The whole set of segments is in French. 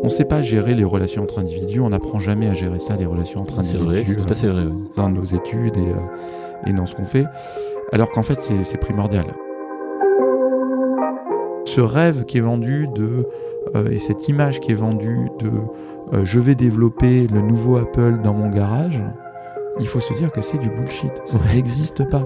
ne sait pas gérer les relations entre individus, on n'apprend jamais à gérer ça, les relations entre individus. C'est vrai, c'est tout à fait vrai. Oui. Dans nos études et dans ce qu'on fait, alors qu'en fait c'est primordial. Ce rêve qui est vendu et cette image qui est vendue de je vais développer le nouveau Apple dans mon garage, il faut se dire que c'est du bullshit, ça n'existe pas.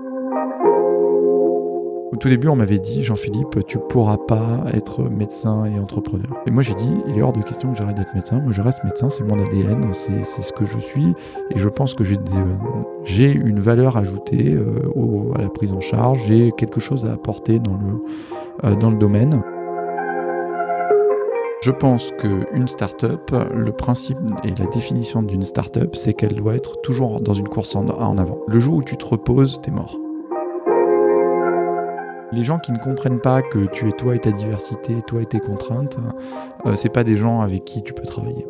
Au tout début, on m'avait dit, Jean-Philippe, tu pourras pas être médecin et entrepreneur. Et moi, j'ai dit, il est hors de question que j'arrête d'être médecin. Moi, je reste médecin, c'est mon ADN, c'est ce que je suis. Et je pense que j'ai une valeur ajoutée à la prise en charge. J'ai quelque chose à apporter dans le domaine. Je pense qu'une start-up, le principe et la définition d'une start-up, c'est qu'elle doit être toujours dans une course en avant. Le jour où tu te reposes, t'es mort. Les gens qui ne comprennent pas que tu es toi et ta diversité, toi et tes contraintes, c'est pas des gens avec qui tu peux travailler.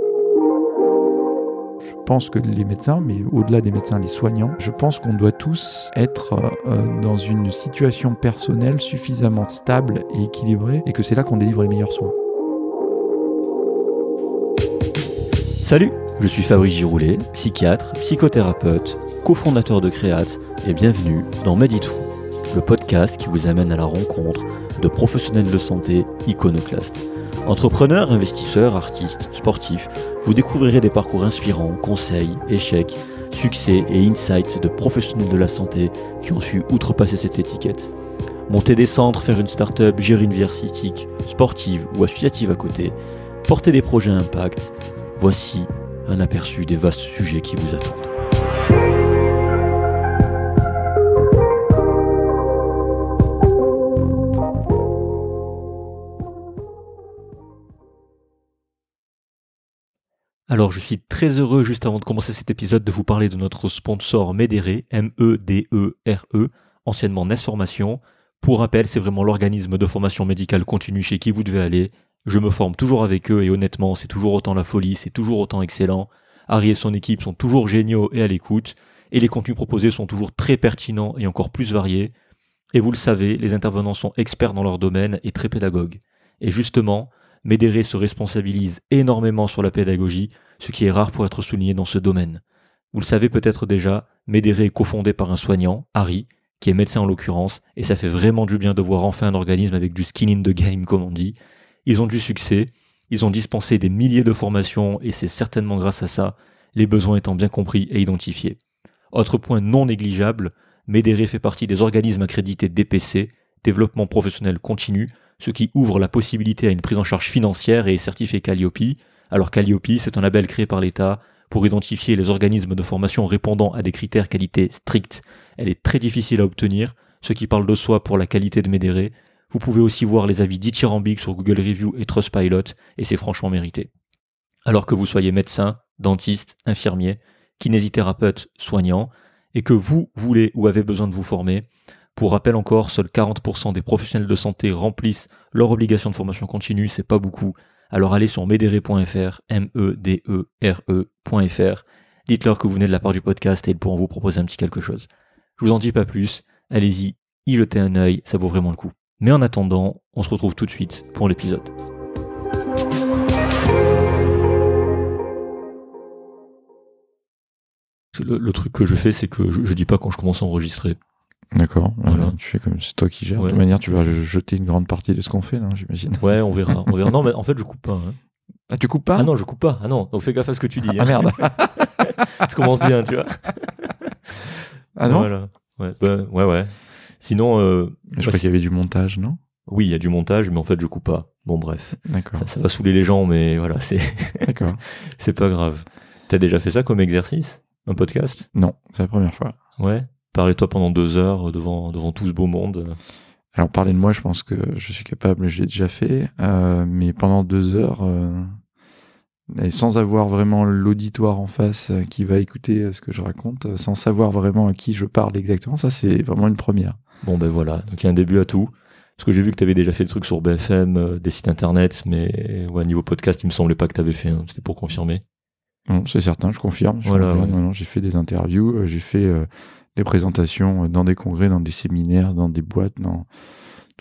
Je pense que les médecins, mais au-delà des médecins, les soignants, je pense qu'on doit tous être dans une situation personnelle suffisamment stable et équilibrée, et que c'est là qu'on délivre les meilleurs soins. Salut, je suis Fabrice Giroulet, psychiatre, psychothérapeute, cofondateur de Créate, et bienvenue dans Made It Fou, le podcast qui vous amène à la rencontre de professionnels de santé iconoclastes. Entrepreneurs, investisseurs, artistes, sportifs, vous découvrirez des parcours inspirants, conseils, échecs, succès et insights de professionnels de la santé qui ont su outrepasser cette étiquette. Monter des centres, faire une start-up, gérer une vie artistique, sportive ou associative à côté, porter des projets à impact, voici un aperçu des vastes sujets qui vous attendent. Alors, je suis très heureux, juste avant de commencer cet épisode, de vous parler de notre sponsor Medere, M-E-D-E-R-E, anciennement NES Formation. Pour rappel, c'est vraiment l'organisme de formation médicale continue chez qui vous devez aller. Je me forme toujours avec eux et honnêtement, c'est toujours autant la folie, c'est toujours autant excellent. Harry et son équipe sont toujours géniaux et à l'écoute, et les contenus proposés sont toujours très pertinents et encore plus variés. Et vous le savez, les intervenants sont experts dans leur domaine et très pédagogues. Et justement, Medere se responsabilise énormément sur la pédagogie, ce qui est rare pour être souligné dans ce domaine. Vous le savez peut-être déjà, Medere est cofondé par un soignant, Harry, qui est médecin en l'occurrence, et ça fait vraiment du bien de voir enfin un organisme avec du skin in the game, comme on dit. Ils ont du succès, ils ont dispensé des milliers de formations, et c'est certainement grâce à ça, les besoins étant bien compris et identifiés. Autre point non négligeable, Medere fait partie des organismes accrédités DPC, Développement Professionnel Continu, ce qui ouvre la possibilité à une prise en charge financière et est certifié Calliope. Alors Calliope, c'est un label créé par l'État pour identifier les organismes de formation répondant à des critères qualité stricts. Elle est très difficile à obtenir, ce qui parle de soi pour la qualité de Medere. Vous pouvez aussi voir les avis dithyrambiques sur Google Review et Trustpilot, et c'est franchement mérité. Alors que vous soyez médecin, dentiste, infirmier, kinésithérapeute, soignant, et que vous voulez ou avez besoin de vous former, pour rappel encore, seuls 40% des professionnels de santé remplissent leur obligation de formation continue, c'est pas beaucoup. Alors allez sur medere.fr, M-E-D-E-R-E.fr, dites-leur que vous venez de la part du podcast et ils pourront vous proposer un petit quelque chose. Je vous en dis pas plus, allez-y, y jetez un œil, ça vaut vraiment le coup. Mais en attendant, on se retrouve tout de suite pour l'épisode. Le truc que je fais, c'est que je dis pas quand je commence à enregistrer. D'accord, Voilà. tu fais comme c'est toi qui gères. Ouais. De toute manière, tu vas jeter une grande partie de ce qu'on fait, là, j'imagine. Ouais, on verra. Non, mais en fait, je coupe pas. Hein. Ah, tu coupes pas ? Ah non, je coupe pas. Ah non, donc fais gaffe à ce que tu dis. Ah merde. Ça commence bien, tu vois. Ah non ? Voilà. Ouais, ouais. Sinon, Je crois qu'il y avait du montage, non ? oui, il y a du montage, mais en fait, je coupe pas. Bon, bref. D'accord. Ça va saouler les gens, mais voilà, D'accord. c'est pas grave. T'as déjà fait ça comme exercice ? Un podcast ? Non, c'est la première fois. Ouais. Parlez-toi pendant 2 heures devant tout ce beau monde. Alors, parler de moi, je pense que je suis capable, je l'ai déjà fait, mais pendant 2 heures, et sans avoir vraiment l'auditoire en face qui va écouter ce que je raconte, sans savoir vraiment à qui je parle exactement, ça, c'est vraiment une première. Bon, ben voilà. Donc, il y a un début à tout. Parce que j'ai vu que tu avais déjà fait des trucs sur BFM, des sites internet, mais ouais, niveau podcast, il me semblait pas que tu avais fait. Hein. C'était pour confirmer. Non, c'est certain, je confirme. Voilà, ouais. Non, j'ai fait des interviews, j'ai fait des présentations dans des congrès, dans des séminaires, dans des boîtes, dans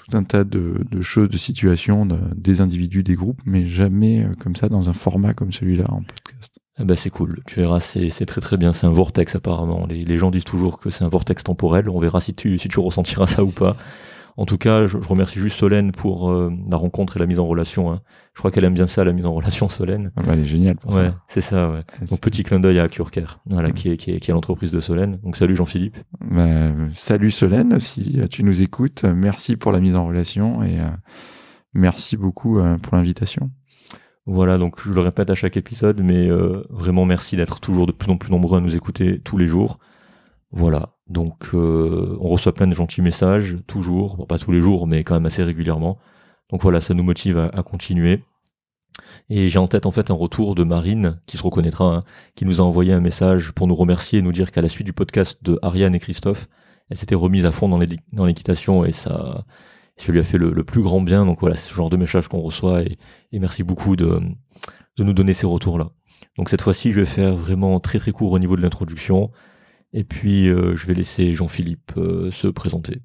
tout un tas de choses, de situations, des individus, des groupes, mais jamais comme ça dans un format comme celui-là en podcast. Eh ben c'est cool, tu verras, c'est très très bien, c'est un vortex apparemment. Les gens disent toujours que c'est un vortex temporel, on verra si tu ressentiras ça ou pas. En tout cas, je remercie juste Solène pour la rencontre et la mise en relation. Hein. Je crois qu'elle aime bien ça, la mise en relation, Solène. Ah bah, elle est géniale pour ça. Ouais, c'est ça, ouais. Donc petit clin d'œil à Acure-Care, voilà, qui est l'entreprise de Solène. Donc salut Jean-Philippe. Bah, salut Solène, si tu nous écoutes, merci pour la mise en relation et merci beaucoup pour l'invitation. Voilà, donc je le répète à chaque épisode, mais vraiment merci d'être toujours de plus en plus nombreux à nous écouter tous les jours. Voilà, donc on reçoit plein de gentils messages, toujours, bon, pas tous les jours, mais quand même assez régulièrement. Donc voilà, ça nous motive à continuer. Et j'ai en tête en fait un retour de Marine, qui se reconnaîtra, hein, qui nous a envoyé un message pour nous remercier et nous dire qu'à la suite du podcast de Ariane et Christophe, elle s'était remise à fond dans l'équitation et ça lui a fait le plus grand bien. Donc voilà, c'est ce genre de message qu'on reçoit et merci beaucoup de nous donner ces retours-là. Donc cette fois-ci, je vais faire vraiment très très court au niveau de l'introduction et puis je vais laisser Jean-Philippe se présenter.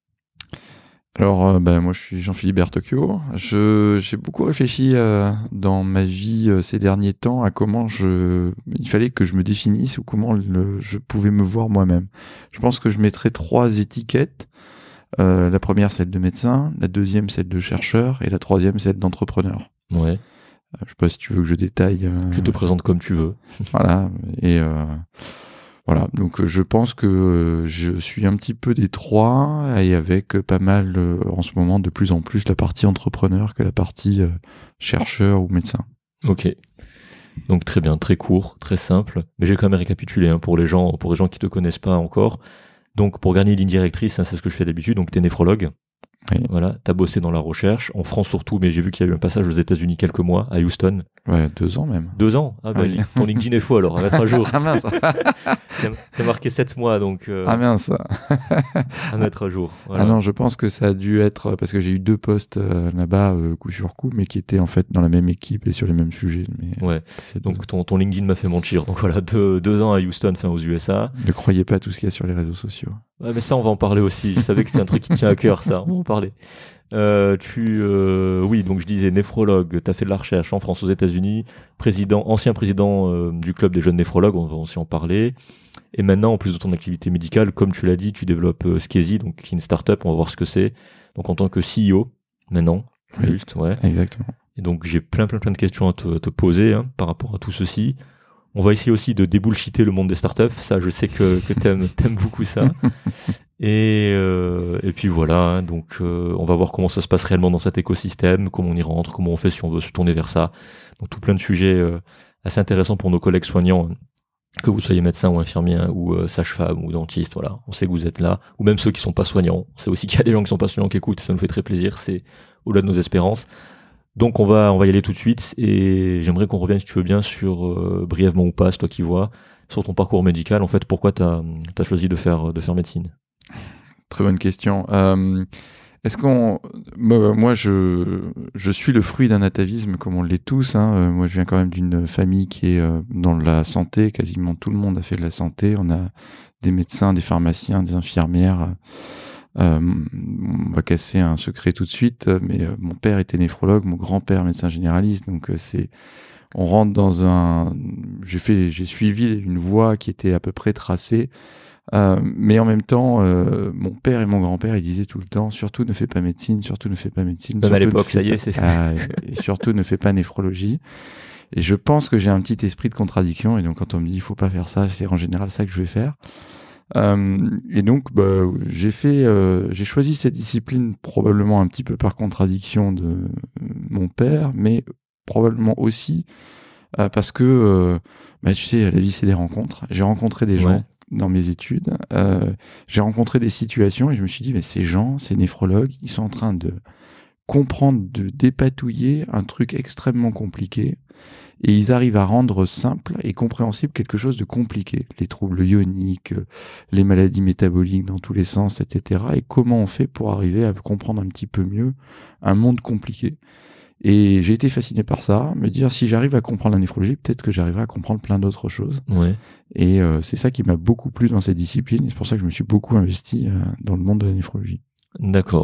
Alors, moi, je suis Jean-Philippe Bertocchio. J'ai beaucoup réfléchi dans ma vie ces derniers temps à comment il fallait que je me définisse ou comment je pouvais me voir moi-même. Je pense que je mettrais 3 étiquettes. La première, celle de médecin, la deuxième, celle de chercheur, et la troisième, celle d'entrepreneur. Ouais. Je sais pas si tu veux que je détaille. Je te présente comme tu veux. Voilà. Et voilà. Donc, je pense que je suis un petit peu des 3 et avec pas mal, en ce moment, de plus en plus, la partie entrepreneur que la partie chercheur ou médecin. Ok. Donc très bien, très court, très simple. Mais j'ai quand même récapitulé hein, pour les gens qui te connaissent pas encore. Donc, pour gagner ligne directrice, hein, c'est ce que je fais d'habitude. Donc, t'es néphrologue. Oui. Voilà. T'as bossé dans la recherche, en France surtout, mais j'ai vu qu'il y a eu un passage aux États-Unis quelques mois, à Houston. Ouais, 2 ans même. 2 ans? Ah, bah, oui. Ton LinkedIn est faux alors, à mettre à jour. Ah mince. T'as marqué 7 mois, donc. Ah mince. À mettre à jour. Voilà. Ah non, je pense que ça a dû être, parce que j'ai eu 2 postes là-bas, coup sur coup, mais qui étaient en fait dans la même équipe et sur les mêmes sujets. Mais, ouais. Donc, ton LinkedIn m'a fait mentir. Donc voilà, 2 ans à Houston, enfin aux USA. Ne croyez pas tout ce qu'il y a sur les réseaux sociaux. Ouais, mais ça, on va en parler aussi. Je savais que c'est un truc qui tient à cœur, ça. On va en parler. Oui, donc je disais néphrologue, tu as fait de la recherche en France, aux États-Unis, ancien président du club des jeunes néphrologues, on va aussi en parler. Et maintenant, en plus de ton activité médicale, comme tu l'as dit, tu développes Skeezy, donc qui est une start-up, on va voir ce que c'est. Donc en tant que CEO, maintenant, oui, juste, ouais. Exactement. Et donc j'ai plein de questions à te poser hein, par rapport à tout ceci. On va essayer aussi de débullshiter le monde des startups. Ça, je sais que t'aimes beaucoup ça. Et puis voilà. Hein, donc, on va voir comment ça se passe réellement dans cet écosystème, comment on y rentre, comment on fait si on veut se tourner vers ça. Donc, tout plein de sujets assez intéressants pour nos collègues soignants, que vous soyez médecin ou infirmier hein, ou sage-femme ou dentiste. Voilà, on sait que vous êtes là. Ou même ceux qui sont pas soignants. On sait aussi qu'il y a des gens qui sont pas soignants qui écoutent. Et ça nous fait très plaisir. C'est au-delà de nos espérances. Donc on va y aller tout de suite et j'aimerais qu'on revienne si tu veux bien sur brièvement ou pas, c'est toi qui vois, sur ton parcours médical. En fait, pourquoi t'as choisi de faire médecine? Très bonne question. Est-ce moi je suis le fruit d'un atavisme comme on l'est tous. Hein. Moi je viens quand même d'une famille qui est dans la santé. Quasiment tout le monde a fait de la santé. On a des médecins, des pharmaciens, des infirmières. On va casser un secret tout de suite, mais mon père était néphrologue, mon grand-père médecin généraliste, donc on rentre dans j'ai suivi une voie qui était à peu près tracée, mais en même temps, mon père et mon grand-père, ils disaient tout le temps, surtout ne fais pas médecine, surtout ne fais pas médecine. Même à l'époque, ça y est, c'est et surtout ne fais pas néphrologie. Et je pense que j'ai un petit esprit de contradiction, et donc quand on me dit il faut pas faire ça, c'est en général ça que je vais faire. Et donc, j'ai choisi cette discipline probablement un petit peu par contradiction de mon père, mais probablement aussi parce que, tu sais, la vie c'est des rencontres. J'ai rencontré des gens dans mes études, j'ai rencontré des situations et je me suis dit, mais ces gens, ces néphrologues, ils sont en train de comprendre, de dépatouiller un truc extrêmement compliqué. Et ils arrivent à rendre simple et compréhensible quelque chose de compliqué. Les troubles ioniques, les maladies métaboliques dans tous les sens, etc. Et comment on fait pour arriver à comprendre un petit peu mieux un monde compliqué. Et j'ai été fasciné par ça, me dire si j'arrive à comprendre la néphrologie, peut-être que j'arriverai à comprendre plein d'autres choses. Ouais. Et c'est ça qui m'a beaucoup plu dans cette discipline. Et c'est pour ça que je me suis beaucoup investi dans le monde de la néphrologie. D'accord.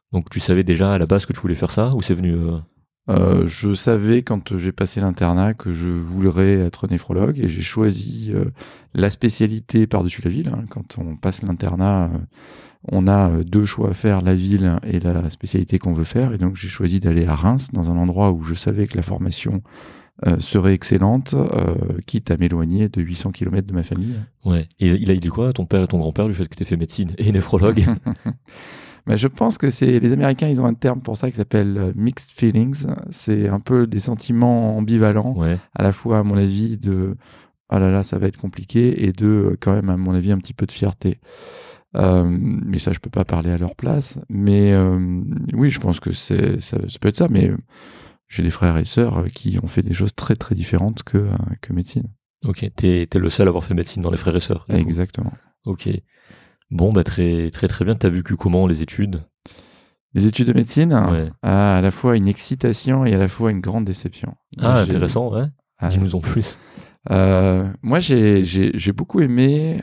Donc tu savais déjà à la base que tu voulais faire ça ou c'est venu Je savais quand j'ai passé l'internat que je voudrais être néphrologue et j'ai choisi la spécialité par-dessus la ville. Quand on passe l'internat, on a deux choix à faire, la ville et la spécialité qu'on veut faire. Et donc j'ai choisi d'aller à Reims, dans un endroit où je savais que la formation serait excellente, quitte à m'éloigner de 800 km de ma famille. Ouais. Et il a dit quoi, ton père et ton grand-père, du fait que tu aies fait médecine et néphrologue? Mais je pense que les Américains, ils ont un terme pour ça qui s'appelle mixed feelings. C'est un peu des sentiments ambivalents, Ouais. à la fois à mon avis de ah là là, ça va être compliqué, et de quand même à mon avis un petit peu de fierté. Mais ça, je peux pas parler à leur place. Mais oui, je pense que ça peut être ça. Mais j'ai des frères et sœurs qui ont fait des choses très très différentes que médecine. Ok, t'es le seul à avoir fait médecine dans les frères et sœurs. Exactement. Ok. Bon, bah très très très bien. T'as vécu comment les études? Les études de médecine, Ouais. à la fois une excitation et à la fois une grande déception. Ah, intéressant, ouais. Dis-nous en plus. Moi, j'ai beaucoup aimé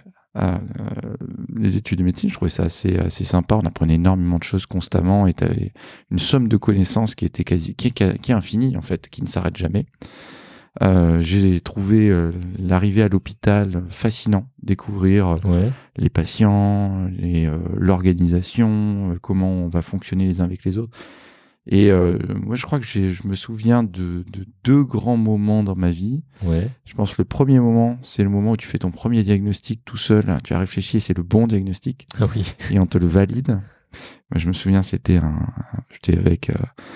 les études de médecine. Je trouvais ça assez sympa. On apprenait énormément de choses constamment et tu avais une somme de connaissances qui était qui est infinie, en fait, qui ne s'arrête jamais. J'ai trouvé l'arrivée à l'hôpital fascinant, découvrir les patients, l'organisation, comment on va fonctionner les uns avec les autres. Et moi, je crois que je me souviens de deux grands moments dans ma vie. Ouais. Je pense que le premier moment, c'est le moment où tu fais ton premier diagnostic tout seul. Tu as réfléchi, c'est le bon diagnostic. Ah oui. Et on te le valide. Moi, je me souviens, j'étais avec...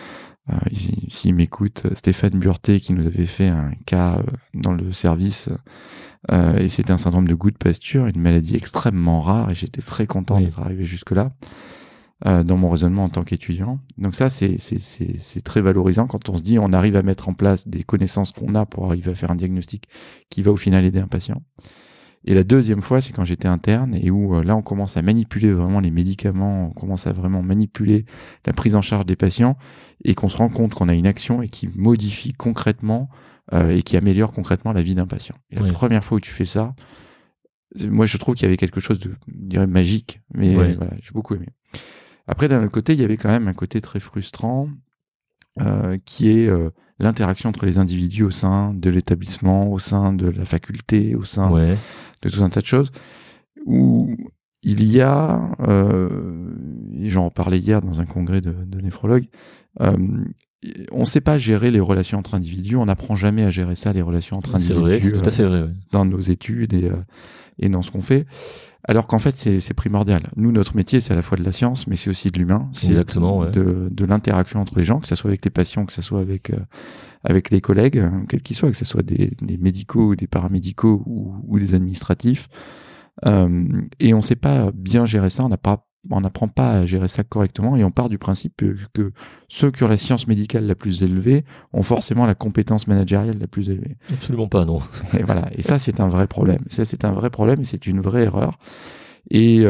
s'il m'écoute, Stéphane Burté qui nous avait fait un cas dans le service et c'était un syndrome de Gout de Pasture, une maladie extrêmement rare, et j'étais très content d'être arrivé jusque-là dans mon raisonnement en tant qu'étudiant. Donc ça, c'est très valorisant quand on se dit on arrive à mettre en place des connaissances qu'on a pour arriver à faire un diagnostic qui va au final aider un patient. Et la deuxième fois, c'est quand j'étais interne et où là, on commence à manipuler vraiment les médicaments, on commence à vraiment manipuler la prise en charge des patients et qu'on se rend compte qu'on a une action et qui modifie concrètement et qui améliore concrètement la vie d'un patient. Et la première fois où tu fais ça, moi, je trouve qu'il y avait quelque chose de, je dirais, magique, mais voilà, j'ai beaucoup aimé. Après, d'un autre côté, il y avait quand même un côté très frustrant qui est l'interaction entre les individus au sein de l'établissement, au sein de la faculté, au sein de tout un tas de choses, où il y a, et j'en parlais hier dans un congrès de néphrologues, on ne sait pas gérer les relations entre individus, on n'apprend jamais à gérer ça, les relations entre individus, c'est tout à fait vrai, dans nos études et dans ce qu'on fait. Alors qu'en fait, c'est primordial. Nous, notre métier, c'est à la fois de la science, mais c'est aussi de l'humain. C'est de l'interaction entre les gens, que ce soit avec les patients, que ce soit avec les collègues, quels qu'ils soient, que ce soit des médicaux, des paramédicaux ou des administratifs. Et on ne sait pas bien gérer ça, on n'apprend pas à gérer ça correctement, et on part du principe que ceux qui ont la science médicale la plus élevée ont forcément la compétence managériale la plus élevée. Absolument pas, non. Et voilà. Et ça, c'est un vrai problème. Ça, c'est un vrai problème et c'est une vraie erreur. Et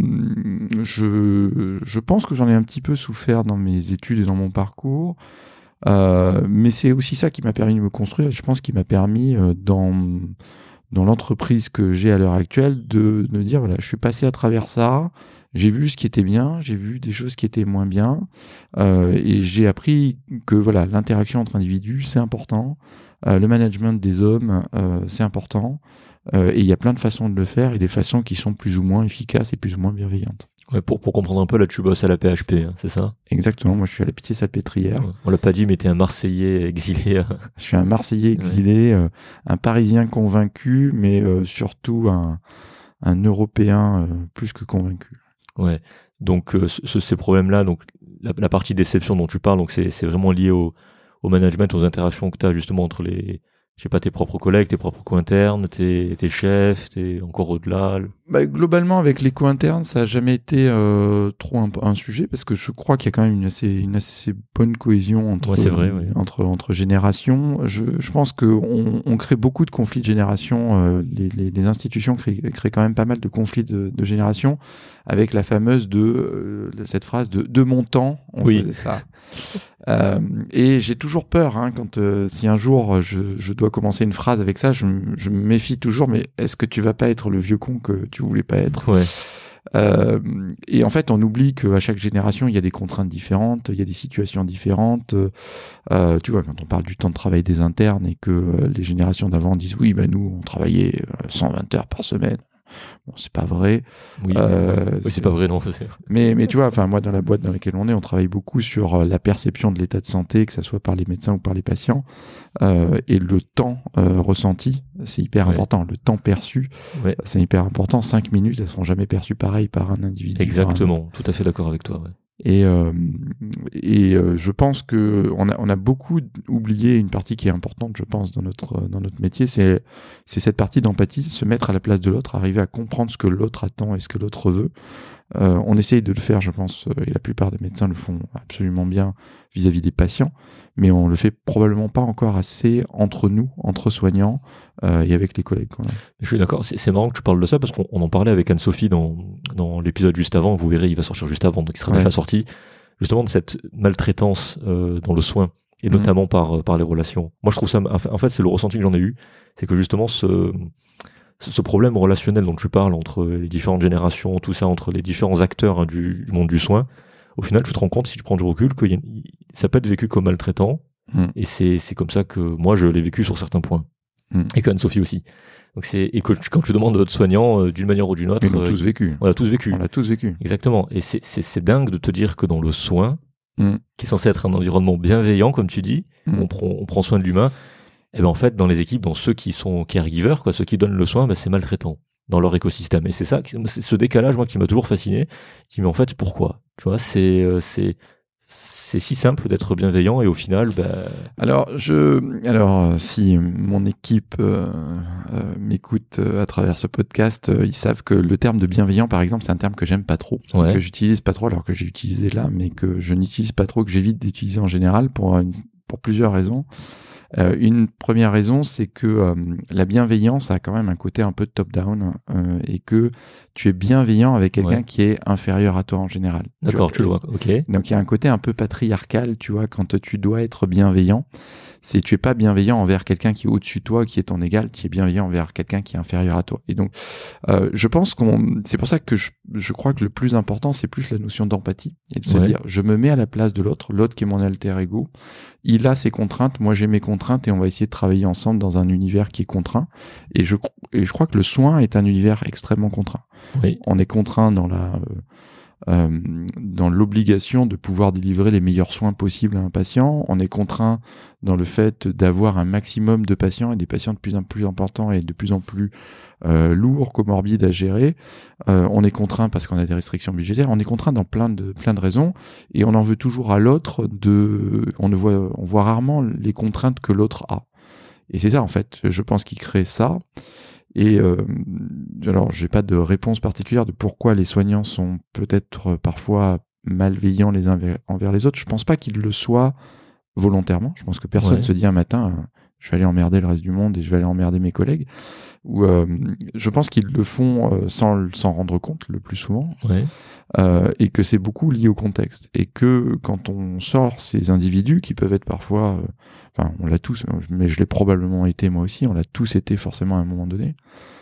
je pense que j'en ai un petit peu souffert dans mes études et dans mon parcours. Mais c'est aussi ça qui m'a permis de me construire. Je pense qu'il m'a permis dans l'entreprise que j'ai à l'heure actuelle de me dire, voilà, je suis passé à travers ça. J'ai vu ce qui était bien, j'ai vu des choses qui étaient moins bien, et j'ai appris que voilà, l'interaction entre individus, c'est important, le management des hommes, c'est important, et il y a plein de façons de le faire, et des façons qui sont plus ou moins efficaces et plus ou moins bienveillantes. Ouais, pour comprendre un peu, là, tu bosses à la PHP, hein, c'est ça? Exactement, moi je suis à la Pitié-Salpêtrière. On l'a pas dit, mais t'es un Marseillais exilé. Je suis un Marseillais exilé, un Parisien convaincu, mais surtout un Européen plus que convaincu. Ouais. Donc ces problèmes-là, donc la partie déception dont tu parles, donc c'est vraiment lié au management, aux interactions que tu as justement entre tes propres collègues, tes propres co-internes, tes chefs, encore au-delà. Globalement, avec les co-internes, ça n'a jamais été trop un sujet, parce que je crois qu'il y a quand même une assez bonne cohésion entre générations. Je pense qu'on crée beaucoup de conflits de génération. Les institutions créent quand même pas mal de conflits de génération, avec la fameuse cette phrase de mon temps, on faisait ça. Et j'ai toujours peur quand si un jour je dois commencer une phrase avec ça, je me méfie toujours, mais est-ce que tu vas pas être le vieux con que tu voulais pas être? Et en fait, on oublie qu'à chaque génération, il y a des contraintes différentes, il y a des situations différentes. Tu vois, quand on parle du temps de travail des internes et que les générations d'avant disent oui, ben nous, on travaillait 120 heures par semaine. Bon, c'est pas vrai. Oui, c'est pas vrai, non. Mais tu vois, enfin, moi, dans la boîte dans laquelle on traille beaucoup sur la perception de l'état de santé, que ce soit par les médecins ou par les patients, et le temps ressenti, c'est hyper important. Le temps perçu, c'est hyper important. 5 minutes, elles seront jamais perçues pareil par un individu. Exactement, tout à fait d'accord avec toi. Ouais. Et je pense que on a beaucoup oublié une partie qui est importante, je pense, dans notre métier, c'est cette partie d'empathie, se mettre à la place de l'autre, arriver à comprendre ce que l'autre attend et ce que l'autre veut. On essaye de le faire, je pense, et la plupart des médecins le font absolument bien vis-à-vis des patients, mais on le fait probablement pas encore assez entre nous, entre soignants et avec les collègues. Quand même. Je suis d'accord, c'est marrant que tu parles de ça parce qu'on en parlait avec Anne-Sophie dans l'épisode juste avant, vous verrez, il va sortir juste avant, donc il sera déjà sorti, justement de cette maltraitance dans le soin, et notamment par les relations. Moi je trouve ça, en fait c'est le ressenti que j'en ai eu, c'est que justement ce problème relationnel dont tu parles entre les différentes générations, tout ça, entre les différents acteurs du monde du soin, au final, tu te rends compte, si tu prends du recul, que ça peut être vécu comme maltraitant, et c'est comme ça que moi, je l'ai vécu sur certains points, et que Anne-Sophie aussi. Donc et que quand tu demandes à d'autres soignants, d'une manière ou d'une autre... On l'a tous vécu. On l'a tous vécu. On l'a tous vécu. Exactement. Et c'est dingue de te dire que dans le soin, qui est censé être un environnement bienveillant, comme tu dis, où on prend soin de l'humain, et ben en fait, dans les équipes, dans ceux qui sont caregivers, quoi, ceux qui donnent le soin, ben c'est maltraitant dans leur écosystème. Et c'est ce décalage, moi, qui m'a toujours fasciné. Qui mais en fait, pourquoi? Tu vois, c'est si simple d'être bienveillant et au final, Alors, si mon équipe m'écoute à travers ce podcast, ils savent que le terme de bienveillant, par exemple, c'est un terme que j'aime pas trop, que j'utilise pas trop, alors que j'ai utilisé là, mais que je n'utilise pas trop, que j'évite d'utiliser en général pour plusieurs raisons. Une première raison, c'est que la bienveillance a quand même un côté un peu top-down et que tu es bienveillant avec quelqu'un qui est inférieur à toi en général. D'accord, tu le vois, ok. Donc il y a un côté un peu patriarcal, tu vois, quand tu dois être bienveillant. Tu es pas bienveillant envers quelqu'un qui est au-dessus de toi, qui est ton égal, tu es bienveillant envers quelqu'un qui est inférieur à toi. Et donc, je pense c'est pour ça que je crois que le plus important, c'est plus la notion d'empathie et de se dire, je me mets à la place de l'autre qui est mon alter ego. Il a ses contraintes, moi j'ai mes contraintes et on va essayer de travailler ensemble dans un univers qui est contraint. Et je crois que le soin est un univers extrêmement contraint. Oui. On est contraint dans l'obligation de pouvoir délivrer les meilleurs soins possibles à un patient. On est contraint dans le fait d'avoir un maximum de patients et des patients de plus en plus importants et de plus en plus lourds, comorbides à gérer. On est contraint parce qu'on a des restrictions budgétaires. On est contraint dans plein de raisons et on en veut toujours à l'autre. On voit rarement les contraintes que l'autre a. Et c'est ça en fait, je pense, qui crée ça. Et alors, j'ai pas de réponse particulière de pourquoi les soignants sont peut-être parfois malveillants les uns envers les autres. Je pense pas qu'ils le soient volontairement. Je pense que personne se dit un matin, je vais aller emmerder le reste du monde et je vais aller emmerder mes collègues. Ou je pense qu'ils le font sans s'en rendre compte le plus souvent. Et que c'est beaucoup lié au contexte. Et que quand on sort ces individus qui peuvent être parfois, on l'a tous, mais je l'ai probablement été moi aussi, on l'a tous été forcément à un moment donné,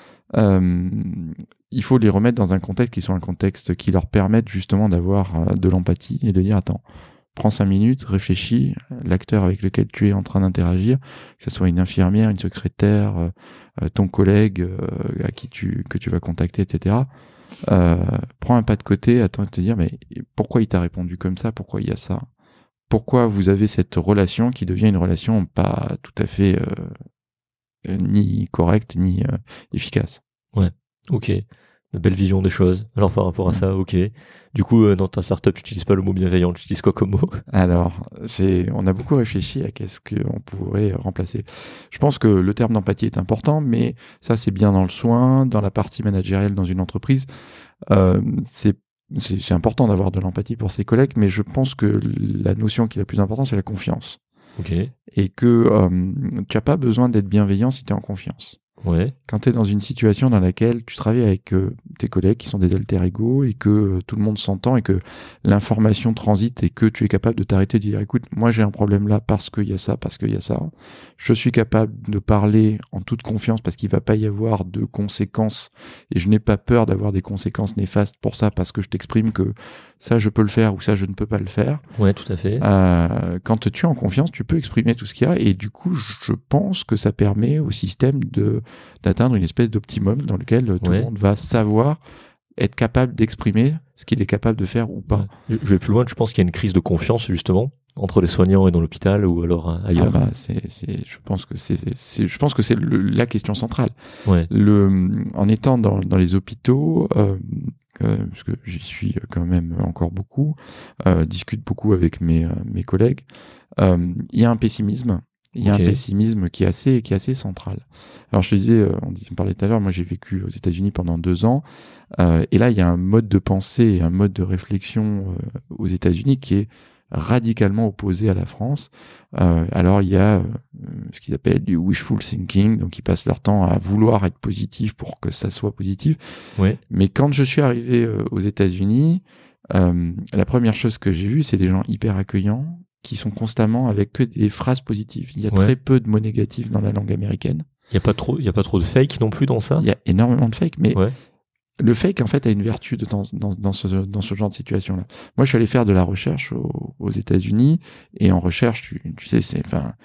il faut les remettre dans un contexte qui soit un contexte qui leur permette justement d'avoir de l'empathie et de dire, attends, prends 5 minutes, réfléchis, l'acteur avec lequel tu es en train d'interagir, que ce soit une infirmière, une secrétaire, ton collègue que tu vas contacter, etc., prends un pas de côté, attends de te dire, mais pourquoi il t'a répondu comme ça, pourquoi il y a ça, pourquoi vous avez cette relation qui devient une relation pas tout à fait ni correcte ni efficace. Ouais, ok, une belle vision des choses. Alors par rapport à ça, ok. Du coup, dans ta startup, tu n'utilises pas le mot bienveillant, tu utilises quoi comme mot? Alors, on a beaucoup réfléchi à qu'est-ce qu'on pourrait remplacer. Je pense que le terme d'empathie est important, mais ça, c'est bien dans le soin, dans la partie managériale dans une entreprise. C'est important d'avoir de l'empathie pour ses collègues, mais je pense que la notion qui est la plus importante, c'est la confiance. Ok. Et que tu n'as pas besoin d'être bienveillant si tu es en confiance. Ouais. Quand tu es dans une situation dans laquelle tu travailles avec tes collègues qui sont des alter ego et que tout le monde s'entend et que l'information transite et que tu es capable de t'arrêter et de dire écoute, moi j'ai un problème là parce qu'il y a ça, parce qu'il y a ça. Je suis capable de parler en toute confiance parce qu'il va pas y avoir de conséquences et je n'ai pas peur d'avoir des conséquences néfastes pour ça parce que je t'exprime que ça je peux le faire ou ça je ne peux pas le faire. Ouais, tout à fait. Quand tu es en confiance, tu peux exprimer tout ce qu'il y a et du coup, je pense que ça permet au système d'atteindre une espèce d'optimum dans lequel tout le monde va savoir être capable d'exprimer ce qu'il est capable de faire ou pas. Ouais. Je vais plus loin, je pense qu'il y a une crise de confiance justement entre les soignants et dans l'hôpital ou alors ailleurs. Je pense que c'est la question centrale. Ouais. En étant dans les hôpitaux, parce que j'y suis quand même encore beaucoup, discute beaucoup avec mes collègues, il y a un pessimisme. Il y a un pessimisme qui est assez central. Alors je te disais, on parlait tout à l'heure, moi j'ai vécu aux États-Unis pendant 2 ans, et là il y a un mode de pensée et un mode de réflexion aux États-Unis qui est radicalement opposé à la France. Alors il y a ce qu'ils appellent du wishful thinking, donc ils passent leur temps à vouloir être positif pour que ça soit positif. Ouais. Mais quand je suis arrivé aux États-Unis, la première chose que j'ai vue, c'est des gens hyper accueillants qui sont constamment avec que des phrases positives. Il y a très peu de mots négatifs dans la langue américaine. Il y a pas trop de fake non plus dans ça. Il y a énormément de fake, mais le fake en fait a une vertu dans ce genre de situation-là. Moi, je suis allé faire de la recherche aux États-Unis et en recherche, tu sais,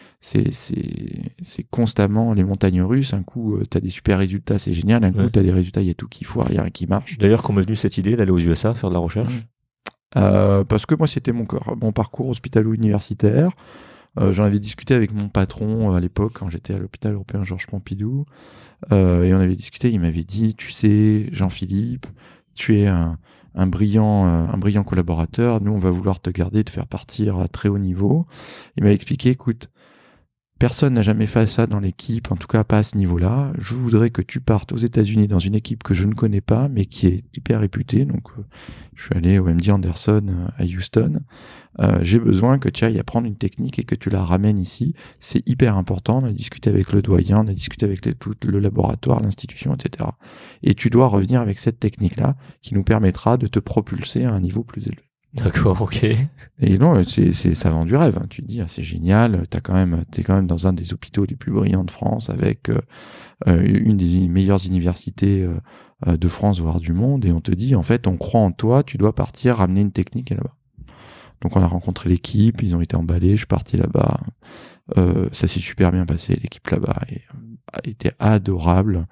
c'est constamment les montagnes russes. Un coup, t'as des super résultats, c'est génial. Un coup, t'as des résultats, il y a tout qui foire, il y a rien qui marche. D'ailleurs, comment est venue cette idée d'aller aux USA faire de la recherche? Parce que moi, c'était mon parcours hospitalo-universitaire. J'en avais discuté avec mon patron à l'époque quand j'étais à l'hôpital européen Georges Pompidou. Et on avait discuté, il m'avait dit, tu sais, Jean-Philippe, tu es un brillant collaborateur. Nous, on va vouloir te garder, te faire partir à très haut niveau. Il m'a expliqué, écoute, personne n'a jamais fait ça dans l'équipe, en tout cas pas à ce niveau-là. Je voudrais que tu partes aux États-Unis dans une équipe que je ne connais pas, mais qui est hyper réputée. Donc, je suis allé au MD Anderson à Houston. J'ai besoin que tu ailles apprendre une technique et que tu la ramènes ici. C'est hyper important. On a discuté avec le doyen, on a discuté avec tout le laboratoire, l'institution, etc. Et tu dois revenir avec cette technique-là qui nous permettra de te propulser à un niveau plus élevé. D'accord, ok. Et non, ça vend du rêve. Hein. Tu te dis, t'es génial, t'es quand même dans un des hôpitaux les plus brillants de France, avec une des meilleures universités de France, voire du monde, et on te dit, en fait, on croit en toi, tu dois partir ramener une technique là-bas. Donc on a rencontré l'équipe, ils ont été emballés, je suis parti là-bas. Ça s'est super bien passé, l'équipe là-bas a été adorable.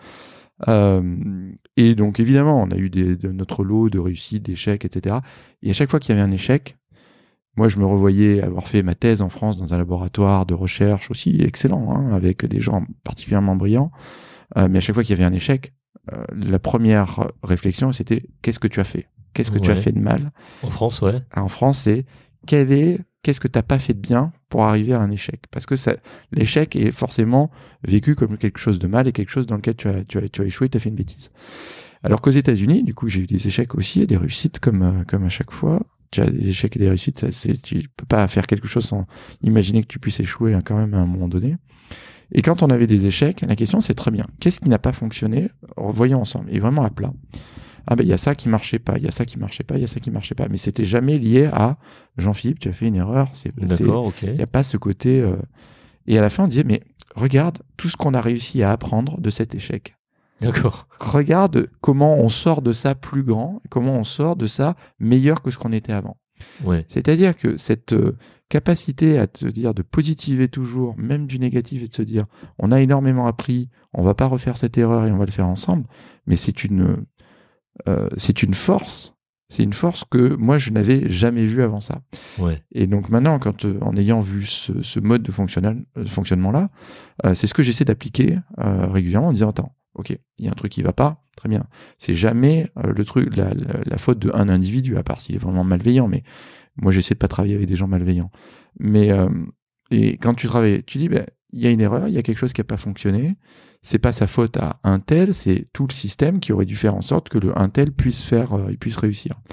Et donc évidemment, on a eu notre lot de réussites, d'échecs, etc. Et à chaque fois qu'il y avait un échec, moi je me revoyais avoir fait ma thèse en France dans un laboratoire de recherche aussi excellent, hein, avec des gens particulièrement brillants. Mais à chaque fois qu'il y avait un échec, la première réflexion c'était qu'est-ce que tu as fait ? Qu'est-ce que tu as fait de mal ? En France, ouais. En France, c'est qu'est-ce que tu n'as pas fait de bien pour arriver à un échec ? Parce que l'échec est forcément vécu comme quelque chose de mal et quelque chose dans lequel tu as échoué, tu as fait une bêtise. Alors qu'aux États-Unis, du coup, j'ai eu des échecs aussi et des réussites comme à chaque fois. Tu as des échecs et des réussites, tu peux pas faire quelque chose sans imaginer que tu puisses échouer quand même à un moment donné. Et quand on avait des échecs, la question c'est très bien. Qu'est-ce qui n'a pas fonctionné ? Voyons ensemble. Et vraiment à plat. Ah ben il y a ça qui marchait pas, il y a ça qui marchait pas, il y a ça qui marchait pas. Mais c'était jamais lié à Jean-Philippe, tu as fait une erreur. D'accord, ok. Il n'y a pas ce côté. Et à la fin, on disait mais regarde tout ce qu'on a réussi à apprendre de cet échec. D'accord. Regarde comment on sort de ça plus grand, comment on sort de ça meilleur que ce qu'on était avant. Ouais. C'est-à-dire que cette capacité à te dire de positiver toujours, même du négatif, et de se dire on a énormément appris, on va pas refaire cette erreur et on va le faire ensemble. Mais c'est une force. C'est une force que moi je n'avais jamais vue avant ça. Ouais. Et donc maintenant, en ayant vu ce mode de fonctionnement-là, c'est ce que j'essaie d'appliquer régulièrement en disant attends, ok, il y a un truc qui va pas, très bien. C'est jamais la faute d'un individu, à part s'il est vraiment malveillant. Mais moi j'essaie de pas travailler avec des gens malveillants. Mais et quand tu travailles, tu dis il y a une erreur, il y a quelque chose qui n'a pas fonctionné. C'est pas sa faute à un tel, c'est tout le système qui aurait dû faire en sorte que le un tel puisse réussir.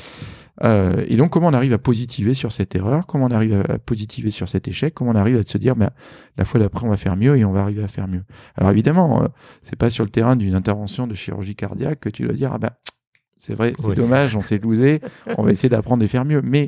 Et donc, comment on arrive à positiver sur cette erreur, comment on arrive à positiver sur cet échec, comment on arrive à se dire, la fois d'après, on va faire mieux et on va arriver à faire mieux. Alors évidemment, c'est pas sur le terrain d'une intervention de chirurgie cardiaque que tu dois dire, c'est vrai, c'est dommage, on s'est lousé, on va essayer d'apprendre et faire mieux. Mais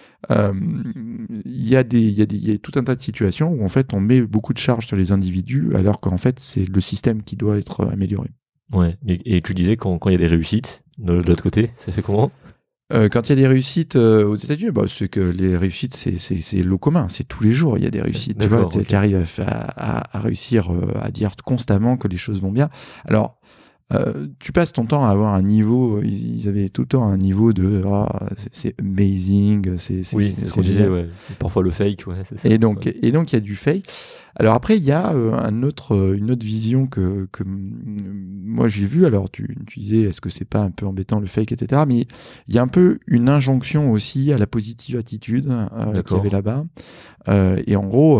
il y a tout un tas de situations où en fait, on met beaucoup de charges sur les individus, alors qu'en fait, c'est le système qui doit être amélioré. Ouais. Et tu disais quand il y a des réussites de l'autre côté, ça fait comment? Quand il y a des réussites aux États-Unis, c'est que les réussites, c'est le commun, c'est tous les jours, il y a des réussites. Tu vois, tu arrives à réussir à dire constamment que les choses vont bien. Alors, tu passes ton temps à avoir un niveau, ils avaient tout le temps un niveau de c'est amazing, c'est ce qu'on disait, ouais. Parfois le fake, ouais. C'est ça, et donc il y a du fake. Alors après il y a une autre vision que moi j'ai vu. Alors tu disais est-ce que c'est pas un peu embêtant le fake, etc. Mais il y a un peu une injonction aussi à la positive attitude qu'il y avait là-bas. Et en gros,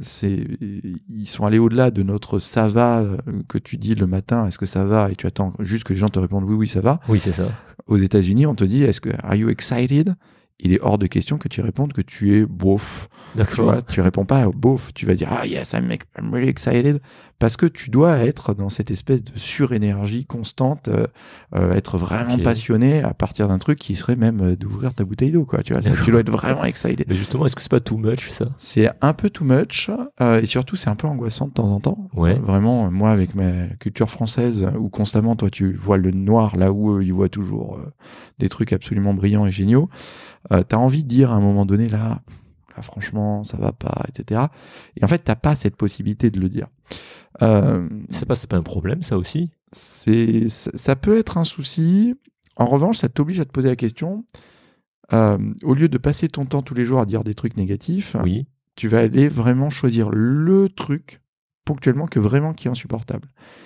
ils sont allés au-delà de notre ça va que tu dis le matin, est-ce que ça va, et tu attends juste que les gens te répondent oui, ça va. Oui, c'est ça. Aux États-Unis, on te dit are you excited? Il est hors de question que tu répondes que tu es beauf. D'accord. Tu réponds pas beauf, tu vas dire yes, I'm really excited, parce que tu dois être dans cette espèce de surénergie constante, être vraiment passionné à partir d'un truc qui serait même d'ouvrir ta bouteille d'eau, quoi. Tu vois, tu dois être vraiment excited. Mais justement, est-ce que c'est pas too much, ça? C'est un peu too much, et surtout c'est un peu angoissant de temps en temps. Ouais. Vraiment, moi avec ma culture française, où constamment toi tu vois le noir là où eux ils voient toujours des trucs absolument brillants et géniaux. T'as envie de dire à un moment donné là franchement ça va pas, etc. Et en fait t'as pas cette possibilité de le dire. C'est pas un problème, ça aussi? Ça peut être un souci. En revanche, ça t'oblige à te poser la question. Au lieu de passer ton temps tous les jours à dire des trucs négatifs, oui, tu vas aller vraiment choisir le truc ponctuellement qui est insupportable.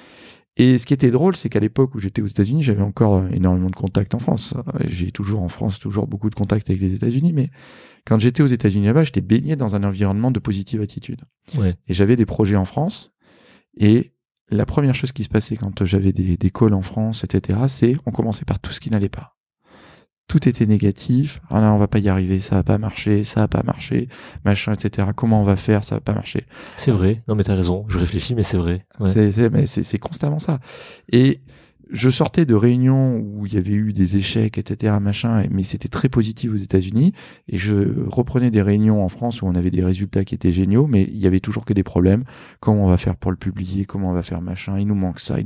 Et ce qui était drôle, c'est qu'à l'époque où j'étais aux États-Unis, j'avais encore énormément de contacts en France. J'ai toujours en France beaucoup de contacts avec les États-Unis, mais quand j'étais aux États-Unis là-bas, j'étais baigné dans un environnement de positive attitude. Ouais. Et j'avais des projets en France, et la première chose qui se passait quand j'avais des calls en France, etc., c'est on commençait par tout ce qui n'allait pas. Tout était négatif. Ah non, on va pas y arriver, ça va pas marcher, machin, etc. Comment on va faire, ça va pas marcher. C'est vrai. Non, mais t'as raison. Je réfléchis, mais c'est vrai. Ouais. C'est constamment ça. Et je sortais de réunions où il y avait eu des échecs, etc., machin, mais c'était très positif aux États-Unis. Et je reprenais des réunions en France où on avait des résultats qui étaient géniaux, mais il y avait toujours que des problèmes. Comment on va faire pour le publier? Comment on va faire machin? Il nous manque ça.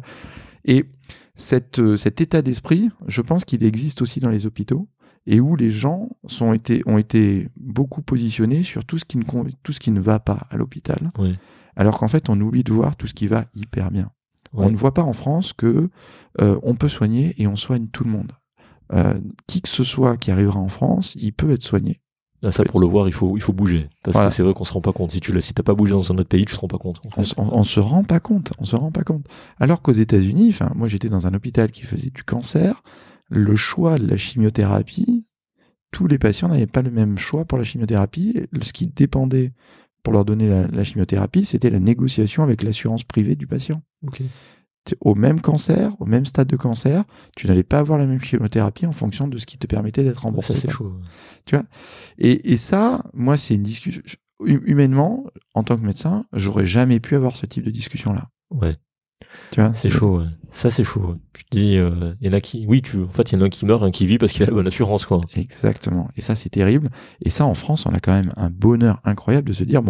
Et cet état d'esprit, je pense qu'il existe aussi dans les hôpitaux, et où les gens ont été beaucoup positionnés sur tout ce qui ne va pas à l'hôpital, oui. Alors qu'en fait, on oublie de voir tout ce qui va hyper bien. Oui. On ne voit pas en France que on peut soigner et on soigne tout le monde. Qui que ce soit qui arrivera en France, il peut être soigné. Là, ça, pour le voir, il faut bouger. Parce que c'est vrai qu'on se rend pas compte. Si t'as pas bougé dans un autre pays, tu te rends pas compte. On se rend pas compte. Alors qu'aux États-Unis, moi, j'étais dans un hôpital qui faisait du cancer. Le choix de la chimiothérapie, tous les patients n'avaient pas le même choix pour la chimiothérapie. Ce qui dépendait pour leur donner la chimiothérapie, c'était la négociation avec l'assurance privée du patient. Okay. Au même cancer, au même stade de cancer, tu n'allais pas avoir la même chimiothérapie en fonction de ce qui te permettait d'être remboursé. Ça, c'est chaud. Tu vois ? Et ça, moi, c'est une discussion. Humainement, en tant que médecin, j'aurais jamais pu avoir ce type de discussion-là. Ouais. Tu vois ? C'est chaud, ouais. Ça, c'est chaud. Tu te dis, il y en a qui, en fait, il y en a un qui meurt, un qui vit parce qu'il a la bonne assurance, quoi. Exactement. Et ça, c'est terrible. Et ça, en France, on a quand même un bonheur incroyable de se dire,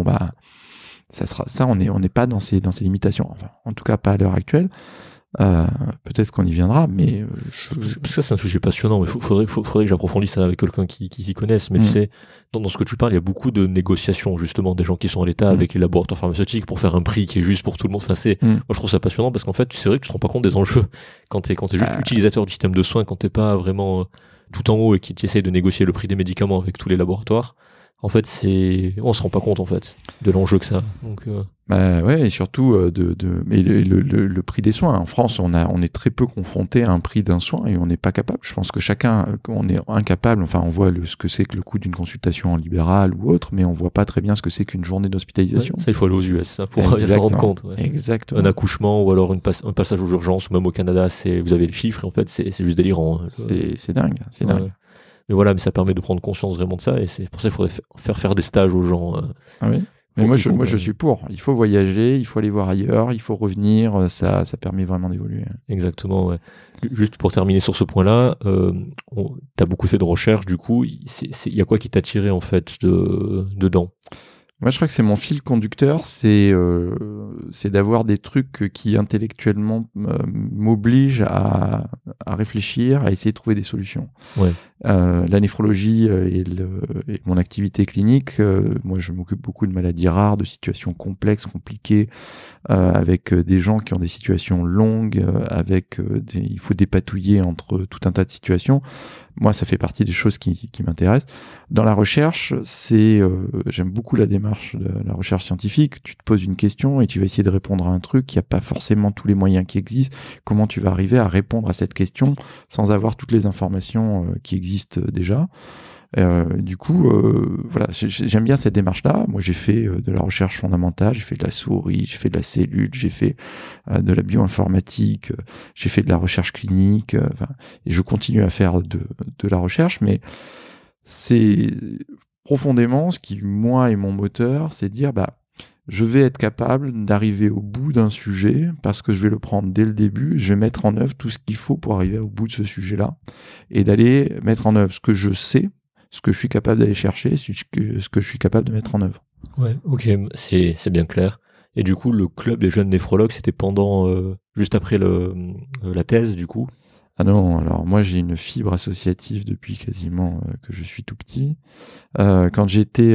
on n'est pas dans ces limitations. Enfin, en tout cas, pas à l'heure actuelle. Peut-être qu'on y viendra, mais parce que ça, c'est un sujet passionnant. Mais faudrait que j'approfondisse ça avec quelqu'un qui s'y connaisse. Mais tu sais, dans ce que tu parles, il y a beaucoup de négociations, justement, des gens qui sont à l'État avec les laboratoires pharmaceutiques pour faire un prix qui est juste pour tout le monde. Enfin, moi, je trouve ça passionnant parce qu'en fait, c'est vrai que tu te rends pas compte des enjeux quand t'es juste utilisateur du système de soins, quand t'es pas vraiment tout en haut et qui essayes de négocier le prix des médicaments avec tous les laboratoires. En fait, on se rend pas compte, en fait, de l'enjeu que ça a. Donc, ouais, et surtout, mais le prix des soins. En France, on est très peu confronté à un prix d'un soin et on n'est pas capable. Je pense que on est incapable. Enfin, on voit ce que c'est que le coût d'une consultation en libéral ou autre, mais on voit pas très bien ce que c'est qu'une journée d'hospitalisation. Ouais, ça, il faut aller aux US, ça, pour s'en rendre compte. Ouais. Exactement. Un accouchement ou alors un passage aux urgences ou même au Canada, vous avez les chiffres et en fait, c'est juste délirant. C'est dingue, c'est dingue. voilà, mais ça permet de prendre conscience vraiment de ça, et c'est pour ça qu'il faudrait faire des stages aux gens. Ah oui. Mais moi, je suis pour. Il faut voyager, il faut aller voir ailleurs, il faut revenir. Ça permet vraiment d'évoluer. Exactement, ouais. Juste pour terminer sur ce point-là, tu as beaucoup fait de recherches, du coup, il y a quoi qui t'a tiré en fait dedans? Moi, je crois que c'est mon fil conducteur, c'est d'avoir des trucs qui intellectuellement m'obligent à réfléchir, à essayer de trouver des solutions. Ouais. La néphrologie et mon activité clinique, moi je m'occupe beaucoup de maladies rares, de situations complexes, compliquées, avec des gens qui ont des situations longues, il faut dépatouiller entre tout un tas de situations. Moi, ça fait partie des choses qui m'intéressent. Dans la recherche, j'aime beaucoup la démarche de la recherche scientifique. Tu te poses une question et tu vas essayer de répondre à un truc. Il n'y a pas forcément tous les moyens qui existent. Comment tu vas arriver à répondre à cette question sans avoir toutes les informations qui existent déjà? Du coup, voilà, j'aime bien cette démarche-là. Moi, j'ai fait de la recherche fondamentale, j'ai fait de la souris, j'ai fait de la cellule, j'ai fait de la bioinformatique, j'ai fait de la recherche clinique, et je continue à faire de la recherche, mais c'est profondément ce qui, moi, est mon moteur, c'est de dire, je vais être capable d'arriver au bout d'un sujet parce que je vais le prendre dès le début, je vais mettre en œuvre tout ce qu'il faut pour arriver au bout de ce sujet-là et d'aller mettre en œuvre ce que je sais, ce que je suis capable d'aller chercher, ce que je suis capable de mettre en œuvre. Ouais, ok, c'est bien clair. Et du coup, le club des jeunes néphrologues, c'était juste après la thèse, du coup? Ah non, alors moi j'ai une fibre associative depuis quasiment que je suis tout petit. Quand j'étais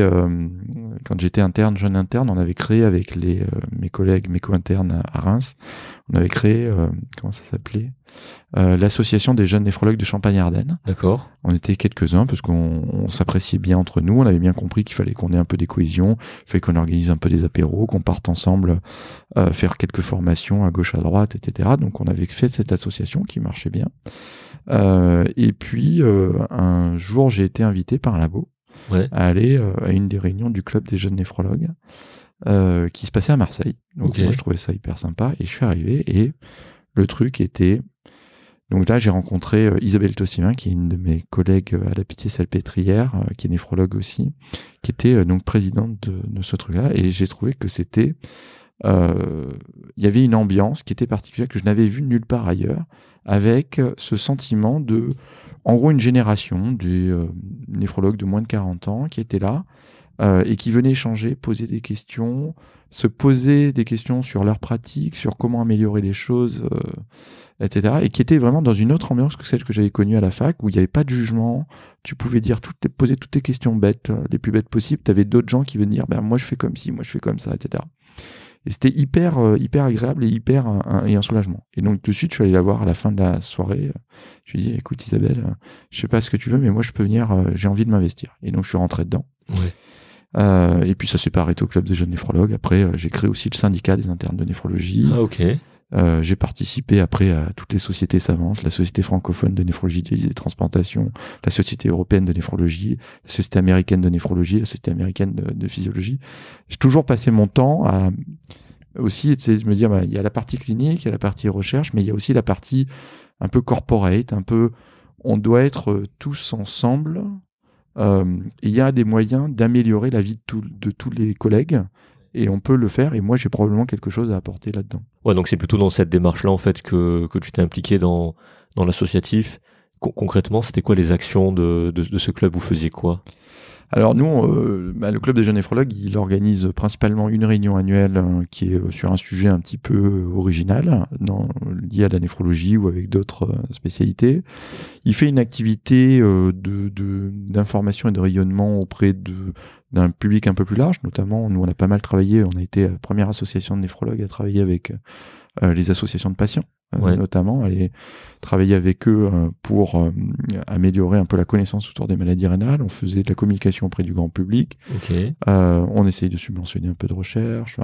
interne, jeune interne, on avait créé avec mes collègues, mes co-internes à Reims, on avait créé, comment ça s'appelait, l'association des jeunes néphrologues de Champagne-Ardenne. D'accord. On était quelques-uns parce qu'on s'appréciait bien entre nous, on avait bien compris qu'il fallait qu'on ait un peu des cohésions, il fallait qu'on organise un peu des apéros, qu'on parte ensemble faire quelques formations à gauche, à droite, etc. Donc on avait fait cette association qui marchait bien. Et puis un jour j'ai été invité par un labo à aller à une des réunions du club des jeunes néphrologues qui se passait à Marseille. Donc moi je trouvais ça hyper sympa et je suis arrivé et le truc était... Donc là j'ai rencontré Isabelle Tossimin qui est une de mes collègues à la Pitié-Salpêtrière qui est néphrologue aussi, qui était donc présidente de ce truc-là et j'ai trouvé que c'était... il y avait une ambiance qui était particulière que je n'avais vue nulle part ailleurs avec ce sentiment de... En gros, une génération des néphrologues de moins de 40 ans qui étaient là et qui venaient échanger, poser des questions, se poser des questions sur leur pratique, sur comment améliorer les choses, etc. Et qui étaient vraiment dans une autre ambiance que celle que j'avais connue à la fac, où il n'y avait pas de jugement, tu pouvais poser toutes tes questions bêtes, les plus bêtes possibles, tu avais d'autres gens qui venaient dire « moi je fais comme ci, moi je fais comme ça », etc. Et c'était hyper agréable et et un soulagement. Et donc tout de suite, je suis allé la voir à la fin de la soirée. Je lui ai dit, écoute Isabelle, je sais pas ce que tu veux, mais moi je peux venir, j'ai envie de m'investir. Et donc je suis rentré dedans. Ouais. Et puis ça s'est pas arrêté au club des jeunes néphrologues. Après, j'ai créé aussi le syndicat des internes de néphrologie. Ah ok. J'ai participé après à toutes les sociétés savantes, la Société francophone de néphrologie dialysée et transplantation, la Société européenne de néphrologie, la Société américaine de néphrologie, la Société américaine de physiologie. J'ai toujours passé mon temps à aussi, de me dire, il y a la partie clinique, il y a la partie recherche, mais il y a aussi la partie un peu corporate, on doit être tous ensemble. Il y a des moyens d'améliorer la vie de tous les collègues. Et on peut le faire, et moi j'ai probablement quelque chose à apporter là-dedans. Ouais, donc c'est plutôt dans cette démarche-là en fait que tu t'es impliqué dans l'associatif. Concrètement, c'était quoi les actions de ce club? Vous faisiez quoi? Alors nous, le club des jeunes néphrologues, il organise principalement une réunion annuelle qui est sur un sujet un petit peu original, lié à la néphrologie ou avec d'autres spécialités. Il fait une activité d'information et de rayonnement auprès d'un public un peu plus large, notamment nous on a pas mal travaillé, on a été la première association de néphrologues à travailler avec les associations de patients, notamment, aller travailler avec eux pour améliorer un peu la connaissance autour des maladies rénales. On faisait de la communication auprès du grand public. On essaye de subventionner un peu de recherche.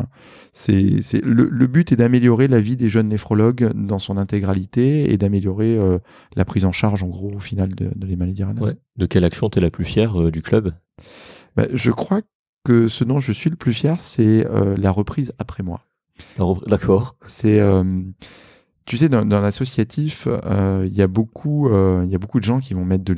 Le but est d'améliorer la vie des jeunes néphrologues dans son intégralité et d'améliorer la prise en charge, en gros, au final, de les maladies rénales. Ouais. De quelle action t'es la plus fière du club? Je crois que ce dont je suis le plus fier, c'est la reprise après moi. D'accord. C'est, tu sais, dans l'associatif, il y a beaucoup de gens qui vont mettre de l'ego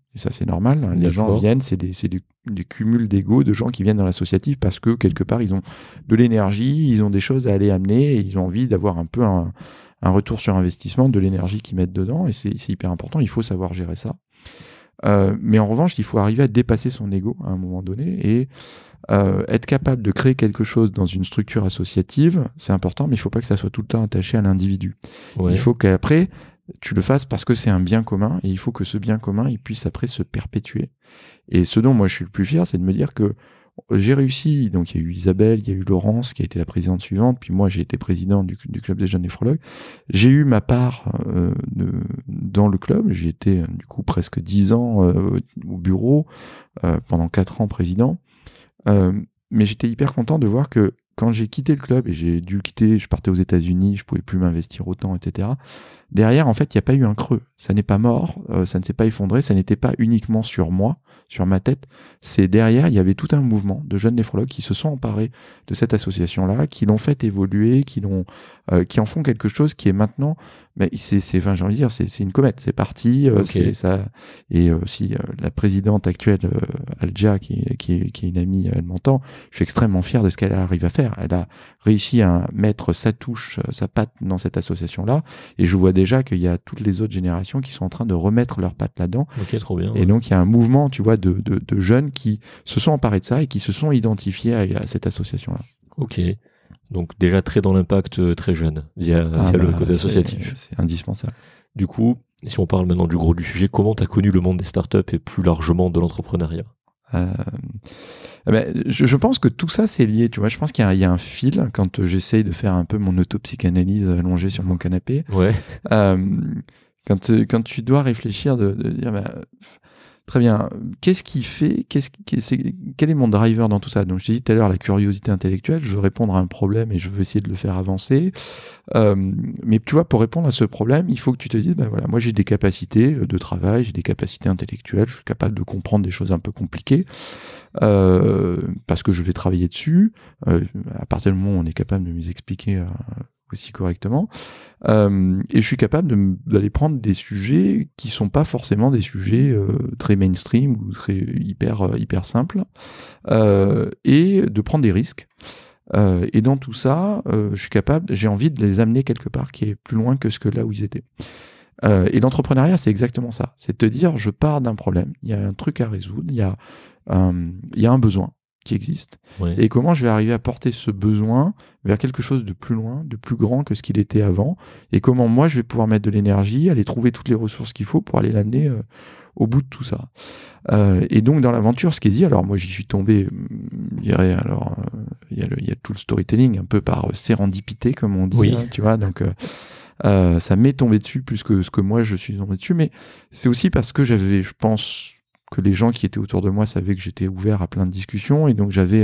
Et ça, c'est normal. Les gens viennent, c'est du cumul d'ego de gens qui viennent dans l'associatif parce que quelque part, ils ont de l'énergie, ils ont des choses à aller amener et ils ont envie d'avoir un peu un retour sur investissement de l'énergie qu'ils mettent dedans. Et c'est hyper important. Il faut savoir gérer ça. Mais en revanche, il faut arriver à dépasser son ego à un moment donné et être capable de créer quelque chose dans une structure associative, c'est important, mais il ne faut pas que ça soit tout le temps attaché à l'individu. Ouais. Il faut qu'après, tu le fasses parce que c'est un bien commun et il faut que ce bien commun, il puisse après se perpétuer. Et ce dont moi je suis le plus fier, c'est de me dire que j'ai réussi. Donc il y a eu Isabelle, il y a eu Laurence qui a été la présidente suivante, puis moi j'ai été président du club des jeunes néphrologues. J'ai eu ma part dans le club. J'ai été du coup presque 10 ans au bureau, pendant 4 ans président. Mais j'étais hyper content de voir que quand j'ai quitté le club, et j'ai dû le quitter, je partais aux États-Unis, je pouvais plus m'investir autant, etc. Derrière, en fait, il n'y a pas eu un creux. Ça n'est pas mort, ça ne s'est pas effondré, ça n'était pas uniquement sur moi, sur ma tête. C'est derrière, il y avait tout un mouvement de jeunes néphrologues qui se sont emparés de cette association-là, qui l'ont fait évoluer, qui en font quelque chose qui est maintenant, mais enfin, j'ai envie de dire, c'est une comète, c'est parti, c'est ça. Et aussi la présidente actuelle, Alja, qui est une amie, elle m'entend. Je suis extrêmement fier de ce qu'elle arrive à faire. Elle a réussi à mettre sa touche, sa patte dans cette association-là, et je vois déjà qu'il y a toutes les autres générations qui sont en train de remettre leurs pattes là-dedans. Ok, trop bien. Et donc il y a un mouvement, tu vois, de jeunes qui se sont emparés de ça et qui se sont identifiés à cette association-là. Ok. Donc déjà très dans l'impact, très jeune, via le côté associatif. C'est indispensable. Du coup, si on parle maintenant du gros du sujet, comment tu as connu le monde des startups et plus largement de l'entrepreneuriat ? Je pense que tout ça c'est lié, tu vois. Je pense qu'il y a un fil quand j'essaye de faire un peu mon autopsychanalyse allongé sur mon canapé. Ouais. Quand tu dois réfléchir de dire très bien, qu'est-ce qui fait, quel est mon driver dans tout ça? Donc je t'ai dit tout à l'heure la curiosité intellectuelle, je veux répondre à un problème et je veux essayer de le faire avancer. Mais tu vois, pour répondre à ce problème, il faut que tu te dises, voilà, moi j'ai des capacités de travail, j'ai des capacités intellectuelles, je suis capable de comprendre des choses un peu compliquées, parce que je vais travailler dessus. À partir du moment où on est capable de nous expliquer aussi correctement, et je suis capable d'aller prendre des sujets qui sont pas forcément des sujets très mainstream ou très hyper simples, et de prendre des risques. Et dans tout ça, j'ai envie de les amener quelque part qui est plus loin que là où ils étaient. Et l'entrepreneuriat, c'est exactement ça. C'est de te dire, je pars d'un problème, il y a un truc à résoudre, il y a un besoin qui existe. Ouais. Et comment je vais arriver à porter ce besoin vers quelque chose de plus loin, de plus grand que ce qu'il était avant, et comment moi je vais pouvoir mettre de l'énergie, aller trouver toutes les ressources qu'il faut pour aller l'amener au bout de tout ça. Et donc dans l'aventure, ce qui est dit, alors moi j'y suis tombé, je dirais, alors il y a tout le storytelling un peu par sérendipité comme on dit, oui. Tu vois, donc ça m'est tombé dessus plus que ce que moi je suis tombé dessus, mais c'est aussi parce que j'avais, je pense, que les gens qui étaient autour de moi savaient que j'étais ouvert à plein de discussions, et donc j'avais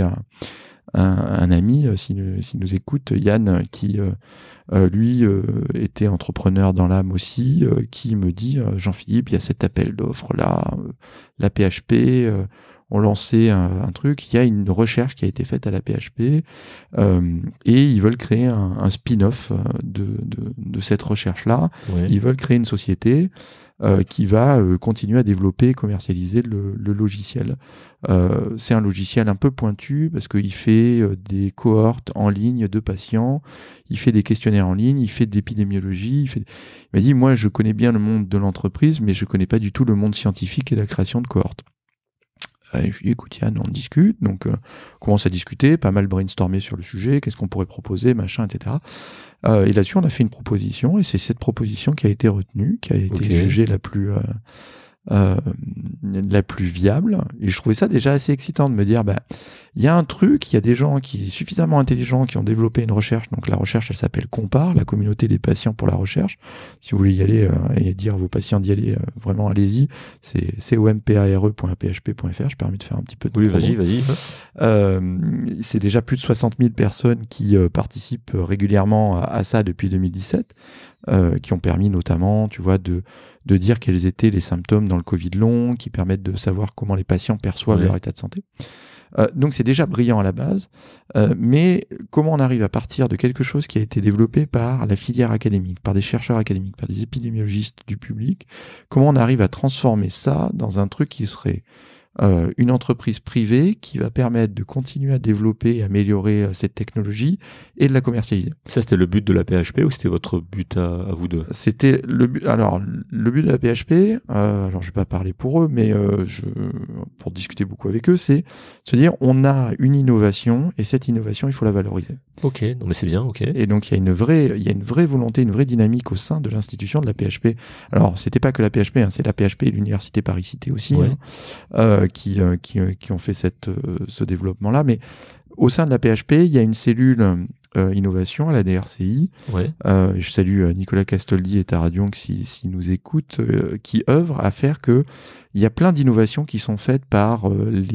un ami, s'il nous écoute, Yann, qui lui était entrepreneur dans l'âme aussi, qui me dit, Jean-Philippe, il y a cet appel d'offres là, la PHP, on lançait un truc, il y a une recherche qui a été faite à la PHP, et ils veulent créer un spin-off de cette recherche-là. Ouais. Ils veulent créer une société qui va continuer à développer et commercialiser le logiciel. C'est un logiciel un peu pointu parce qu'il fait des cohortes en ligne de patients, il fait des questionnaires en ligne, il fait de l'épidémiologie. Il m'a dit, moi je connais bien le monde de l'entreprise, mais je connais pas du tout le monde scientifique et la création de cohortes. Je lui dis, écoute Yann, on discute, donc on commence à discuter, pas mal brainstormer sur le sujet, qu'est-ce qu'on pourrait proposer, machin, etc. Et là-dessus, on a fait une proposition, et c'est cette proposition qui a été retenue, qui a été jugée la plus viable. Et je trouvais ça déjà assez excitant de me dire, il y a un truc, il y a des gens qui suffisamment intelligents qui ont développé une recherche. Donc la recherche, elle s'appelle Compare, la communauté des patients pour la recherche. Si vous voulez y aller et dire à vos patients d'y aller, vraiment allez-y. C'est compare.php.fr. Je permets de faire un petit peu de promo. Vas-y. C'est déjà plus de 60 000 personnes qui participent régulièrement à ça depuis 2017, qui ont permis notamment, tu vois, de dire quels étaient les symptômes dans le Covid long, qui permettent de savoir comment les patients perçoivent leur état de santé. Donc c'est déjà brillant à la base, mais comment on arrive à partir de quelque chose qui a été développé par la filière académique, par des chercheurs académiques, par des épidémiologistes du public, comment on arrive à transformer ça dans un truc qui serait une entreprise privée qui va permettre de continuer à développer et améliorer cette technologie et de la commercialiser. Ça, c'était le but de la PHP ou c'était votre but à vous deux? C'était le but. Alors, le but de la PHP, alors je vais pas parler pour eux, mais pour discuter beaucoup avec eux, c'est de se dire on a une innovation et cette innovation, il faut la valoriser. Ok, non mais c'est bien, ok. Et donc, il y a une vraie volonté, une vraie dynamique au sein de l'institution de la PHP. Alors, c'était pas que la PHP, hein, c'est la PHP et l'Université Paris-Cité aussi, Ouais. qui ont fait ce développement-là. Mais au sein de la PHP, il y a une cellule innovation à la DRCI. Ouais. Je salue Nicolas Castoldi et Taradion s'ils nous écoutent, qui œuvrent à faire que il y a plein d'innovations qui sont faites par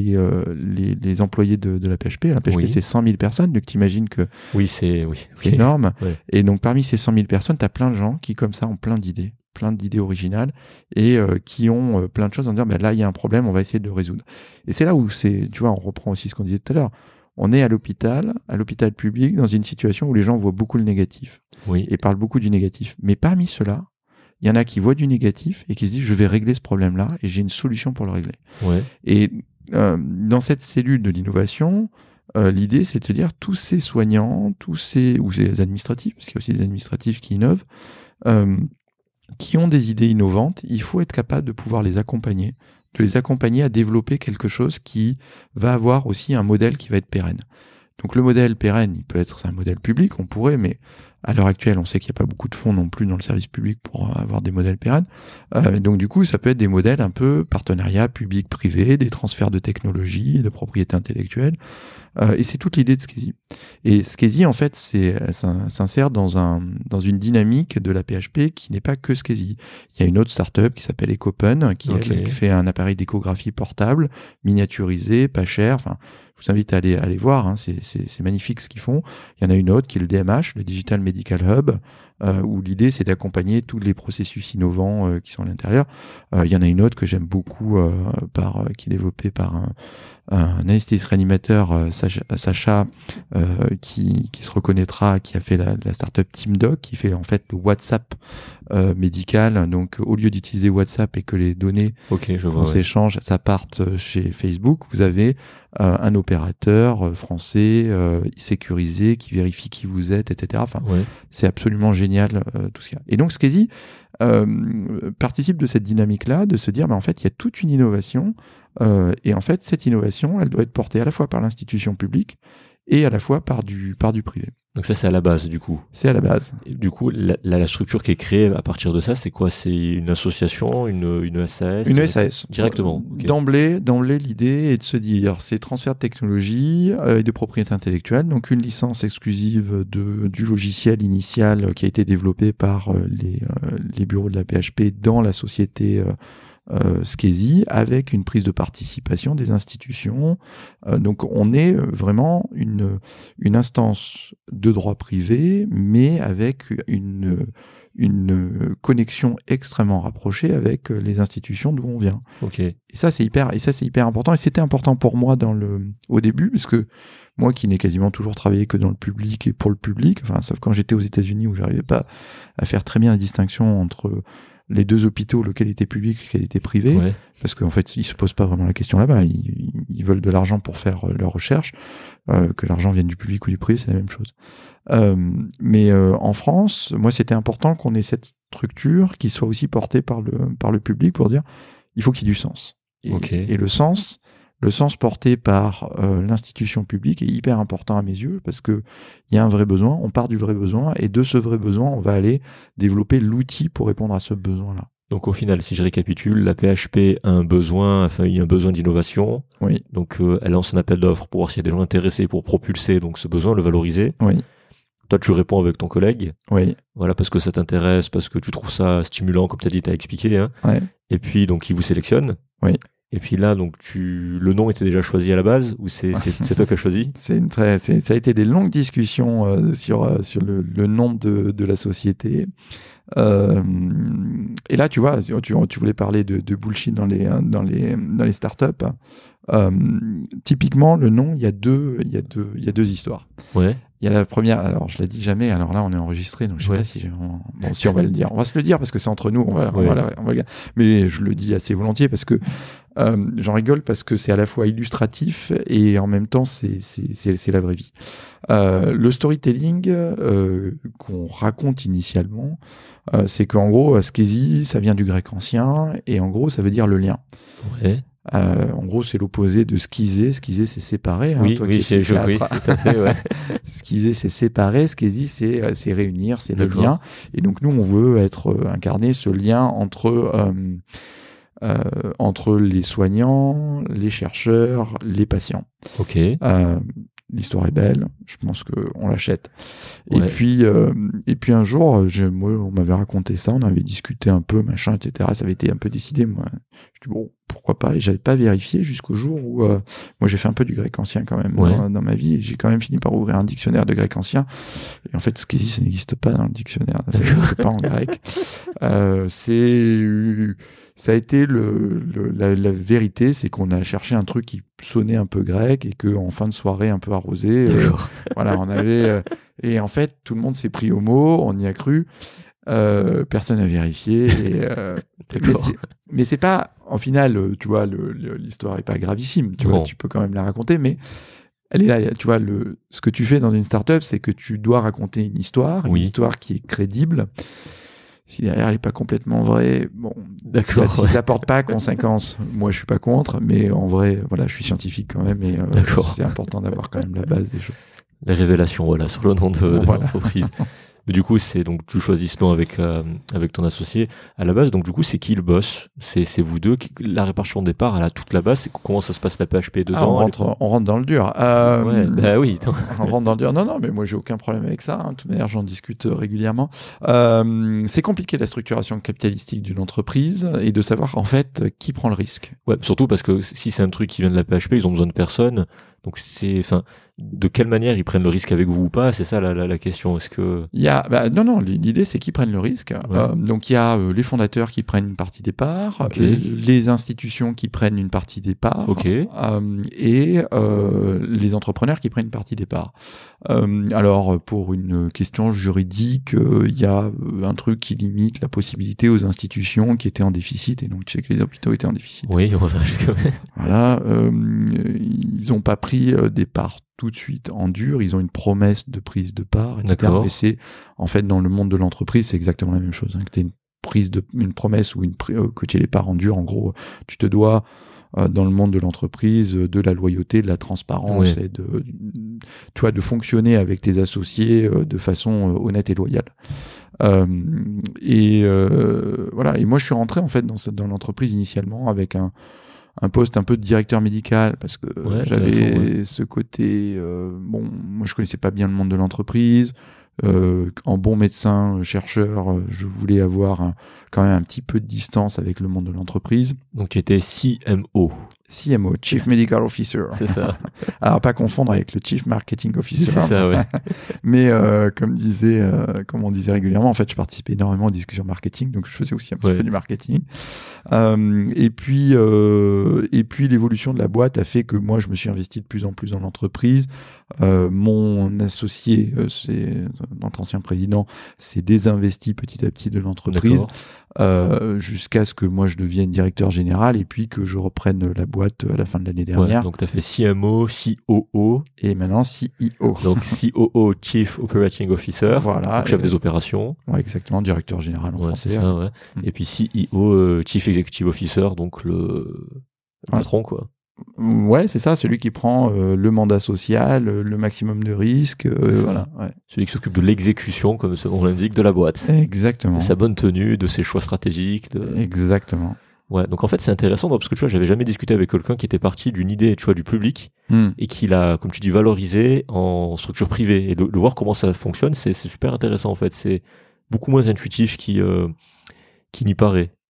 les employés de la PHP. La PHP, Oui. c'est 100 000 personnes, donc t'imagines que Oui, c'est ok. énorme. Ouais. Et donc, parmi ces 100 000 personnes, tu as plein de gens qui, comme ça, ont plein d'idées originales et qui ont plein de choses en disant, là, il y a un problème, on va essayer de le résoudre. Et c'est là où tu vois, on reprend aussi ce qu'on disait tout à l'heure. On est à l'hôpital public, dans une situation où les gens voient beaucoup le négatif Oui. et parlent beaucoup du négatif. Mais parmi ceux-là, il y en a qui voient du négatif et qui se disent, je vais régler ce problème-là et j'ai une solution pour le régler. Ouais. Et dans cette cellule de l'innovation, l'idée, c'est de se dire, tous ces soignants, ou ces administratifs, parce qu'il y a aussi des administratifs qui innovent, qui ont des idées innovantes, il faut être capable de pouvoir les accompagner, à développer quelque chose qui va avoir aussi un modèle qui va être pérenne. Donc le modèle pérenne, c'est un modèle public, on pourrait, mais à l'heure actuelle, on sait qu'il n'y a pas beaucoup de fonds non plus dans le service public pour avoir des modèles pérennes. Donc du coup, ça peut être des modèles un peu partenariat public-privé, des transferts de technologie, de propriété intellectuelle. Et c'est toute l'idée de Skeezy. Et Skeezy, en fait, s'insère dans une dynamique de la PHP qui n'est pas que Skeezy. Il y a une autre startup qui s'appelle Ecopen, qui fait un appareil d'échographie portable, miniaturisé, pas cher. Enfin, je vous invite à aller voir, hein, c'est magnifique ce qu'ils font. Il y en a une autre qui est le DMH, le Digital Medical Hub, où l'idée c'est d'accompagner tous les processus innovants qui sont à l'intérieur. Il y en a une autre que j'aime beaucoup, qui est développée par un anesthésiste réanimateur, Sacha, qui se reconnaîtra, qui a fait la startup TeamDoc, qui fait en fait le WhatsApp médical. Donc au lieu d'utiliser WhatsApp et que les données qu'on s'échange, ça parte chez Facebook, vous avez un opérateur français sécurisé qui vérifie qui vous êtes, etc. Enfin, c'est absolument génial tout ce qu'il y a. Et donc Skeezy participe de cette dynamique-là, de se dire, en fait, il y a toute une innovation, et en fait, cette innovation, elle doit être portée à la fois par l'institution publique et à la fois par du privé. Donc ça, c'est à la base, du coup. C'est à la base. Et du coup, la structure qui est créée à partir de ça, c'est quoi? C'est une association, une SAS? Une SAS. Directement. D'emblée, l'idée est de se dire, c'est transfert de technologie et de propriété intellectuelle, donc une licence exclusive du logiciel initial qui a été développé par les bureaux de la PHP dans la société Skeezy, avec une prise de participation des institutions. Donc on est vraiment une instance de droit privé, mais avec une connexion extrêmement rapprochée avec les institutions d'où on vient. Okay. Et ça c'est hyper important, et c'était important pour moi au début, parce que moi qui n'ai quasiment toujours travaillé que dans le public et pour le public, enfin sauf quand j'étais aux États-Unis où j'arrivais pas à faire très bien la distinction entre les deux hôpitaux, lequel était public, lequel était privé, parce qu'en fait, ils se posent pas vraiment la question là-bas. Ils veulent de l'argent pour faire leurs recherches, que l'argent vienne du public ou du privé, c'est la même chose. Mais en France, moi, c'était important qu'on ait cette structure qui soit aussi portée par le public pour dire, il faut qu'il y ait du sens. Et le sens porté par l'institution publique est hyper important à mes yeux, parce que il y a un vrai besoin, on part du vrai besoin, et de ce vrai besoin, on va aller développer l'outil pour répondre à ce besoin-là. Donc au final, si je récapitule, la PHP a un besoin d'innovation. Oui. Donc elle lance un appel d'offres pour voir s'il y a des gens intéressés pour propulser donc ce besoin, le valoriser. Oui. Toi, tu réponds avec ton collègue. Oui. Voilà, parce que ça t'intéresse, parce que tu trouves ça stimulant, comme tu as dit, tu as expliqué. Hein. Ouais. Et puis, donc, il vous sélectionne. Oui. Et puis là, donc le nom était déjà choisi à la base ou c'est toi qui as choisi? Ça a été des longues discussions sur le nom de la société. Et là, tu vois, tu voulais parler de bullshit dans les startups. Typiquement, le nom, il y a deux histoires. Ouais. Il y a la première, alors je la dis jamais, alors là on est enregistré, donc je sais pas si bon, si on va le dire. On va se le dire parce que c'est entre nous, on va le dire. Mais je le dis assez volontiers parce que j'en rigole parce que c'est à la fois illustratif et en même temps c'est la vraie vie. Le storytelling qu'on raconte initialement, c'est qu'en gros, Skesi, ça vient du grec ancien et en gros ça veut dire le lien. Ouais. En gros, c'est l'opposé de schizer. Schizer, c'est séparer. Oui, toi oui, qui tout à fait, ouais. Schizer, c'est séparer. Skesi, c'est réunir, c'est le D'accord. lien. Et donc, nous, on veut incarner ce lien entre les soignants, les chercheurs, les patients. Ok. L'histoire est belle, je pense qu'on l'achète. Ouais. Et puis un jour, moi, on m'avait raconté ça, on avait discuté un peu, machin, etc. Ça avait été un peu décidé. Moi, je dis bon, pourquoi pas. Et j'avais pas vérifié jusqu'au jour où moi j'ai fait un peu du grec ancien quand même dans ma vie. Et j'ai quand même fini par ouvrir un dictionnaire de grec ancien. Et en fait, Skesi, ça n'existe pas dans le dictionnaire, ça n'existe pas en grec. Ça a été la vérité, c'est qu'on a cherché un truc qui sonnait un peu grec et qu'en fin de soirée un peu arrosée, voilà, on avait et en fait tout le monde s'est pris au mot, on y a cru, personne n'a vérifié. Mais c'est pas, en final, tu vois, l'histoire est pas gravissime, tu vois, tu peux quand même la raconter, mais elle est là, tu vois, ce que tu fais dans une startup, c'est que tu dois raconter une histoire qui est crédible. Si derrière elle n'est pas complètement vraie, bon, si ça porte pas conséquence, moi je suis pas contre, mais en vrai, voilà, je suis scientifique quand même et c'est important d'avoir quand même la base des choses. La révélation, voilà, sur le nom de l'entreprise. Mais du coup, c'est donc tu choisis ce nom avec ton associé à la base. Donc du coup, c'est qui le boss? C'est vous deux. La répartition de départ, elle a toute la base. Comment ça se passe la PHP dedans? On rentre dans le dur. Ouais, bah oui. On rentre dans le dur. Non, mais moi j'ai aucun problème avec ça. De toute manière, j'en discute régulièrement. C'est compliqué la structuration capitalistique d'une entreprise et de savoir en fait qui prend le risque. Ouais, surtout parce que si c'est un truc qui vient de la PHP, ils ont besoin de personne. Donc de quelle manière ils prennent le risque avec vous ou pas? C'est ça la question. Est-ce que non, l'idée c'est qu'ils prennent le risque. Ouais. Donc il y a les fondateurs qui prennent une partie des parts, les institutions qui prennent une partie des parts, et les entrepreneurs qui prennent une partie des parts. Alors pour une question juridique, il y a un truc qui limite la possibilité aux institutions qui étaient en déficit, et donc tu sais que les hôpitaux étaient en déficit. Oui, on va jusqu'à Voilà, ils n'ont pas pris des parts tout de suite en dur, ils ont une promesse de prise de part, etc. D'accord. Mais c'est, en fait, dans le monde de l'entreprise, c'est exactement la même chose. Que tu aies une promesse ou que tu aies les parts en dur, en gros, tu te dois, dans le monde de l'entreprise, de la loyauté, de la transparence et de fonctionner avec tes associés de façon honnête et loyale. Voilà. Et moi, je suis rentré, en fait, dans l'entreprise initialement avec un poste un peu de directeur médical parce que j'avais ce côté moi je connaissais pas bien le monde de l'entreprise, en bon médecin chercheur, je voulais avoir quand même un petit peu de distance avec le monde de l'entreprise. Donc tu étais CMO, Chief Medical Officer. C'est ça. Alors pas confondre avec le Chief Marketing Officer. C'est ça, ouais. Mais comme on disait régulièrement, en fait, je participais énormément aux discussions marketing, donc je faisais aussi un petit peu du marketing. Et puis l'évolution de la boîte a fait que moi, je me suis investi de plus en plus dans l'entreprise. Mon associé, c'est notre ancien président, s'est désinvesti petit à petit de l'entreprise. Jusqu'à ce que moi je devienne directeur général et puis que je reprenne la boîte à la fin de l'année dernière. Donc tu as fait CMO, COO et maintenant CEO. Donc COO, Chief Operating Officer, voilà, chef des opérations. Ouais, exactement, directeur général en français. Ça, Et puis CEO, Chief Executive Officer, donc le patron quoi. Ouais, c'est ça, celui qui prend le mandat social, le maximum de risques, voilà. Ouais. Celui qui s'occupe de l'exécution, comme on l'indique, de la boîte. Exactement. De sa bonne tenue, de ses choix stratégiques. Exactement. Ouais, donc en fait c'est intéressant parce que tu vois, j'avais jamais discuté avec quelqu'un qui était parti d'une idée, tu vois, du public et qui l'a, comme tu dis, valorisé en structure privée et de voir comment ça fonctionne, c'est super intéressant en fait. C'est beaucoup moins intuitif qui n'y paraît.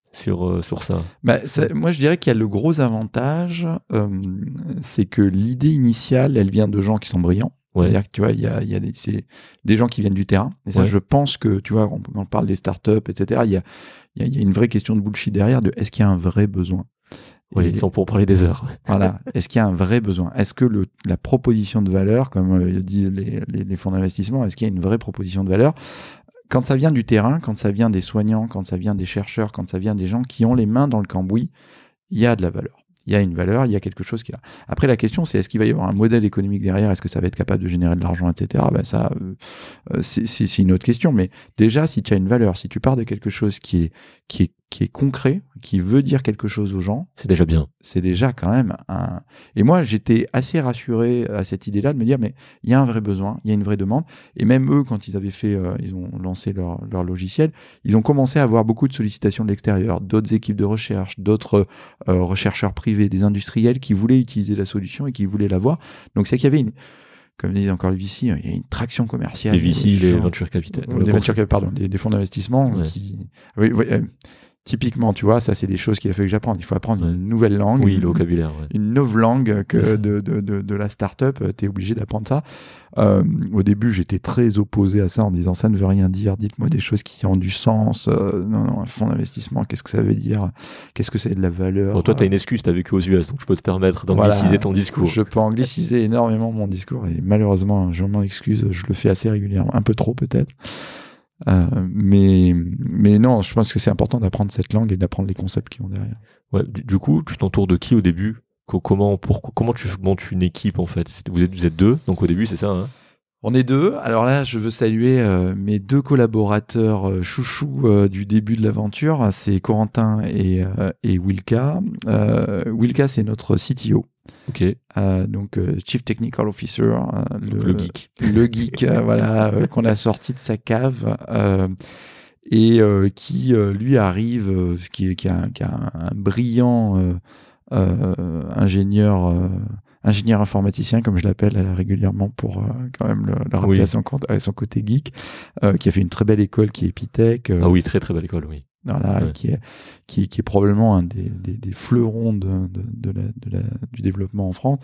sur ça? Moi, je dirais qu'il y a le gros avantage, c'est que l'idée initiale, elle vient de gens qui sont brillants. Ouais. C'est-à-dire que tu vois, il y a des gens qui viennent du terrain. Et ça, Ouais. je pense que, tu vois, quand on parle des startups, etc., il y a une vraie question de bullshit derrière de est-ce qu'il y a un vrai besoin? Oui, ça, on peut en parler des heures. Voilà. Est-ce qu'il y a un vrai besoin? Est-ce que la proposition de valeur, comme disent les fonds d'investissement, est-ce qu'il y a une vraie proposition de valeur? Quand ça vient du terrain, quand ça vient des soignants, quand ça vient des chercheurs, quand ça vient des gens qui ont les mains dans le cambouis, il y a de la valeur. Il y a une valeur, il y a quelque chose qui est là. Après, la question, c'est est-ce qu'il va y avoir un modèle économique derrière? Est-ce que ça va être capable de générer de l'argent, etc. Ça, c'est une autre question. Mais déjà, si tu as une valeur, si tu pars de quelque chose qui est concret, qui veut dire quelque chose aux gens, c'est déjà bien. C'est déjà quand même un... Et moi, j'étais assez rassuré à cette idée-là de me dire, mais il y a un vrai besoin, il y a une vraie demande. Et même eux, quand ils avaient ils ont lancé leur logiciel, ils ont commencé à avoir beaucoup de sollicitations de l'extérieur, d'autres équipes de recherche, d'autres rechercheurs privés, des industriels qui voulaient utiliser la solution et qui voulaient la voir. Donc, c'est qu'il y avait comme disent encore les VC, il y a une traction commerciale. Les VC, les venture capital. Des fonds d'investissement qui... Oui, typiquement, tu vois, ça, c'est des choses qu'il a fallu que j'apprenne. Il faut apprendre une nouvelle langue. Oui, le vocabulaire. Une nouvelle langue que de la start-up. Tu es obligé d'apprendre ça. Au début, j'étais très opposé à ça en disant ça ne veut rien dire. Dites-moi des choses qui ont du sens. Non, un fonds d'investissement, qu'est-ce que ça veut dire? Qu'est-ce que c'est de la valeur? Bon, toi, tu as une excuse, tu as vécu aux US, donc je peux te permettre d'angliciser ton discours. Je peux angliciser énormément mon discours et malheureusement, je m'en excuse, je le fais assez régulièrement. Un peu trop, peut-être. Mais non, je pense que c'est important d'apprendre cette langue et d'apprendre les concepts qui vont derrière. Ouais, du coup, tu t'entoures de qui au début? Comment tu montes une équipe en fait? Vous êtes deux, donc au début c'est ça, hein? On est deux. Alors là, je veux saluer mes deux collaborateurs chouchous du début de l'aventure. C'est Corentin et Wilka. Wilka, c'est notre CTO. Ok. Donc Chief Technical Officer, le geek. Le geek, voilà, qu'on a sorti de sa cave et qui lui arrive, qui est un brillant ingénieur informaticien, comme je l'appelle régulièrement pour quand même le rappeler à son côté geek, qui a fait une très belle école qui est Epitech. Oui, très très belle école, oui. Voilà, ouais. qui est probablement un des fleurons du développement en France,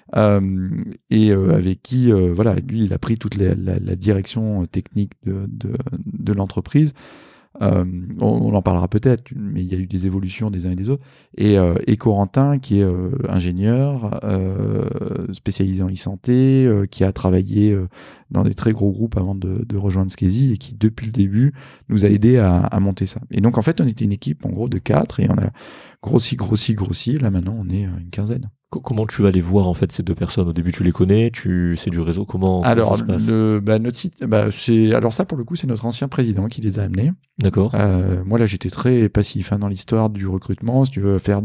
et avec qui, voilà, lui, il a pris toute la direction technique de l'entreprise. On en parlera peut-être, mais il y a eu des évolutions des uns et des autres. Et Corentin, qui est ingénieur, spécialisé en e-santé, qui a travaillé dans des très gros groupes avant de rejoindre Skezi et qui, depuis le début, nous a aidé à monter ça. Et donc, en fait, on était une équipe, en gros, de 4 et on a grossi. Et là, maintenant, on est une quinzaine. Comment tu vas les voir en fait ces deux personnes? Au début tu les connais, c'est du réseau, comment alors ça se passe? Notre site, alors ça pour le coup c'est notre ancien président qui les a amenés. D'accord. Moi là j'étais très passif dans l'histoire du recrutement. Si tu veux faire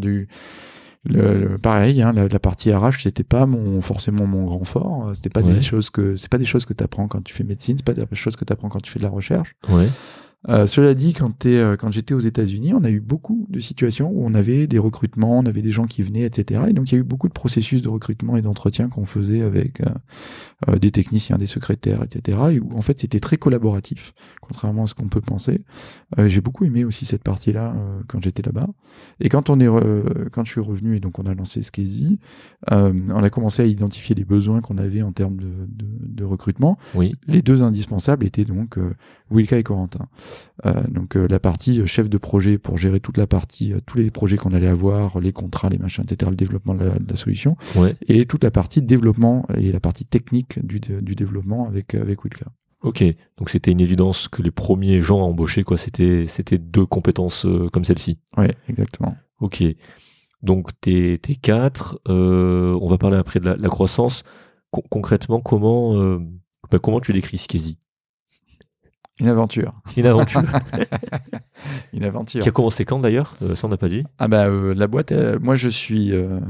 pareil, la partie RH c'était pas forcément mon grand fort. C'était pas des choses que t'apprends quand tu fais médecine, c'est pas des choses que t'apprends quand tu fais de la recherche. Ouais. Cela dit, quand j'étais aux États-Unis, on a eu beaucoup de situations où on avait des recrutements, on avait des gens qui venaient, etc. Et donc, il y a eu beaucoup de processus de recrutement et d'entretien qu'on faisait avec des techniciens, des secrétaires, etc. Et où, en fait, c'était très collaboratif, contrairement à ce qu'on peut penser. J'ai beaucoup aimé aussi cette partie-là quand j'étais là-bas. Et quand je suis revenu et donc on a lancé Skezi, on a commencé à identifier les besoins qu'on avait en termes de recrutement. Oui. Les deux indispensables étaient donc Wilka et Corentin. Donc la partie chef de projet pour gérer toute la partie, tous les projets qu'on allait avoir, les contrats, les machins, etc., le développement de la solution, et toute la partie développement et la partie technique du développement avec Wilka. Ok, donc c'était une évidence que les premiers gens à embaucher, quoi, c'était deux compétences comme celle-ci. Ouais, exactement. Ok, donc t'es 4, on va parler après de la croissance. Concrètement, comment tu décris Skezi? Une aventure. Une aventure. Une aventure. Qui a commencé quand d'ailleurs? Ça on n'a pas dit. La boîte, moi je suis...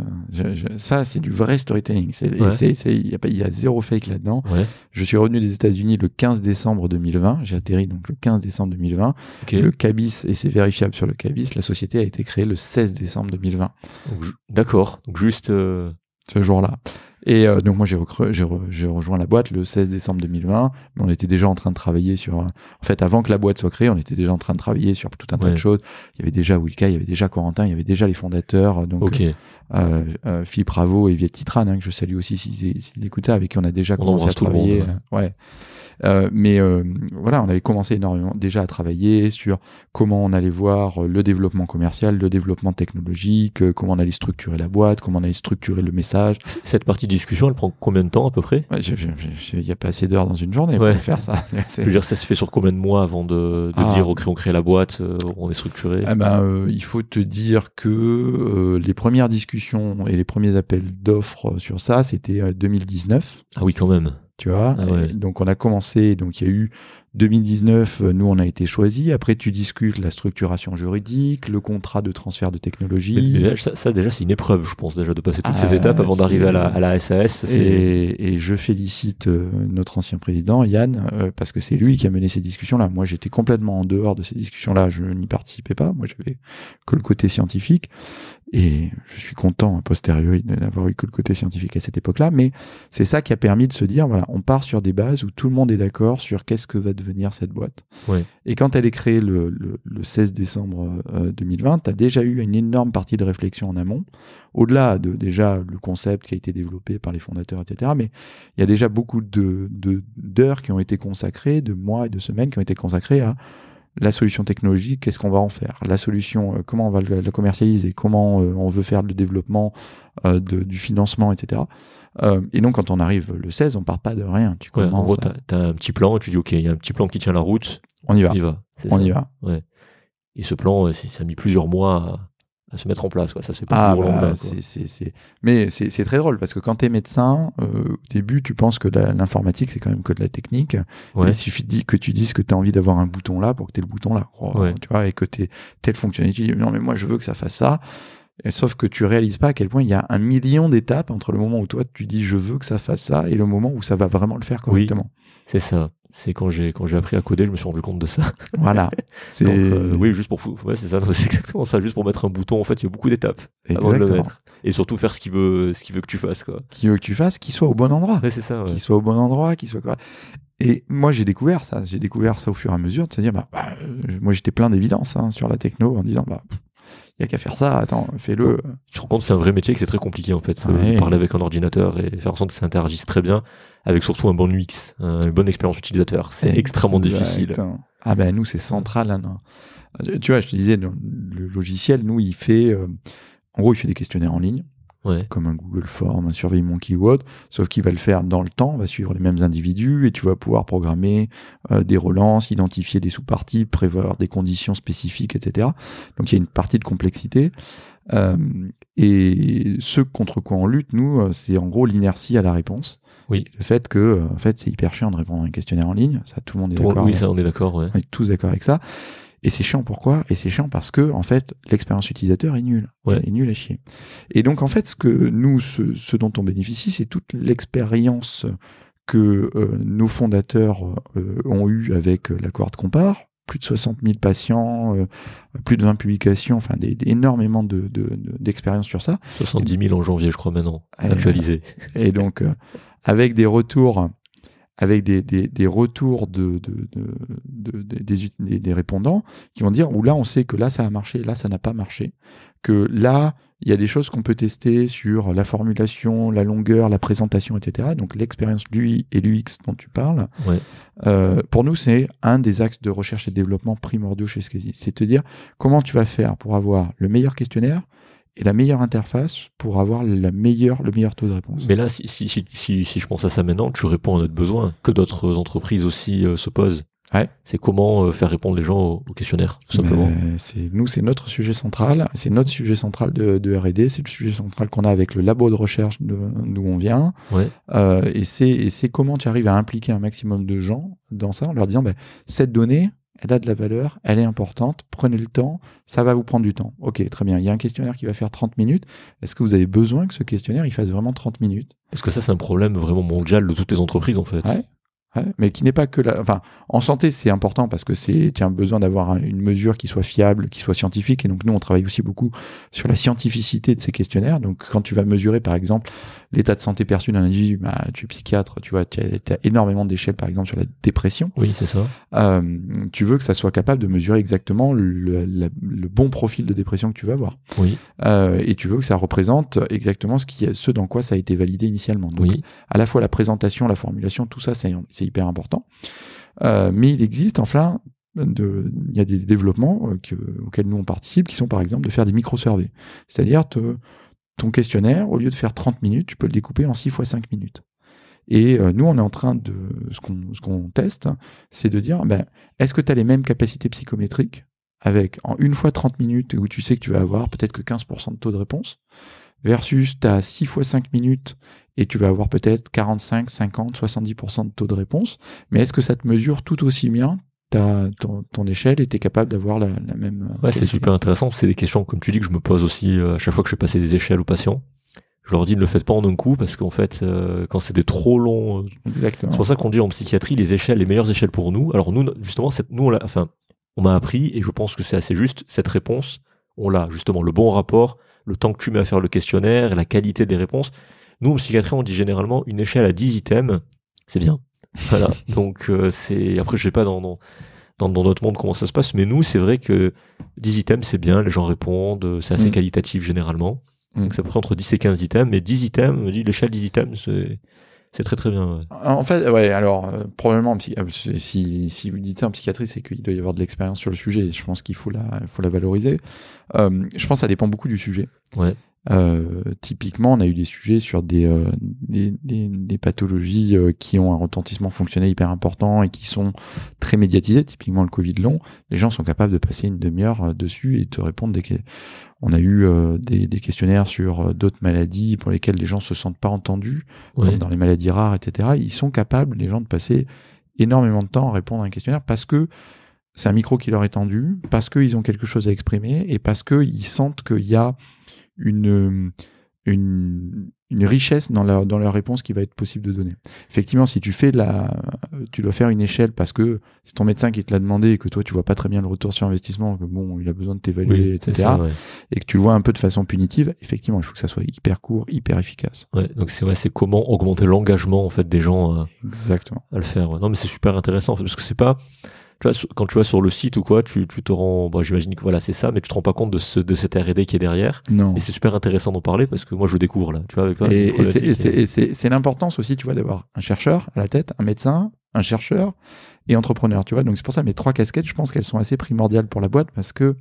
ça c'est du vrai storytelling. Il y a zéro fake là-dedans. Ouais. Je suis revenu des États-Unis le 15 décembre 2020. J'ai atterri donc le 15 décembre 2020. Okay. Le CABIS, et c'est vérifiable sur le CABIS, la société a été créée le 16 décembre 2020. D'accord. Donc juste... ce jour-là. Et donc moi j'ai rejoint la boîte le 16 décembre 2020, mais on était déjà en train de travailler sur... En fait, avant que la boîte soit créée, on était déjà en train de travailler sur tout un tas de choses. Il y avait déjà Wilka, il y avait déjà Corentin, il y avait déjà les fondateurs, donc Philippe Ravo et Viet Titran, que je salue aussi s'ils écoutaient, avec qui on a déjà commencé à travailler. Mais voilà, on avait commencé énormément déjà à travailler sur comment on allait voir le développement commercial, le développement technologique, comment on allait structurer la boîte, comment on allait structurer le message. Cette partie de discussion, elle prend combien de temps à peu près? Il n'y a pas assez d'heures dans une journée pour faire ça. Je veux dire, ça se fait sur combien de mois avant de dire ok, on crée la boîte, on est structuré? Il faut te dire que les premières discussions et les premiers appels d'offres sur ça, c'était 2019. Ah oui, quand même. Tu vois, donc on a commencé, donc il y a eu 2019, nous on a été choisis. Après tu discutes la structuration juridique, le contrat de transfert de technologie. Mais ça déjà c'est une épreuve, je pense déjà de passer toutes ces étapes avant d'arriver à la SAS. Et je félicite notre ancien président Yann parce que c'est lui qui a mené ces discussions-là. Moi j'étais complètement en dehors de ces discussions-là, je n'y participais pas. Moi j'avais que le côté scientifique. Et je suis content, a posteriori, d'avoir eu que le côté scientifique à cette époque-là, mais c'est ça qui a permis de se dire, voilà, on part sur des bases où tout le monde est d'accord sur qu'est-ce que va devenir cette boîte. Et quand elle est créée le 16 décembre 2020, tu as déjà eu une énorme partie de réflexion en amont, au-delà de déjà le concept qui a été développé par les fondateurs, etc. Mais il y a déjà beaucoup d'heures qui ont été consacrées, de mois et de semaines qui ont été consacrées à la solution technologique, qu'est-ce qu'on va en faire? La solution, comment on va la commercialiser? Comment on veut faire le développement du financement, etc. Et donc, quand on arrive le 16, on part pas de rien. Tu commences. En gros, t'as un petit plan, et tu dis, OK, il y a un petit plan qui tient la route. On y va. On y va. Ouais. Et ce plan, ça a mis plusieurs mois à se mettre en place, quoi. Ça c'est pas toujours long. Mais c'est très drôle parce que quand t'es médecin, au début tu penses que l'informatique c'est quand même que de la technique. Il suffit que tu dises que t'as envie d'avoir un bouton là pour que t'aies le bouton là, tu vois, et que t'aies telle fonctionnalité. Tu dis non mais moi je veux que ça fasse ça. Et sauf que tu réalises pas à quel point il y a 1 million d'étapes entre le moment où toi tu dis je veux que ça fasse ça et le moment où ça va vraiment le faire correctement. C'est ça. C'est quand j'ai appris à coder, je me suis rendu compte de ça. Voilà. Donc, juste pour c'est ça, c'est exactement ça. Juste pour mettre un bouton, en fait, il y a beaucoup d'étapes avant de le mettre. Et surtout faire ce qu'il veut que tu fasses, quoi. Qu'il veut que tu fasses, qu'il soit au bon endroit. Ouais, c'est ça. Ouais. Qu'il soit au bon endroit, qu'il soit correct. Et moi, j'ai découvert ça. J'ai découvert ça au fur et à mesure de se dire, moi, j'étais plein d'évidence sur la techno en disant, il y a qu'à faire ça, attends, fais-le. Tu te rends compte, c'est un vrai métier, que c'est très compliqué en fait, parler avec un ordinateur et faire en sorte que ça interagisse très bien, avec surtout un bon UX, une bonne expérience utilisateur. C'est extrêmement difficile. Ah ben nous, c'est central. Tu vois, je te disais, le logiciel, nous, il fait, en gros, il fait des questionnaires en ligne. Comme un Google Form, un SurveyMonkey ou autre, sauf qu'il va le faire dans le temps, on va suivre les mêmes individus et tu vas pouvoir programmer des relances, identifier des sous-parties, prévoir des conditions spécifiques, etc. Donc il y a une partie de complexité. Et ce contre quoi on lutte, nous, c'est en gros l'inertie à la réponse. Oui. Le fait que, en fait, c'est hyper chiant de répondre à un questionnaire en ligne. Ça, tout le monde est d'accord. Oui, ça, on est d'accord. Ouais. On est tous d'accord avec ça. Et c'est chiant pourquoi? Et c'est chiant parce que, en fait, l'expérience utilisateur est nulle. Elle est nulle à chier. Et donc, en fait, ce dont on bénéficie, c'est toute l'expérience que nos fondateurs ont eue avec la cohorte Compare. Plus de 60 000 patients, plus de 20 publications, enfin énormément d'expériences sur ça. 70 000 en janvier, je crois, maintenant, actualisé. Et donc, avec des retours des retours des répondants qui vont dire, ou là on sait que là ça a marché, là ça n'a pas marché, que là il y a des choses qu'on peut tester sur la formulation, la longueur, la présentation, etc. Donc l'expérience l'UI et l'UX dont tu parles, pour nous c'est un des axes de recherche et de développement primordiaux chez Scazy. C'est te dire comment tu vas faire pour avoir le meilleur questionnaire et la meilleure interface pour avoir le meilleur taux de réponse. Mais là, si je pense à ça maintenant, tu réponds à notre besoin que d'autres entreprises aussi se posent. C'est comment faire répondre les gens au questionnaire, tout simplement. C'est notre sujet central. C'est notre sujet central de R&D. C'est le sujet central qu'on a avec le labo de recherche d'où on vient. Et c'est comment tu arrives à impliquer un maximum de gens dans ça en leur disant, cette donnée, elle a de la valeur, elle est importante, prenez le temps, ça va vous prendre du temps. Ok, très bien, il y a un questionnaire qui va faire 30 minutes. Est-ce que vous avez besoin que ce questionnaire il fasse vraiment 30 minutes? Parce que ça, c'est un problème vraiment mondial de toutes les entreprises, en fait. Ouais, mais qui n'est pas que la. Enfin, en santé, c'est important parce que tu as besoin d'avoir une mesure qui soit fiable, qui soit scientifique. Et donc, nous, on travaille aussi beaucoup sur la scientificité de ces questionnaires. Donc, quand tu vas mesurer, par exemple, l'état de santé perçu d'un individu, tu es psychiatre, tu vois, tu as énormément d'échelles, par exemple, sur la dépression. Oui, c'est ça. Tu veux que ça soit capable de mesurer exactement le bon profil de dépression que tu vas avoir. Oui. Et tu veux que ça représente exactement ce dans quoi ça a été validé initialement. Donc, oui. à la fois la présentation, la formulation, tout ça, c'est hyper important. Mais il existe, enfin, il y a des développements auxquels nous on participe, qui sont par exemple de faire des micro-surveys. C'est-à-dire ton questionnaire, au lieu de faire 30 minutes, tu peux le découper en 6 fois 5 minutes. Et nous, on est en train de... Ce qu'on teste, c'est de dire, est-ce que tu as les mêmes capacités psychométriques avec, en 1 fois 30 minutes, où tu sais que tu vas avoir peut-être que 15% de taux de réponse, versus tu as 6 fois 5 minutes et tu vas avoir peut-être 45, 50, 70% de taux de réponse. Mais est-ce que ça te mesure tout aussi bien ton échelle et tu es capable d'avoir la même... Ouais, c'est super intéressant. C'est des questions, comme tu dis, que je me pose aussi à chaque fois que je fais passer des échelles aux patients. Je leur dis ne le faites pas en un coup parce qu'en fait, quand c'est des trop longs... Exactement. C'est pour ça qu'on dit en psychiatrie, les meilleures échelles pour nous. Alors nous, justement, on m'a appris, et je pense que c'est assez juste, cette réponse, on l'a, justement, le bon rapport, le temps que tu mets à faire le questionnaire, la qualité des réponses. Nous, en psychiatrie, on dit généralement une échelle à 10 items, c'est bien. Voilà. Donc, après, je sais pas dans notre monde comment ça se passe, mais nous, c'est vrai que 10 items, c'est bien, les gens répondent, c'est assez qualitatif généralement. Donc, ça peut être entre 10 et 15 items, mais 10 items, on dit l'échelle 10 items, c'est très très bien. Ouais. En fait, ouais, alors, probablement, si vous dites ça en psychiatrie, c'est qu'il doit y avoir de l'expérience sur le sujet. Je pense qu'il faut la valoriser. Je pense que ça dépend beaucoup du sujet. Ouais. Typiquement, on a eu des sujets sur des pathologies qui ont un retentissement fonctionnel hyper important et qui sont très médiatisées, typiquement le Covid long. Les gens sont capables de passer une demi-heure dessus et te répondre on a eu des questionnaires sur d'autres maladies pour lesquelles les gens se sentent pas entendus, comme dans les maladies rares, etc. Ils sont capables, les gens, de passer énormément de temps à répondre à un questionnaire parce que c'est un micro qui leur est tendu, parce qu'ils ont quelque chose à exprimer et parce qu'ils sentent qu'il y a une richesse dans leur réponse qui va être possible de donner. Effectivement, si tu dois faire une échelle parce que c'est ton médecin qui te l'a demandé et que toi tu vois pas très bien le retour sur investissement, que bon, il a besoin de t'évaluer, etc. Ça, et que tu le vois un peu de façon punitive, effectivement, il faut que ça soit hyper court, hyper efficace. Ouais, donc c'est comment augmenter l'engagement en fait des gens Exactement. À le faire. Ouais. Non, mais c'est super intéressant en fait, parce que c'est pas... Tu vois, quand tu vas sur le site ou quoi, tu te rends... Bon, j'imagine que voilà, c'est ça, mais tu te rends pas compte de cette R&D qui est derrière. Non. Et c'est super intéressant d'en parler parce que moi, je découvre là. Tu vois, avec toi. Et c'est l'importance aussi, tu vois, d'avoir un chercheur à la tête, un médecin, un chercheur et entrepreneur, tu vois. Donc, c'est pour ça, mes 3 casquettes, je pense qu'elles sont assez primordiales pour la boîte parce que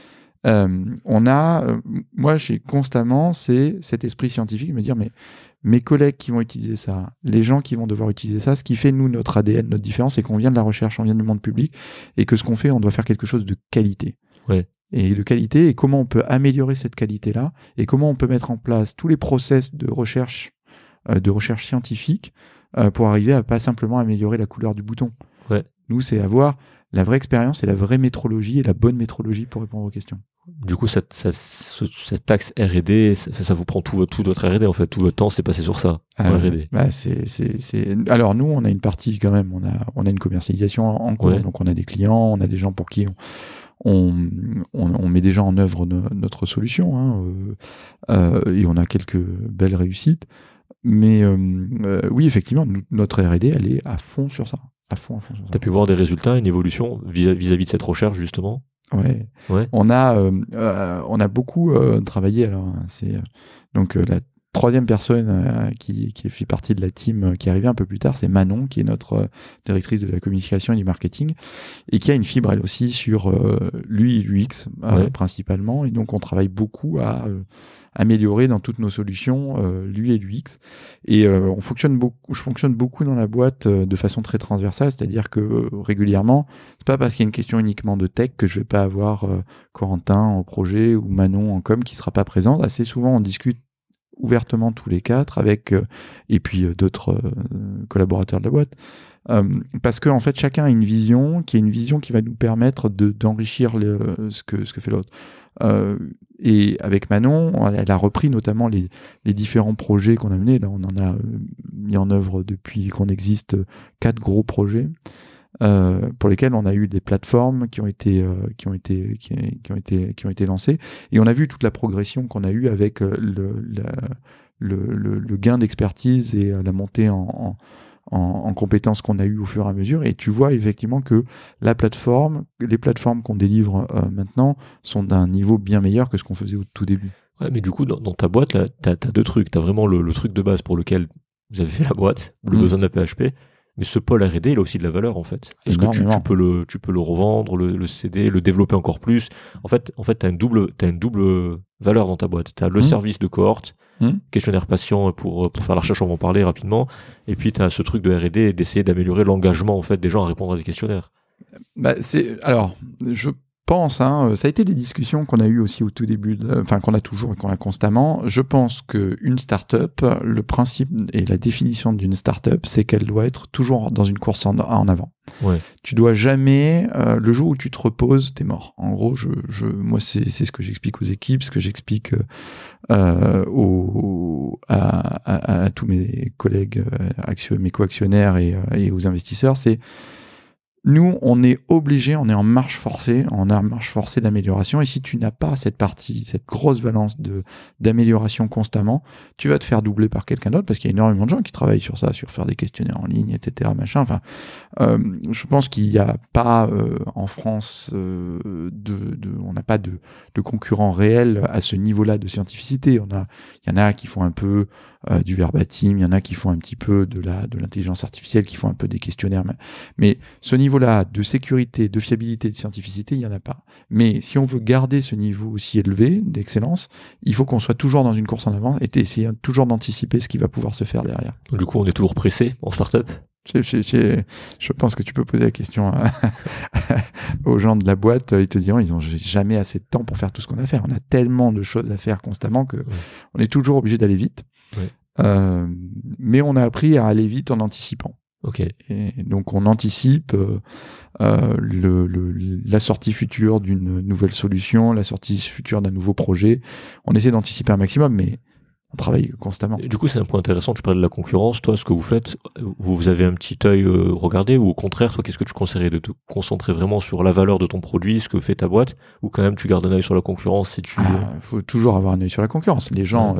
moi, j'ai constamment cet esprit scientifique de me dire, mais mes collègues qui vont utiliser ça, les gens qui vont devoir utiliser ça, ce qui fait, nous, notre ADN, notre différence, c'est qu'on vient de la recherche, on vient du monde public, et que ce qu'on fait, on doit faire quelque chose de qualité. Ouais. Et de qualité, et comment on peut améliorer cette qualité-là, et comment on peut mettre en place tous les process de recherche scientifique pour arriver à pas simplement améliorer la couleur du bouton. Ouais. Nous, c'est avoir la vraie expérience et la vraie métrologie et la bonne métrologie pour répondre aux questions. Du coup, cet axe R&D, ça vous prend tout votre R&D, en fait. Tout votre temps, c'est passé sur ça, R&D. Alors, nous, on a une partie quand même. On a une commercialisation en cours. Ouais. Donc, on a des clients, on a des gens pour qui on met déjà en œuvre notre solution. Et on a quelques belles réussites. Mais oui, effectivement, notre R&D, elle est à fond sur ça. À fond sur ça. T'as pu voir des résultats, une évolution vis-à-vis de cette recherche, justement ? Ouais. On a beaucoup travaillé. Alors, c'est donc la 3e personne qui fait partie de la team qui est arrivée un peu plus tard, c'est Manon, qui est notre directrice de la communication et du marketing, et qui a une fibre elle aussi sur l'UI et l'UX principalement. Et donc on travaille beaucoup à améliorer dans toutes nos solutions l'UI et l'UX. Et je fonctionne beaucoup dans la boîte de façon très transversale, c'est-à-dire que régulièrement, c'est pas parce qu'il y a une question uniquement de tech que je vais pas avoir Corentin en projet ou Manon en com qui sera pas présente. Assez souvent, on discute ouvertement tous les 4 avec et puis d'autres collaborateurs de la boîte Parce que en fait, chacun a une vision qui va nous permettre d'enrichir ce que fait l'autre. Et avec Manon, elle a repris notamment les différents projets qu'on a menés. Là, on en a mis en œuvre depuis qu'on existe 4 gros projets. Pour lesquels on a eu des plateformes qui ont été lancées, et on a vu toute la progression qu'on a eue avec le gain d'expertise et la montée en compétences qu'on a eues au fur et à mesure. Et tu vois effectivement que les plateformes qu'on délivre maintenant sont d'un niveau bien meilleur que ce qu'on faisait au tout début. Ouais, mais du coup, dans ta boîte, là, t'as 2 trucs. T'as vraiment le truc de base pour lequel vous avez fait la boîte, le besoin de la PHP. Mais ce pôle R&D, il a aussi de la valeur, en fait. Parce que tu peux le revendre, le céder, le développer encore plus. En fait, t'as une double valeur dans ta boîte. T'as le service de cohorte, questionnaire patient pour faire la recherche, on va en parler rapidement. Et puis, t'as ce truc de R&D et d'essayer d'améliorer l'engagement, en fait, des gens à répondre à des questionnaires. Je pense, ça a été des discussions qu'on a eues aussi au tout début, qu'on a toujours et qu'on a constamment. Je pense qu'une start-up, le principe et la définition d'une start-up, c'est qu'elle doit être toujours dans une course en avant. Ouais. Tu dois jamais, le jour où tu te reposes, t'es mort. En gros, moi, c'est ce que j'explique aux équipes, ce que j'explique à tous mes collègues, mes co-actionnaires et aux investisseurs, c'est nous, on est obligé, on est en marche forcée d'amélioration. Et si tu n'as pas cette grosse balance d'amélioration constamment, tu vas te faire doubler par quelqu'un d'autre, parce qu'il y a énormément de gens qui travaillent sur ça, sur faire des questionnaires en ligne, etc. Je pense qu'il n'y a pas en France, on n'a pas de concurrents réels à ce niveau-là de scientificité. Il y en a qui font un peu du verbatim, il y en a qui font un petit peu de l'intelligence artificielle, qui font un peu des questionnaires, mais ce niveau-là de sécurité, de fiabilité, de scientificité, il n'y en a pas. Mais si on veut garder ce niveau aussi élevé d'excellence, il faut qu'on soit toujours dans une course en avant et essayer toujours d'anticiper ce qui va pouvoir se faire derrière. Du coup, on est toujours pressé en start-up. Je pense que tu peux poser la question aux gens de la boîte, ils te diront ils n'ont jamais assez de temps pour faire tout ce qu'on a à faire. On a tellement de choses à faire constamment que on est toujours obligé d'aller vite. Ouais. Mais on a appris à aller vite en anticipant. Okay. Et donc on anticipe la sortie future d'une nouvelle solution, la sortie future d'un nouveau projet. On essaie d'anticiper un maximum, mais on travaille constamment. Et du coup, c'est un point intéressant. Tu parles de la concurrence. Toi, ce que vous faites, vous avez un petit œil regardé, ou au contraire, toi, qu'est-ce que tu conseillerais de te concentrer vraiment sur la valeur de ton produit, ce que fait ta boîte, ou quand même tu gardes un œil sur la concurrence et faut toujours avoir un œil sur la concurrence. Les gens.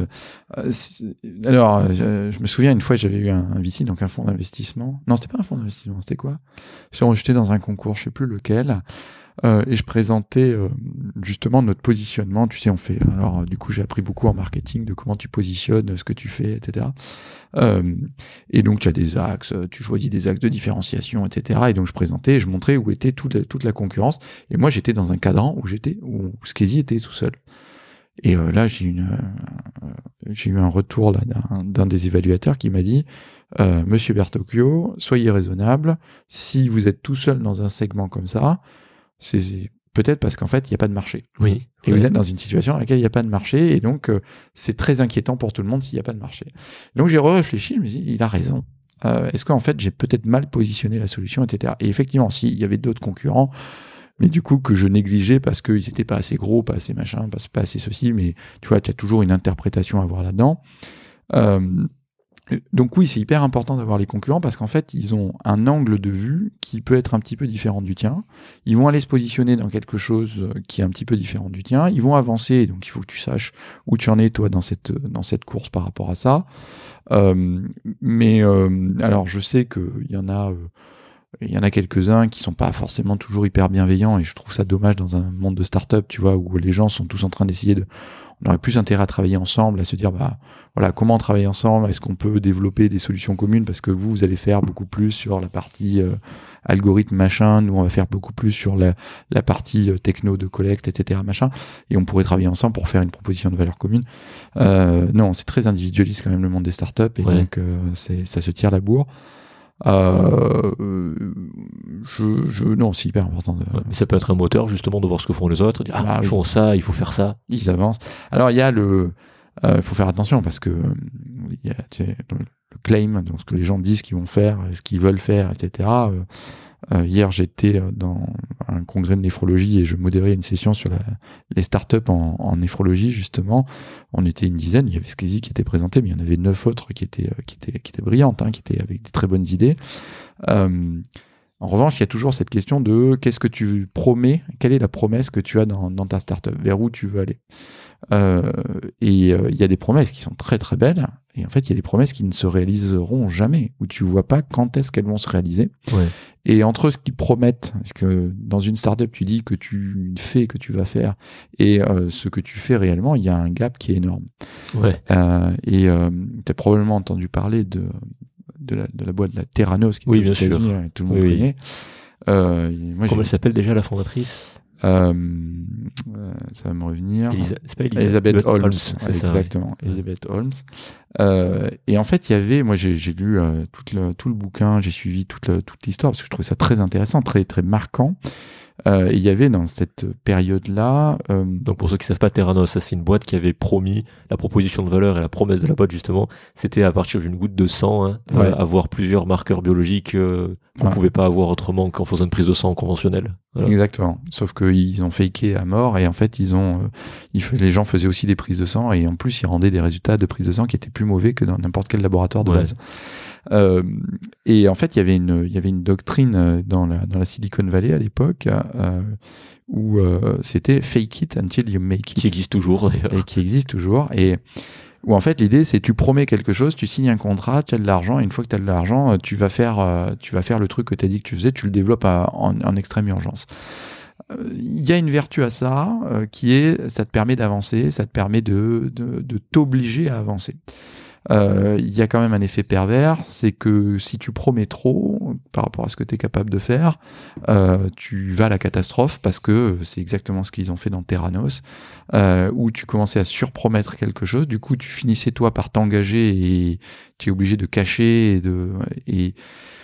Je me souviens une fois, j'avais eu un VC, donc un fonds d'investissement. Non, c'était pas un fonds d'investissement. C'était quoi? J'étais dans un concours, je sais plus lequel. Et je présentais justement notre positionnement. Tu sais, du coup, j'ai appris beaucoup en marketing de comment tu positionnes ce que tu fais, etc. Et donc, tu as des axes, tu choisis des axes de différenciation, etc. Et donc, je présentais, je montrais où était toute la concurrence. Et moi, j'étais dans un cadran où Skeezy était tout seul. Et là, j'ai eu un retour là d'un des évaluateurs qui m'a dit Monsieur Bertocchio, soyez raisonnable. Si vous êtes tout seul dans un segment comme ça, c'est peut-être parce qu'en fait, il n'y a pas de marché. Oui. Et vous êtes dans une situation dans laquelle il n'y a pas de marché, et donc c'est très inquiétant pour tout le monde s'il n'y a pas de marché. Donc j'ai réfléchi, je me suis dit, il a raison. Est-ce qu'en fait, j'ai peut-être mal positionné la solution, etc. Et effectivement, s'il y avait d'autres concurrents, mais du coup que je négligeais parce qu'ils n'étaient pas assez gros, pas assez machin, pas assez ceci, mais tu vois, tu as toujours une interprétation à avoir là-dedans. Donc oui, c'est hyper important d'avoir les concurrents parce qu'en fait, ils ont un angle de vue qui peut être un petit peu différent du tien. Ils vont aller se positionner dans quelque chose qui est un petit peu différent du tien. Ils vont avancer, donc il faut que tu saches où tu en es, toi, dans cette course par rapport à ça. Alors, je sais qu'il y en a... Il y en a quelques-uns qui sont pas forcément toujours hyper bienveillants, et je trouve ça dommage dans un monde de start-up, tu vois, où les gens sont tous en train d'essayer on aurait plus intérêt à travailler ensemble, à se dire, comment travailler ensemble, est-ce qu'on peut développer des solutions communes, parce que vous allez faire beaucoup plus sur la partie algorithme machin, nous on va faire beaucoup plus sur la partie techno de collecte, etc. machin, et on pourrait travailler ensemble pour faire une proposition de valeur commune. Non, c'est très individualiste quand même le monde des start-up, et donc ça se tire la bourre. Non, c'est hyper important. Mais ça peut être un moteur justement de voir ce que font les autres, dire, ils font ça, il faut faire ça. Ils avancent. Alors il y a faut faire attention parce que il y a le claim, donc ce que les gens disent qu'ils vont faire, ce qu'ils veulent faire, etc. Hier, j'étais dans un congrès de néphrologie et je modérais une session sur les startups en néphrologie, justement. On était une dizaine, il y avait Squeezie qui était présenté, mais il y en avait 9 autres qui étaient brillantes, qui étaient avec des très bonnes idées. En revanche, il y a toujours cette question de qu'est-ce que tu promets, quelle est la promesse que tu as dans ta startup, vers où tu veux aller. Il y a des promesses qui sont très très belles, et en fait il y a des promesses qui ne se réaliseront jamais, où tu vois pas quand est-ce qu'elles vont se réaliser. Ouais. Et entre ce qu'ils promettent, parce que dans une startup tu dis que tu fais, que tu vas faire, et ce que tu fais réellement, il y a un gap qui est énorme. Ouais. Tu as probablement entendu parler de la boîte de la Theranos, qui est Oui, aux bien sûr. États-Unis, tout le monde connaît. Comment elle s'appelle déjà, la fondatrice? Ça va me revenir. C'est pas Elisabeth Holmes, c'est exactement. Ça, oui. Elisabeth Holmes. Et en fait, il y avait, moi j'ai lu tout le bouquin, j'ai suivi toute l'histoire parce que je trouvais ça très intéressant, très très marquant. Et il y avait dans cette période-là. Donc pour ceux qui savent pas, Theranos, ça c'est une boîte qui avait promis la proposition de valeur et la promesse de la boîte justement, c'était à partir d'une goutte de sang, avoir plusieurs marqueurs biologiques qu'on pouvait pas avoir autrement qu'en faisant une prise de sang conventionnelle. Voilà. Exactement. Sauf qu'ils ont faké à mort et en fait les gens faisaient aussi des prises de sang et en plus ils rendaient des résultats de prise de sang qui étaient plus mauvais que dans n'importe quel laboratoire de base. Et en fait, il y avait une doctrine dans la Silicon Valley à l'époque où c'était fake it until you make it. Qui existe toujours d'ailleurs. Et qui existe toujours. Et où en fait, l'idée, c'est tu promets quelque chose, tu signes un contrat, tu as de l'argent, et une fois que tu as de l'argent, tu vas faire le truc que tu as dit que tu faisais, tu le développes en extrême urgence. Il y a une vertu à ça qui est, ça te permet d'avancer, ça te permet de t'obliger à avancer. Il y a quand même un effet pervers, c'est que si tu promets trop par rapport à ce que tu es capable de faire, tu vas à la catastrophe parce que c'est exactement ce qu'ils ont fait dans Theranos, où tu commençais à surpromettre quelque chose, du coup tu finissais toi par t'engager et tu es obligé de cacher et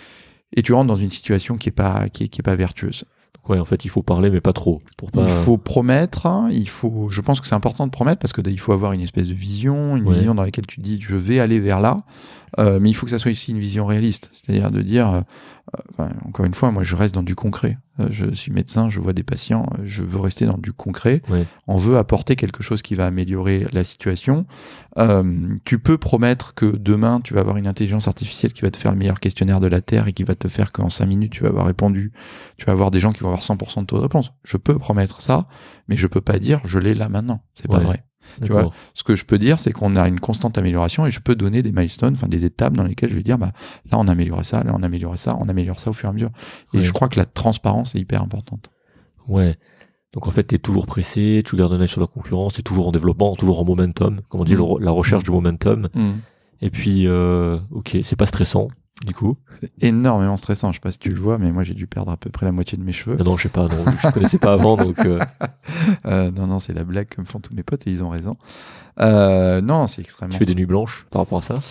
tu rentres dans une situation qui est pas vertueuse. Ouais, en fait, il faut parler, mais pas trop. Il faut promettre, je pense que c'est important de promettre parce que il faut avoir une espèce de vision, vision dans laquelle tu te dis je vais aller vers là, mais il faut que ça soit aussi une vision réaliste, c'est-à-dire de dire, encore une fois, moi je reste dans du concret. Je suis médecin, je vois des patients, je veux rester dans du concret. Ouais. On veut apporter quelque chose qui va améliorer la situation. Tu peux promettre que demain tu vas avoir une intelligence artificielle qui va te faire le meilleur questionnaire de la Terre et qui va te faire qu'en 5 minutes tu vas avoir répondu, tu vas avoir des gens qui vont avoir 100% de taux de réponse. Je peux promettre ça, mais je peux pas dire je l'ai là maintenant. C'est pas vrai. Tu vois, ce que je peux dire, c'est qu'on a une constante amélioration et je peux donner des milestones, enfin des étapes dans lesquelles je vais dire, là on a amélioré ça, là on améliore ça, on améliore ça au fur et à mesure. Et je crois que la transparence est hyper importante. Ouais. Donc en fait, t'es toujours pressé, tu gardes un œil sur la concurrence, t'es toujours en développement, toujours en momentum, comme on dit, la recherche du momentum. Et puis, ok, c'est pas stressant, du coup. C'est énormément stressant, je sais pas si tu le vois, mais moi j'ai dû perdre à peu près la moitié de mes cheveux. Non, je sais pas, non, je connaissais pas avant, donc... non, c'est la blague que me font tous mes potes et ils ont raison. Non, c'est extrêmement... Tu fais des nuits blanches par rapport à ça?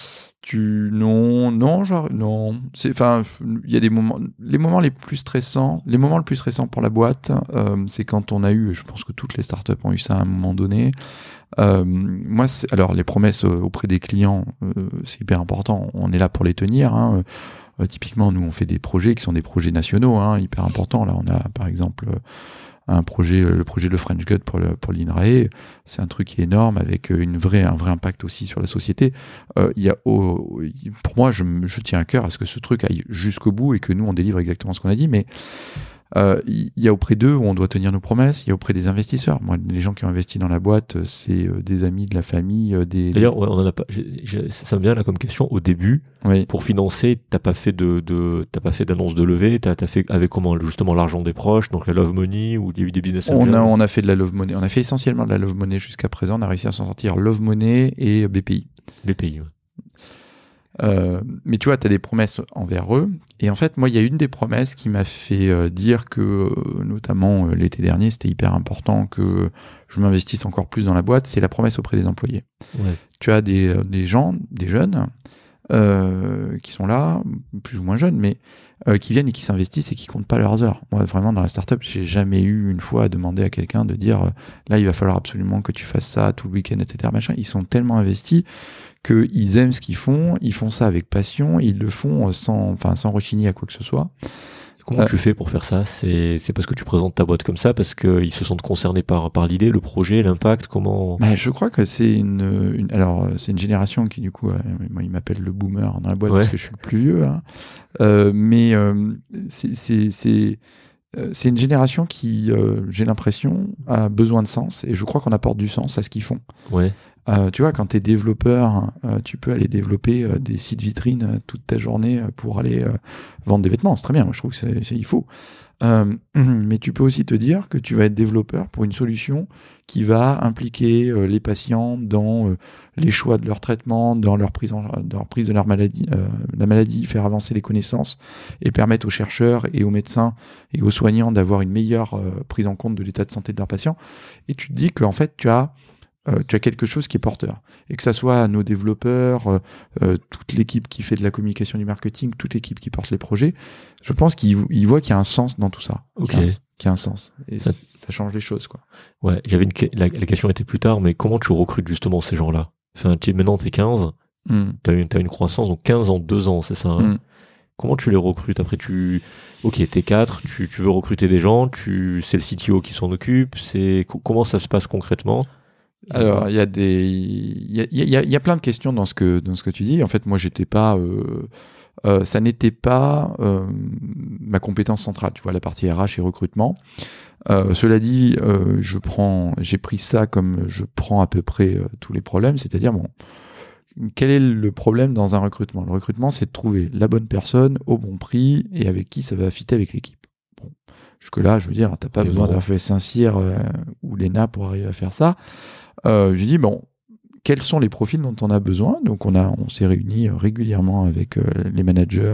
Non, c'est, enfin, il y a des moments, le plus stressant pour la boîte, c'est quand on a eu, je pense que toutes les startups ont eu ça à un moment donné. Moi, alors les promesses auprès des clients, c'est hyper important. On est là pour les tenir. Typiquement, nous, on fait des projets qui sont des projets nationaux, hyper importants. Là, on a par exemple le projet de French Gut pour l'INRAE. C'est un truc qui est énorme avec un vrai impact aussi sur la société. Pour moi, je tiens à cœur à ce que ce truc aille jusqu'au bout et que nous, on délivre exactement ce qu'on a dit, mais il y a auprès d'eux où on doit tenir nos promesses, il y a auprès des investisseurs. Moi, les gens qui ont investi dans la boîte, c'est des amis, de la famille, D'ailleurs, on en a pas. Ça me vient là comme question. Au début, pour financer, t'as pas fait d'annonce de levée. T'as fait avec comment justement l'argent des proches, donc la love money ou il y a eu des business. On a fait de la love money. On a fait essentiellement de la love money jusqu'à présent. On a réussi à s'en sortir love money et BPI. BPI. Mais tu vois, tu as des promesses envers eux. Et en fait, moi, il y a une des promesses qui m'a fait dire que, notamment l'été dernier, c'était hyper important que je m'investisse encore plus dans la boîte. C'est la promesse auprès des employés. Ouais. Tu as des gens, des jeunes, qui sont là, plus ou moins jeunes, mais qui viennent et qui s'investissent et qui comptent pas leurs heures. Moi, vraiment, dans la startup, j'ai jamais eu une fois à demander à quelqu'un de dire là, il va falloir absolument que tu fasses ça tout le week-end, etc. Machin. Ils sont tellement investis qu'ils aiment ce qu'ils font ça avec passion, ils le font sans rechigner à quoi que ce soit. Comment tu fais pour faire ça ? C'est parce que tu présentes ta boîte comme ça, parce qu'ils se sentent concernés par l'idée, le projet, l'impact, comment ? Je crois que c'est c'est une génération qui, du coup, moi, ils m'appellent le boomer dans la boîte parce que je suis le plus vieux. Hein. C'est une génération qui, j'ai l'impression, a besoin de sens, et je crois qu'on apporte du sens à ce qu'ils font. Ouais. Tu vois, quand tu es développeur, tu peux aller développer des sites vitrines toute ta journée pour aller vendre des vêtements. C'est très bien, moi, je trouve il faut. Mais tu peux aussi te dire que tu vas être développeur pour une solution qui va impliquer les patients dans les choix de leur traitement, dans leur prise de leur maladie, la maladie, faire avancer les connaissances et permettre aux chercheurs et aux médecins et aux soignants d'avoir une meilleure prise en compte de l'état de santé de leurs patients. Et tu te dis qu'en fait, tu as quelque chose qui est porteur. Et que ça soit nos développeurs, toute l'équipe qui fait de la communication, du marketing, toute l'équipe qui porte les projets, je pense qu'ils voient qu'il y a un sens dans tout ça. Ok. Qu'il y a un sens. Et ça change les choses, quoi. Ouais, la question était plus tard, mais comment tu recrutes justement ces gens-là ? Enfin, maintenant, t'es 15, t'as une croissance, donc 15 en 2 ans, c'est ça, hein ? Comment tu les recrutes ? Après, t'es 4, tu veux recruter des gens, c'est le CTO qui s'en occupe, comment ça se passe concrètement ? Alors, il y a plein de questions dans ce que tu dis. En fait, moi, j'étais pas, ça n'était pas ma compétence centrale. Tu vois, la partie RH et recrutement. Cela dit, j'ai pris ça comme je prends à peu près tous les problèmes. C'est-à-dire, quel est le problème dans un recrutement ? Le recrutement, c'est de trouver la bonne personne au bon prix et avec qui ça va fitter avec l'équipe. Bon, jusque-là, je veux dire, t'as pas besoin d'avoir fait Saint-Cyr ou l'ENA pour arriver à faire ça. J'ai dit, quels sont les profils dont on a besoin ? Donc, on s'est réunis régulièrement avec les managers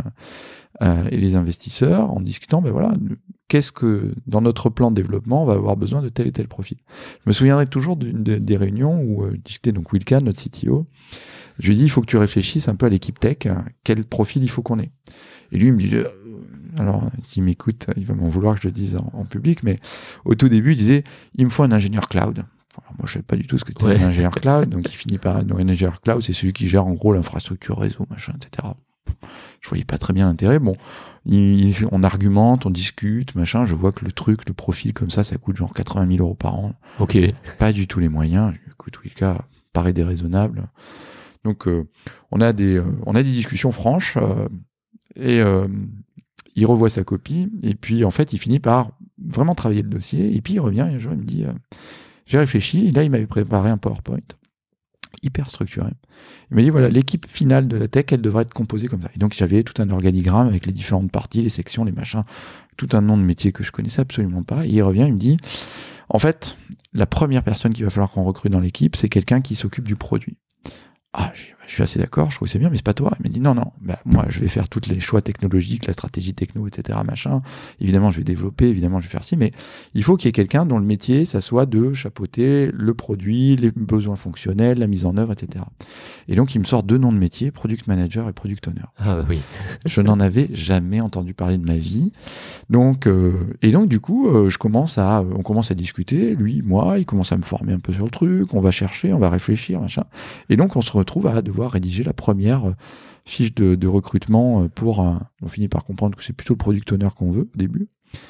et les investisseurs en discutant, qu'est-ce que, dans notre plan de développement, on va avoir besoin de tel et tel profil. Je me souviendrai toujours des réunions où je discutais, donc Will Kahn, notre CTO, je lui ai dit, il faut que tu réfléchisses un peu à l'équipe tech, quel profil il faut qu'on ait. Et lui, il me disait, alors, s'il m'écoute, il va m'en vouloir que je le dise en public, mais au tout début, il disait, il me faut un ingénieur cloud. Alors moi, je savais pas du tout ce que c'était un ingénieur cloud, donc il finit par un ingénieur cloud, c'est celui qui gère en gros l'infrastructure réseau, machin, etc. Je voyais pas très bien l'intérêt. Bon, on argumente, on discute, machin. Je vois que le profil comme ça coûte genre 80 000 € par an. Ok. Pas du tout les moyens. Écoute, Wilka paraît déraisonnable. Donc, on a des discussions franches et il revoit sa copie et puis en fait, il finit par vraiment travailler le dossier et puis il revient et un jour il me dit. J'ai réfléchi, et là, il m'avait préparé un PowerPoint hyper structuré. Il m'a dit, voilà, l'équipe finale de la tech, elle devrait être composée comme ça. Et donc, j'avais tout un organigramme avec les différentes parties, les sections, les machins, tout un nom de métier que je connaissais absolument pas. Et il revient, il me dit, en fait, la première personne qu'il va falloir qu'on recrute dans l'équipe, c'est quelqu'un qui s'occupe du produit. Je suis assez d'accord, je trouve que c'est bien, mais c'est pas toi. Il m'a dit non, moi je vais faire tous les choix technologiques, la stratégie techno, etc. machin. Évidemment, je vais développer, évidemment, je vais faire ci, mais il faut qu'il y ait quelqu'un dont le métier, ça soit de chapeauter le produit, les besoins fonctionnels, la mise en œuvre, etc. Et donc, il me sort 2 noms de métier, Product Manager et Product Owner. Ah oui. Je n'en avais jamais entendu parler de ma vie. Donc, du coup, on commence à discuter, lui, moi, il commence à me former un peu sur le truc, on va chercher, on va réfléchir, machin. Et donc, on se retrouve à devoir rédiger la première fiche de recrutement on finit par comprendre que c'est plutôt le product owner qu'on veut au début.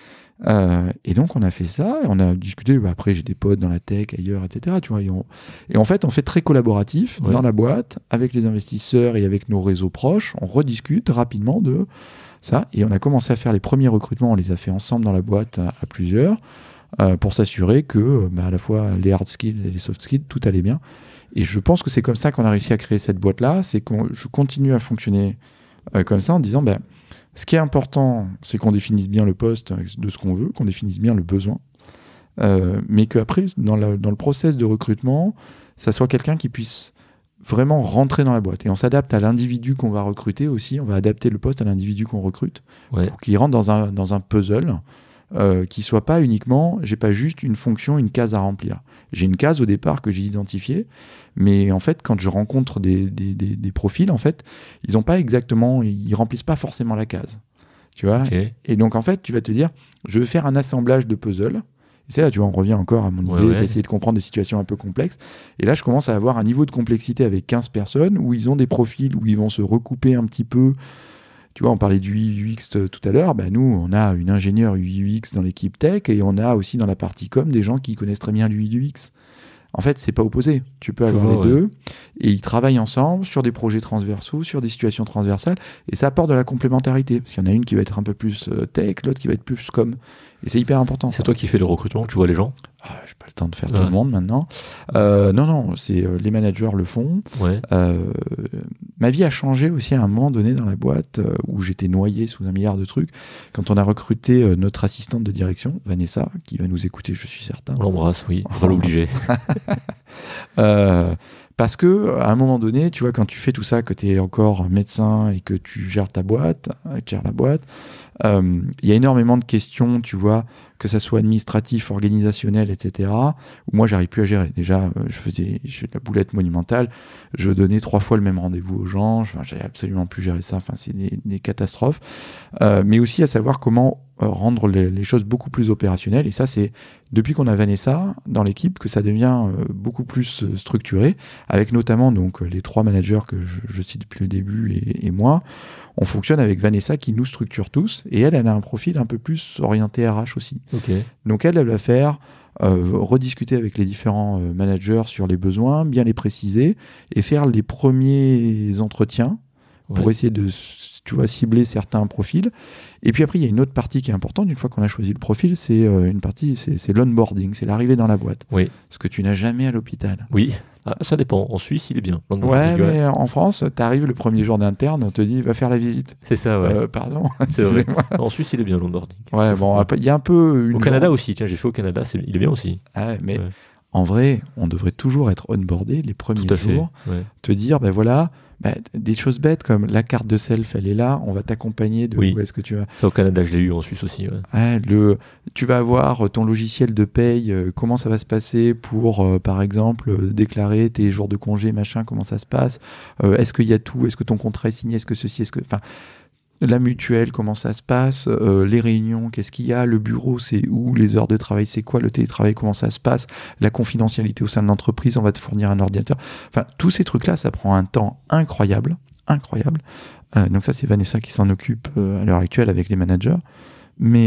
Et donc, on a fait ça, et on a discuté, après, j'ai des potes dans la tech, ailleurs, etc. Tu vois, et en fait, on fait très collaboratif dans la boîte, avec les investisseurs et avec nos réseaux proches, on rediscute rapidement de ça, et on a commencé à faire les premiers recrutements, on les a fait ensemble dans la boîte à plusieurs, pour s'assurer que, à la fois les hard skills et les soft skills, tout allait bien. Et je pense que c'est comme ça qu'on a réussi à créer cette boîte-là, c'est que je continue à fonctionner comme ça en disant, ce qui est important, c'est qu'on définisse bien le poste de ce qu'on veut, qu'on définisse bien le besoin, mais qu'après, dans le process de recrutement, ça soit quelqu'un qui puisse vraiment rentrer dans la boîte. Et on s'adapte à l'individu qu'on va recruter aussi, on va adapter le poste à l'individu qu'on recrute, pour qu'il rentre dans un puzzle, qui soit pas uniquement, j'ai pas juste une fonction, une case à remplir. J'ai une case au départ que j'ai identifiée, mais en fait, quand je rencontre des profils, en fait, ils remplissent pas forcément la case. Tu vois. Ok. Et donc, en fait, tu vas te dire, je vais faire un assemblage de puzzles. Et c'est là, tu vois, on revient encore à mon idée d'essayer de comprendre des situations un peu complexes. Et là, je commence à avoir un niveau de complexité avec 15 personnes où ils ont des profils où ils vont se recouper un petit peu. Tu vois, on parlait du UX tout à l'heure. Nous, on a une ingénieure UX dans l'équipe tech et on a aussi dans la partie com des gens qui connaissent très bien l'UX. En fait, c'est pas opposé. Tu peux avoir les deux. Et ils travaillent ensemble sur des projets transversaux, sur des situations transversales. Et ça apporte de la complémentarité. Parce qu'il y en a une qui va être un peu plus tech, l'autre qui va être plus com. Et c'est hyper important. C'est toi qui fais le recrutement, tu vois les gens? J'ai pas le temps de faire tout le monde maintenant. Non, c'est les managers le font. Ouais. Ma vie a changé aussi à un moment donné dans la boîte où j'étais noyé sous 1 milliard de trucs. Quand on a recruté notre assistante de direction, Vanessa, qui va nous écouter, je suis certain. On l'embrasse, oui. On va l'obliger. Parce que à un moment donné, tu vois, quand tu fais tout ça, que tu es encore médecin et que tu gères ta boîte, il y a énormément de questions, tu vois, que ça soit administratif, organisationnel, etc., où moi, j'arrive plus à gérer. Déjà, je faisais de la boulette monumentale, je donnais 3 fois le même rendez-vous aux gens, j'avais absolument plus géré ça, c'est des catastrophes. Mais aussi à savoir comment rendre les choses beaucoup plus opérationnelles. Et ça, c'est depuis qu'on a Vanessa dans l'équipe que ça devient beaucoup plus structuré, avec notamment donc, les 3 managers que je cite depuis le début et moi. On fonctionne avec Vanessa qui nous structure tous, et elle a un profil un peu plus orienté RH aussi. Okay. Donc elle va faire rediscuter avec les différents managers sur les besoins, bien les préciser, et faire les premiers entretiens pour essayer de, tu vois, cibler certains profils. Et puis après, il y a une autre partie qui est importante. Une fois qu'on a choisi le profil, c'est une partie, c'est l'onboarding, c'est l'arrivée dans la boîte. Oui. Ce que tu n'as jamais à l'hôpital. Oui. Ah, ça dépend. En Suisse, il est bien. Ouais, mais en France, tu arrives le premier jour d'interne, on te dit va faire la visite. C'est ça, ouais. Pardon. C'est vrai. En Suisse, il est bien l'onboarding. Ouais, bon, il y a un peu. Au Canada aussi, tiens, j'ai fait au Canada, il est bien aussi. Ah, mais en vrai, on devrait toujours être onboardé les premiers jours. Ouais. Te dire, voilà. Des choses bêtes comme la carte de self, elle est là, on va t'accompagner de où est-ce que tu vas. Ça au Canada, je l'ai eu en Suisse aussi. Ouais. Tu vas avoir ton logiciel de paye, comment ça va se passer pour, par exemple, déclarer tes jours de congé, machin, comment ça se passe. Est-ce qu'il y a tout, est-ce que ton contrat est signé, est-ce que ceci, la mutuelle, comment ça se passe, les réunions, qu'est-ce qu'il y a, le bureau, c'est où, les heures de travail, c'est quoi, le télétravail, comment ça se passe, la confidentialité au sein de l'entreprise, on va te fournir un ordinateur. Tous ces trucs-là, ça prend un temps incroyable. Donc ça, c'est Vanessa qui s'en occupe à l'heure actuelle avec les managers. Mais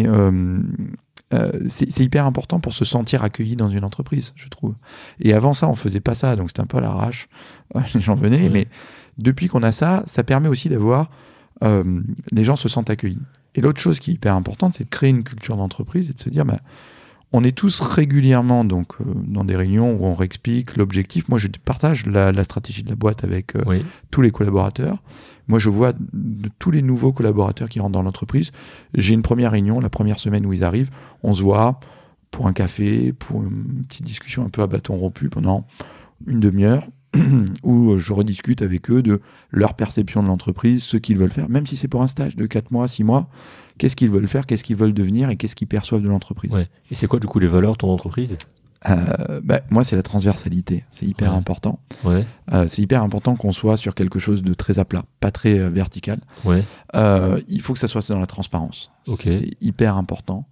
c'est hyper important pour se sentir accueilli dans une entreprise, je trouve. Et avant ça, on faisait pas ça, donc c'était un peu à l'arrache. Les gens venaient, mais depuis qu'on a ça, ça permet aussi d'avoir les gens se sentent accueillis. Et l'autre chose qui est hyper importante, c'est de créer une culture d'entreprise et de se dire, on est tous régulièrement donc, dans des réunions où on réexplique l'objectif. Moi, je partage la stratégie de la boîte avec tous les collaborateurs. Moi, je vois de tous les nouveaux collaborateurs qui rentrent dans l'entreprise. J'ai une première réunion, la première semaine où ils arrivent. On se voit pour un café, pour une petite discussion un peu à bâton rompu pendant une demi-heure, où je rediscute avec eux de leur perception de l'entreprise, ce qu'ils veulent faire, même si c'est pour un stage de 4 mois, 6 mois, qu'est-ce qu'ils veulent faire, qu'est-ce qu'ils veulent devenir et qu'est-ce qu'ils perçoivent de l'entreprise. Ouais. Et c'est quoi du coup les valeurs de ton entreprise ? Moi, c'est la transversalité, c'est hyper important. Ouais. C'est hyper important qu'on soit sur quelque chose de très à plat, pas très vertical. Ouais. Il faut que ça soit dans la transparence. Okay. C'est hyper important.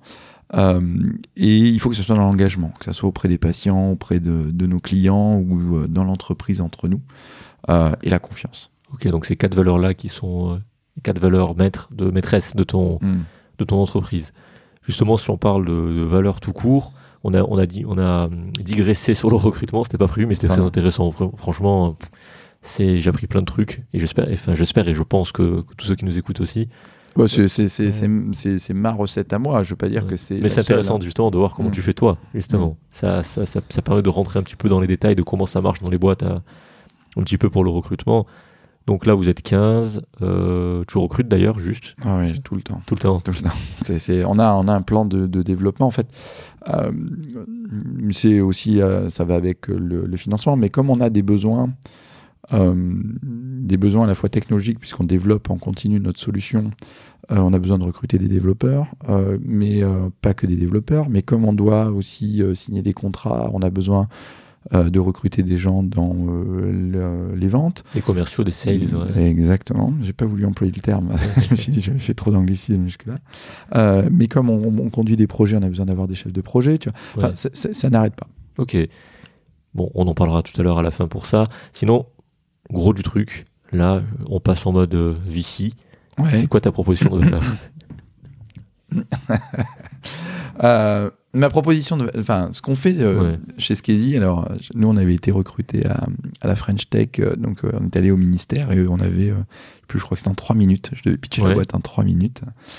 Et il faut que ce soit dans l'engagement, que ce soit auprès des patients, auprès de nos clients ou dans l'entreprise entre nous, et la confiance. Ok, donc ces 4 valeurs-là qui sont les 4 valeurs maîtresses de ton entreprise. Justement, si on parle de valeurs tout court, on a digressé sur le recrutement, c'était pas prévu, mais c'était très intéressant. Franchement, j'ai appris plein de trucs, et j'espère et je pense que tous ceux qui nous écoutent aussi. C'est ma recette à moi, je veux pas dire que c'est. Mais c'est intéressant justement de voir comment tu fais toi, justement. Ça permet de rentrer un petit peu dans les détails de comment ça marche dans les boîtes, un petit peu pour le recrutement. Donc là, vous êtes 15. Tu recrutes d'ailleurs, juste. Ah oui, tout le temps. Tout le temps. On a un plan de développement, en fait. C'est aussi, ça va avec le financement, mais comme on a des besoins à la fois technologiques, puisqu'on développe en continu notre solution, on a besoin de recruter des développeurs, mais pas que des développeurs, mais comme on doit aussi signer des contrats, on a besoin de recruter des gens dans les ventes. Les commerciaux, des sales. Ouais. Exactement. J'ai pas voulu employer le terme. Je me suis dit, j'avais fait trop d'anglicisme jusque-là. Mais comme on conduit des projets, on a besoin d'avoir des chefs de projet. Tu vois. Enfin, ça n'arrête pas. Ok. Bon, on en parlera tout à l'heure à la fin pour ça. Sinon, gros du truc, là, on passe en mode VC. Ouais. C'est quoi ta proposition de valeur? Ma proposition ce qu'on fait chez Skezi, alors nous on avait été recrutés à la French Tech, donc on est allé au ministère et on avait je crois que c'était en 3 minutes, je devais pitcher la boîte en 3 minutes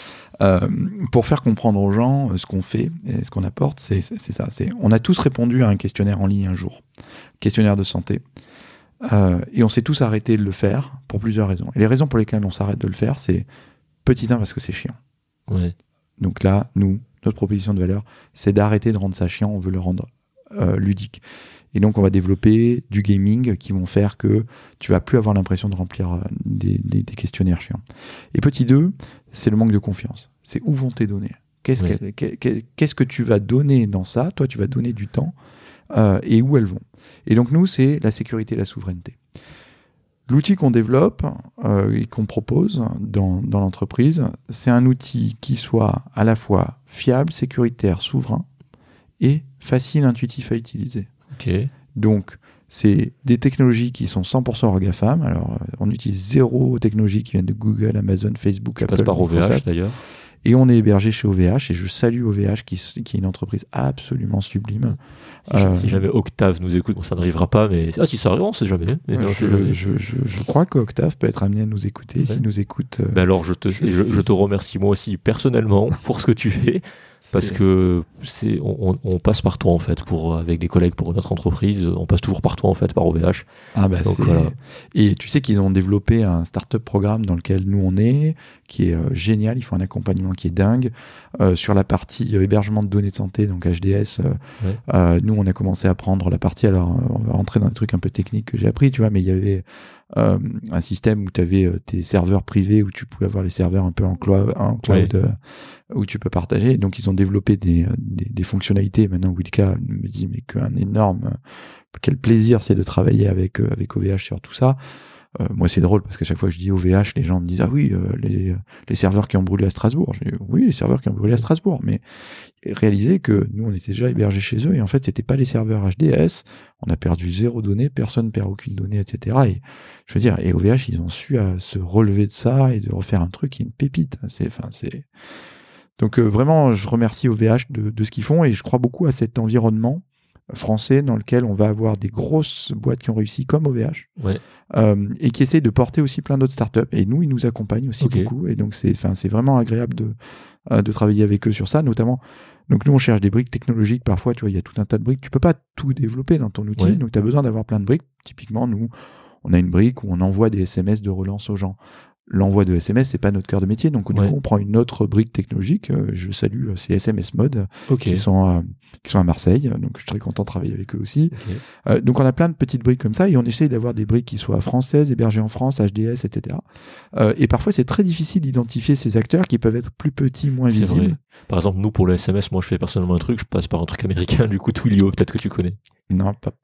pour faire comprendre aux gens ce qu'on fait et ce qu'on apporte. C'est ça, on a tous répondu à un questionnaire en ligne un jour, questionnaire de santé, et on s'est tous arrêtés de le faire pour plusieurs raisons. Et les raisons pour lesquelles on s'arrête de le faire, c'est petit 1 parce que c'est chiant. Donc là, notre proposition de valeur, c'est d'arrêter de rendre ça chiant, on veut le rendre ludique. Et donc, on va développer du gaming qui vont faire que tu vas plus avoir l'impression de remplir des questionnaires chiants. Et petit 2, c'est le manque de confiance. C'est où vont tes données ? Qu'est-ce que tu vas donner dans ça ? Toi, tu vas donner du temps et où elles vont. Et donc, nous, c'est la sécurité et la souveraineté. L'outil qu'on développe et qu'on propose dans l'entreprise, c'est un outil qui soit à la fois fiable, sécuritaire, souverain et facile, intuitif à utiliser. Donc, c'est des technologies qui sont 100% hors GAFAM. Alors, on utilise 0 technologies qui viennent de Google, Amazon, Facebook, Apple. Ça passe par OVH d'ailleurs. Et on est hébergé chez OVH, et je salue OVH qui est une entreprise absolument sublime. Si jamais Octave nous écoute, bon, ça n'arrivera pas, mais si ça arrive, on ne sait jamais. Mais non, je crois qu'Octave peut être amené à nous écouter s'il nous écoute. Alors je te remercie moi aussi personnellement pour ce que tu fais. Parce que on passe par toi en fait avec des collègues pour notre entreprise, on passe toujours par toi en fait, par OVH. Donc, voilà. Et tu sais qu'ils ont développé un startup programme dans lequel nous on est, qui est génial. Ils font un accompagnement qui est dingue sur la partie hébergement de données de santé, donc HDS. Nous on a commencé à prendre la partie. Alors on va rentrer dans des trucs un peu techniques que j'ai appris, tu vois, mais il y avait un système où tu avais tes serveurs privés, où tu pouvais avoir les serveurs un peu en cloud, où tu peux partager. Donc ils ont développé des fonctionnalités. Maintenant Wilka me dit mais quel plaisir c'est de travailler avec OVH sur tout ça. Moi c'est drôle parce qu'à chaque fois que je dis OVH, les gens me disent ah oui, les serveurs qui ont brûlé à Strasbourg. Je dis oui, les serveurs qui ont brûlé à Strasbourg, mais réaliser que nous on était déjà hébergés chez eux et en fait c'était pas les serveurs HDS, on a perdu 0 donnée, personne perd aucune donnée, etc. Et je veux dire, et OVH ils ont su se relever de ça et de refaire un truc qui est une pépite. Donc vraiment je remercie OVH de ce qu'ils font et je crois beaucoup à cet environnement français dans lequel on va avoir des grosses boîtes qui ont réussi comme OVH et qui essayent de porter aussi plein d'autres startups, et nous ils nous accompagnent aussi beaucoup, et donc c'est vraiment agréable de travailler avec eux sur ça, notamment. Donc nous on cherche des briques technologiques, parfois tu vois il y a tout un tas de briques, tu peux pas tout développer dans ton outil, donc tu as besoin d'avoir plein de briques. Typiquement nous on a une brique où on envoie des SMS de relance aux gens. L'envoi de SMS, c'est pas notre cœur de métier, donc du coup on prend une autre brique technologique. Je salue ces SMS Mode qui sont à Marseille, donc je suis très content de travailler avec eux aussi. Donc on a plein de petites briques comme ça et on essaye d'avoir des briques qui soient françaises, hébergées en France, HDS, etc. Et parfois c'est très difficile d'identifier ces acteurs qui peuvent être plus petits, moins visibles. Vrai. Par exemple, nous pour le SMS, moi je fais personnellement un truc, je passe par un truc américain, du coup Twilio, peut-être que tu connais. Non, pas.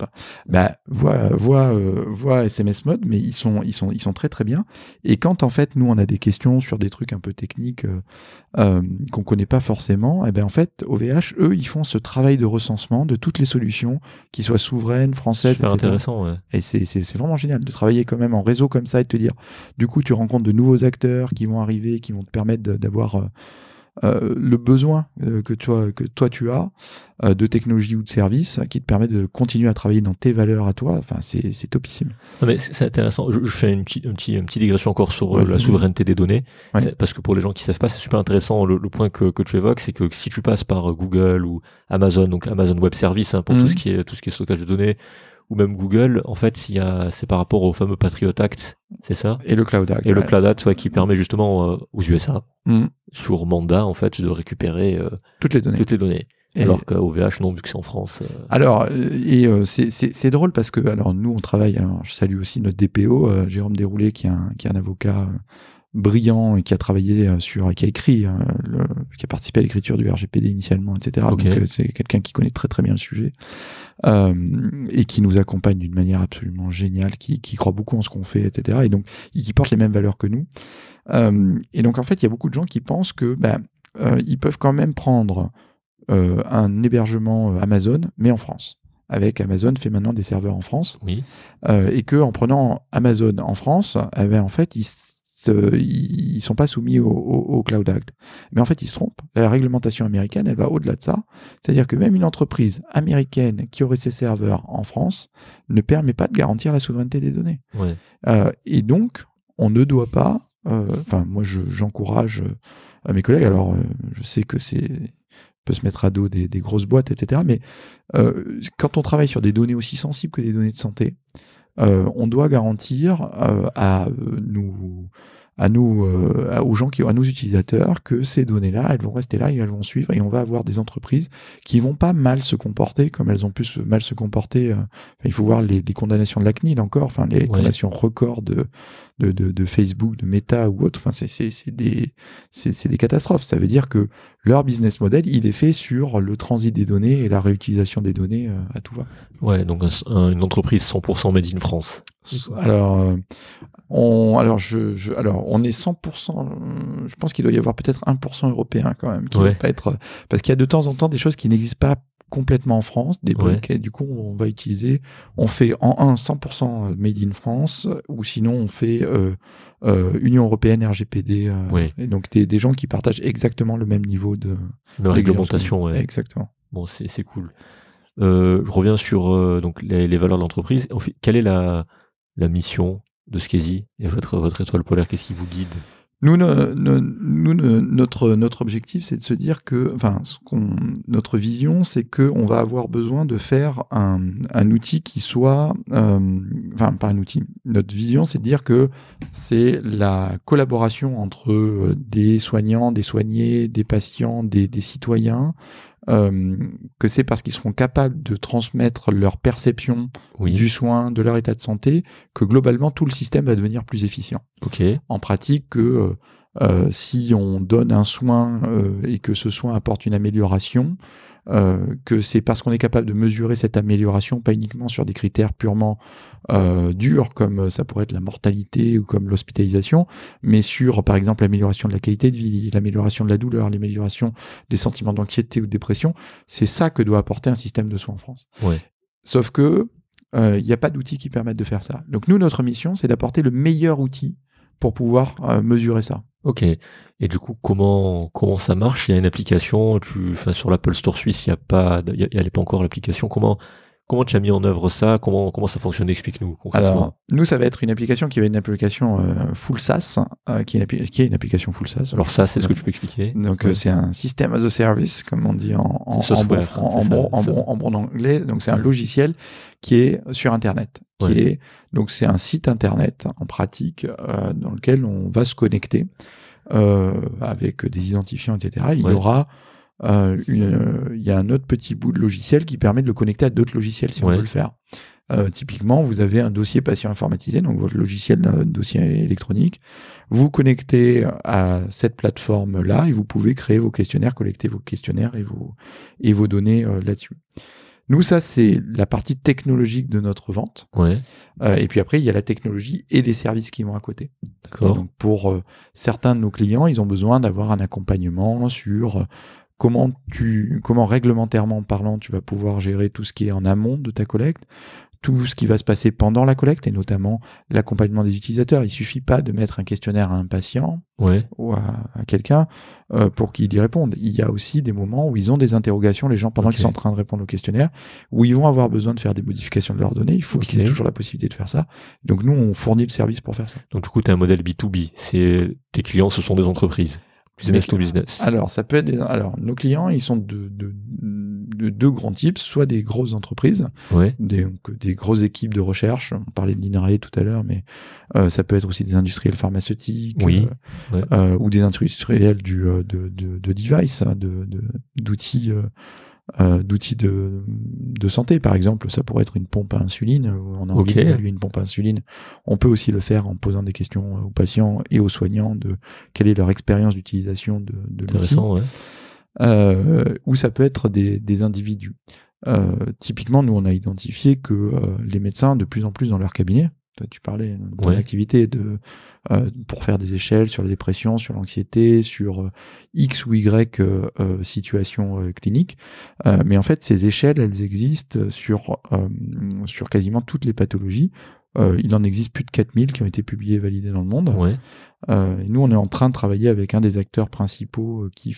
Voix SMS Mode, mais ils sont très très bien. Et quand en fait nous on a des questions sur des trucs un peu techniques qu'on connaît pas forcément, et ben en fait OVH eux ils font ce travail de recensement de toutes les solutions qui soient souveraines, françaises, super etc. Intéressant, ouais. Et c'est vraiment génial de travailler quand même en réseau comme ça et de te dire, du coup tu rencontres de nouveaux acteurs qui vont arriver, qui vont te permettre d'avoir le besoin que toi tu as de technologie ou de service qui te permet de continuer à travailler dans tes valeurs à toi. Enfin, c'est topissime. Non, mais c'est intéressant. Je fais une petite digression encore sur la souveraineté des données, parce que pour les gens qui savent pas, c'est super intéressant. Le point que tu évoques, c'est que si tu passes par Google ou Amazon, donc Amazon Web Service pour tout ce qui est stockage de données, ou même Google, en fait, c'est par rapport au fameux Patriot Act, c'est ça ? Et le Cloud Act. Et le Cloud Act, qui permet justement aux USA, sur mandat, en fait, de récupérer toutes les données. Alors qu'à OVH, non, vu que c'est en France. Alors, c'est drôle parce que, alors, nous, on travaille, alors, je salue aussi notre DPO, Jérôme Desroulés, qui est un avocat brillant et qui a travaillé qui a écrit, qui a participé à l'écriture du RGPD initialement, etc. Okay. Donc c'est quelqu'un qui connaît très très bien le sujet et qui nous accompagne d'une manière absolument géniale, qui croit beaucoup en ce qu'on fait, etc. Et donc qui porte les mêmes valeurs que nous. Et donc en fait, il y a beaucoup de gens qui pensent que ils peuvent quand même prendre un hébergement Amazon, mais en France. Avec Amazon fait maintenant des serveurs en France. Oui. Et que en prenant Amazon en France, en fait, ils sont pas soumis au Cloud Act. Mais en fait, ils se trompent. La réglementation américaine, elle va au-delà de ça. C'est-à-dire que même une entreprise américaine qui aurait ses serveurs en France ne permet pas de garantir la souveraineté des données. Ouais. Et donc, on ne doit pas... moi, j'encourage mes collègues. Alors, je sais que peut se mettre à dos des grosses boîtes, etc. Mais quand on travaille sur des données aussi sensibles que des données de santé, on doit garantir à nos utilisateurs que ces données-là, elles vont rester là et elles vont suivre, et on va avoir des entreprises qui vont pas mal se comporter comme elles ont pu mal se comporter. Il faut voir les condamnations de la CNIL encore, les condamnations records de Facebook, de Meta ou autre. C'est des catastrophes. Ça veut dire que leur business model, il est fait sur le transit des données et la réutilisation des données à tout va. Ouais, donc une entreprise 100% made in France. Alors, on est 100%, je pense qu'il doit y avoir peut-être 1% européen quand même, qui ne va pas être, parce qu'il y a de temps en temps des choses qui n'existent pas complètement en France, des briques, et du coup on fait en 100% made in France, ou sinon on fait Union européenne, RGPD, et donc des gens qui partagent exactement le même niveau de réglementation. Ouais. Exactement. Bon, c'est cool. Je reviens sur donc les valeurs de l'entreprise. Quelle est la mission de Skesi et votre étoile polaire? Qu'est-ce qui vous guide? Nous, notre objectif, c'est de se dire que, notre vision, c'est que on va avoir besoin de faire un outil qui soit, pas un outil. Notre vision, c'est de dire que c'est la collaboration entre des soignants, des soignés, des patients, des citoyens. Que c'est parce qu'ils seront capables de transmettre leur perception du soin, de leur état de santé, que globalement tout le système va devenir plus efficient. En pratique, que si on donne un soin et que ce soin apporte une amélioration, que c'est parce qu'on est capable de mesurer cette amélioration, pas uniquement sur des critères purement durs, comme ça pourrait être la mortalité ou comme l'hospitalisation, mais sur, par exemple, l'amélioration de la qualité de vie, l'amélioration de la douleur, l'amélioration des sentiments d'anxiété ou de dépression. C'est ça que doit apporter un système de soins en France. Sauf que il n'y a pas d'outils qui permettent de faire ça. Donc nous, notre mission, c'est d'apporter le meilleur outil pour pouvoir mesurer ça. Ok. Et du coup, comment ça marche? Il y a une application, sur l'Apple Store suisse, il n'y a pas encore l'application. Comment tu as mis en œuvre ça? Comment ça fonctionne? Explique-nous concrètement. Alors, nous, ça va être une application qui va être une application full SaaS, qui est une application full SaaS. Alors ça, c'est ce que tu peux expliquer. Donc c'est un système as a service, comme on dit en bon anglais. Donc c'est un logiciel qui est sur Internet, donc c'est un site Internet en pratique dans lequel on va se connecter avec des identifiants, etc. Il y aura il y a un autre petit bout de logiciel qui permet de le connecter à d'autres logiciels si on veut le faire. Typiquement, vous avez un dossier patient informatisé, donc votre logiciel d'un dossier électronique. Vous connectez à cette plateforme-là et vous pouvez créer vos questionnaires, collecter vos questionnaires et vos données là-dessus. Nous, ça, c'est la partie technologique de notre vente. Et puis après, il y a la technologie et les services qui vont à côté. D'accord. Et donc, pour certains de nos clients, ils ont besoin d'avoir un accompagnement sur comment réglementairement parlant, tu vas pouvoir gérer tout ce qui est en amont de ta collecte, tout ce qui va se passer pendant la collecte, et notamment l'accompagnement des utilisateurs. Il suffit pas de mettre un questionnaire à un patient ou à quelqu'un pour qu'il y réponde. Il y a aussi des moments où ils ont des interrogations, les gens, pendant qu'ils sont en train de répondre au questionnaire, où ils vont avoir besoin de faire des modifications de leurs données. Il faut qu'ils aient toujours la possibilité de faire ça. Donc nous, on fournit le service pour faire ça. Donc du coup, tu as un modèle B2B. Tes clients, ce sont des entreprises. Business to business. Alors, ça peut être nos clients, ils sont de deux grands types, soit des grosses entreprises, des grosses équipes de recherche. On parlait de l'INRAE tout à l'heure, mais ça peut être aussi des industriels pharmaceutiques, ou des industriels de device, d'outils d'outils de santé. Par exemple, ça pourrait être une pompe à insuline. On a envie d'évaluer une pompe à insuline. On peut aussi le faire en posant des questions aux patients et aux soignants de quelle est leur expérience d'utilisation de l'outil. Ou ça peut être des individus. Typiquement, nous, on a identifié que les médecins, de plus en plus dans leur cabinet, tu parlais de ton activité pour faire des échelles sur la dépression, sur l'anxiété, sur X ou Y situations cliniques. Mais en fait, ces échelles, elles existent sur quasiment toutes les pathologies. Il en existe plus de 4000 qui ont été publiées et validées dans le monde. Nous, on est en train de travailler avec un des acteurs principaux qui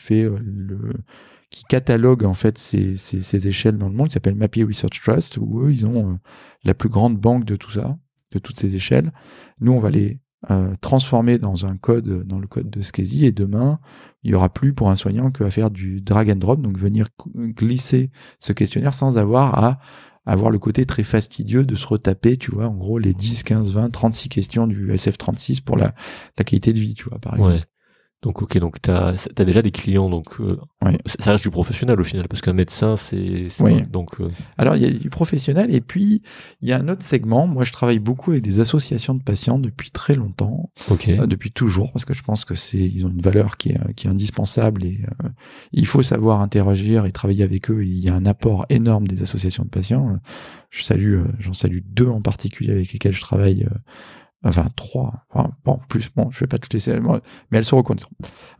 catalogue en fait ces échelles dans le monde, qui s'appelle Mappy Research Trust, où eux, ils ont la plus grande banque de tout ça, de toutes ces échelles. Nous, on va les transformer dans le code de Skeezy, et demain, il y aura plus pour un soignant qu'à faire du drag and drop, donc venir glisser ce questionnaire sans avoir le côté très fastidieux de se retaper, tu vois, en gros, les 10, 15, 20, 36 questions du SF36 pour la qualité de vie, tu vois, par exemple. Donc, donc t'as déjà des clients, donc ça reste du professionnel au final, parce qu'un médecin, Alors, il y a du professionnel, et puis il y a un autre segment. Moi, je travaille beaucoup avec des associations de patients depuis très longtemps, depuis toujours, parce que je pense que ils ont une valeur qui est indispensable, et il faut savoir interagir et travailler avec eux. Il y a un apport énorme des associations de patients. J'en salue 2 en particulier avec lesquelles je travaille. Enfin, 3, je vais pas toutes les mais elles se reconnaîtront.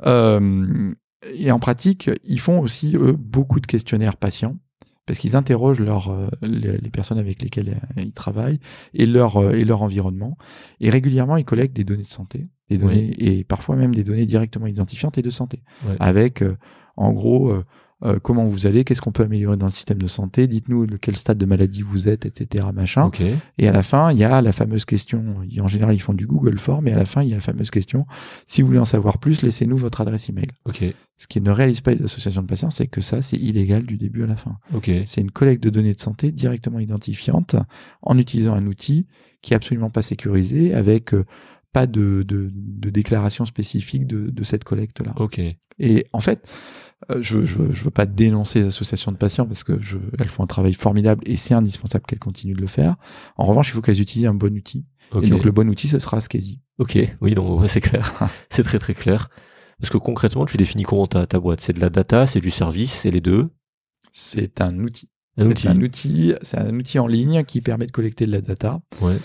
Et en pratique, ils font aussi, eux, beaucoup de questionnaires patients, parce qu'ils interrogent les personnes avec lesquelles ils travaillent et leur environnement. Et régulièrement, ils collectent des données de santé, des données, et parfois même des données directement identifiantes et de santé, avec, en gros, comment vous allez, qu'est-ce qu'on peut améliorer dans le système de santé, dites-nous quel stade de maladie vous êtes, etc. machin. Et à la fin, il y a la fameuse question, en général ils font du Google Form, et à la fin il y a la fameuse question, si vous voulez en savoir plus, laissez-nous votre adresse email. Ce qui ne réalise pas les associations de patients, c'est que ça, c'est illégal du début à la fin. C'est une collecte de données de santé directement identifiante, en utilisant un outil qui est absolument pas sécurisé, avec pas de déclaration spécifique de cette collecte-là. Et en fait, je veux pas dénoncer les associations de patients, parce que elles font un travail formidable et c'est indispensable qu'elles continuent de le faire. En revanche, il faut qu'elles utilisent un bon outil. Et donc le bon outil, ce sera Skeezy. Oui, donc c'est clair. C'est très très clair. Parce que concrètement, tu définis comment ta boîte? C'est de la data, c'est du service, c'est les deux? C'est un outil. C'est un outil en ligne qui permet de collecter de la data,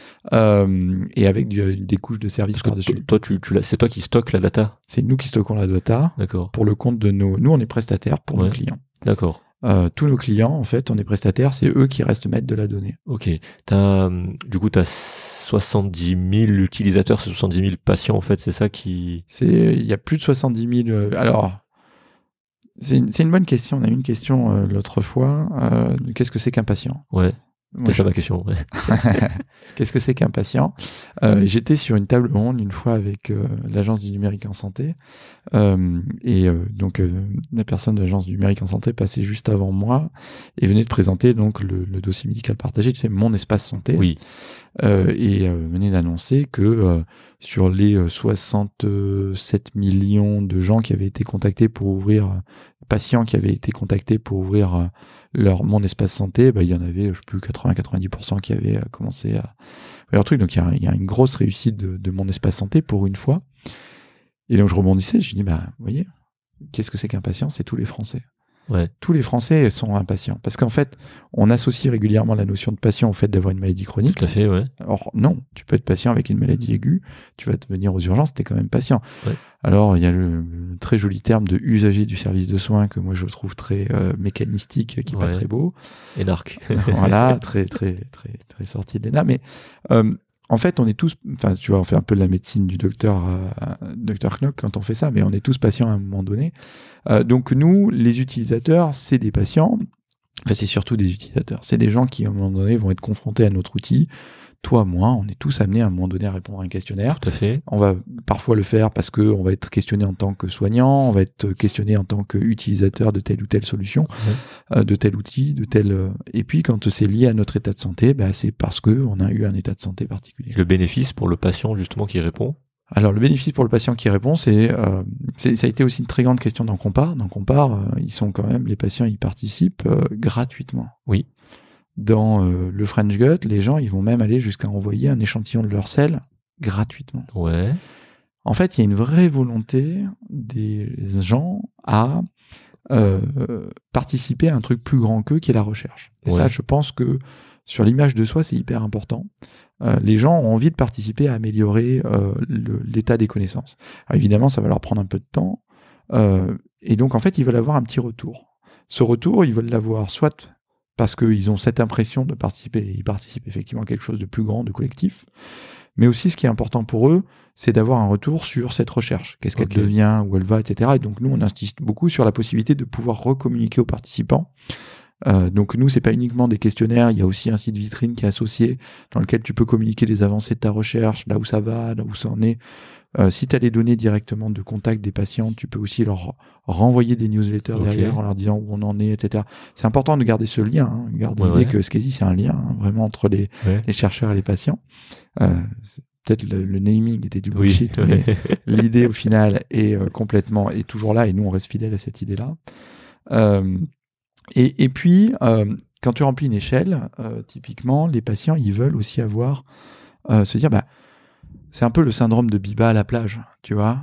et avec des couches de services par-dessus. Toi, c'est toi qui stockes la data? C'est nous qui stockons la data. D'accord. Pour le compte de nous, on est prestataire pour nos clients. D'accord. Tous nos clients, en fait, on est prestataire, c'est eux qui restent maîtres de la donnée. Du coup, t'as 70 000 utilisateurs, c'est 70 000 patients, en fait, c'est ça qui... Il y a plus de 70 000... Alors... C'est une bonne question. On a eu une question l'autre fois. Qu'est-ce que c'est qu'un patient? C'est ça ma question. Qu'est-ce que c'est qu'un patient? J'étais sur une table ronde une fois avec l'agence du numérique en santé, donc la personne de l'agence du numérique en santé passait juste avant moi et venait de présenter donc le dossier médical partagé, tu sais, mon espace santé. Et venait d'annoncer que sur les 67 millions de gens qui avaient été contactés pour ouvrir, patients qui avaient été contactés pour ouvrir mon espace santé, il y en avait, je sais plus, 80-90% qui avaient commencé à faire leur truc. Donc il y a une grosse réussite de mon espace santé pour une fois. Et donc je rebondissais, je me dis, vous voyez, qu'est-ce que c'est qu'un patient? C'est tous les Français. Tous les Français sont impatients. Parce qu'en fait, on associe régulièrement la notion de patient au fait d'avoir une maladie chronique. Tout à fait, Or, non, tu peux être patient avec une maladie aiguë, tu vas te venir aux urgences, t'es quand même patient. Alors, il y a le très joli terme de usager du service de soins que moi je trouve très mécanistique, qui est pas très beau. Énarque. Voilà, très, très, très, très sorti de l'ENA. Mais en fait, on est tous, tu vois, on fait un peu de la médecine du docteur Knock quand on fait ça, mais on est tous patients à un moment donné. Donc nous, les utilisateurs, c'est des patients, c'est surtout des utilisateurs. C'est des gens qui, à un moment donné, vont être confrontés à notre outil. Toi, moi, on est tous amenés à un moment donné à répondre à un questionnaire. Tout à fait. On va parfois le faire parce que on va être questionné en tant que soignant, on va être questionné en tant qu'utilisateur de telle ou telle solution, de tel outil, de tel. Et puis, quand c'est lié à notre état de santé, c'est parce que on a eu un état de santé particulier. Et le bénéfice pour le patient justement qui répond? Alors, le bénéfice pour le patient qui répond, ça a été aussi une très grande question dans Compare. Dans Compare, les patients, ils participent gratuitement. Oui. Dans le French Gut, les gens, ils vont même aller jusqu'à envoyer un échantillon de leur selle gratuitement. Ouais. En fait, il y a une vraie volonté des gens à participer à un truc plus grand qu'eux, qui est la recherche. Et ça, je pense que sur l'image de soi, c'est hyper important. Les gens ont envie de participer à améliorer l'état des connaissances. Alors, évidemment, ça va leur prendre un peu de temps. Et donc, en fait, ils veulent avoir un petit retour. Ce retour, ils veulent l'avoir soit parce qu'ils ont cette impression de participer, et ils participent effectivement à quelque chose de plus grand, de collectif. Mais aussi, ce qui est important pour eux, c'est d'avoir un retour sur cette recherche. Qu'est-ce qu'elle devient, où elle va, etc. Et donc, nous, on insiste beaucoup sur la possibilité de pouvoir recommuniquer aux participants. Donc, nous, c'est pas uniquement des questionnaires. Il y a aussi un site vitrine qui est associé, dans lequel tu peux communiquer les avancées de ta recherche, là où ça va, là où ça en est. Si tu as les données directement de contact des patients, tu peux aussi leur renvoyer des newsletters derrière en leur disant où on en est, etc. C'est important de garder ce lien. Hein. Garde l'idée que Skeezy, c'est un lien vraiment entre les chercheurs et les patients. Peut-être le naming était du bullshit, mais l'idée au final est complètement est toujours là et nous on reste fidèles à cette idée-là. Et puis quand tu remplis une échelle, typiquement les patients ils veulent aussi avoir se dire c'est un peu le syndrome de Biba à la plage, tu vois.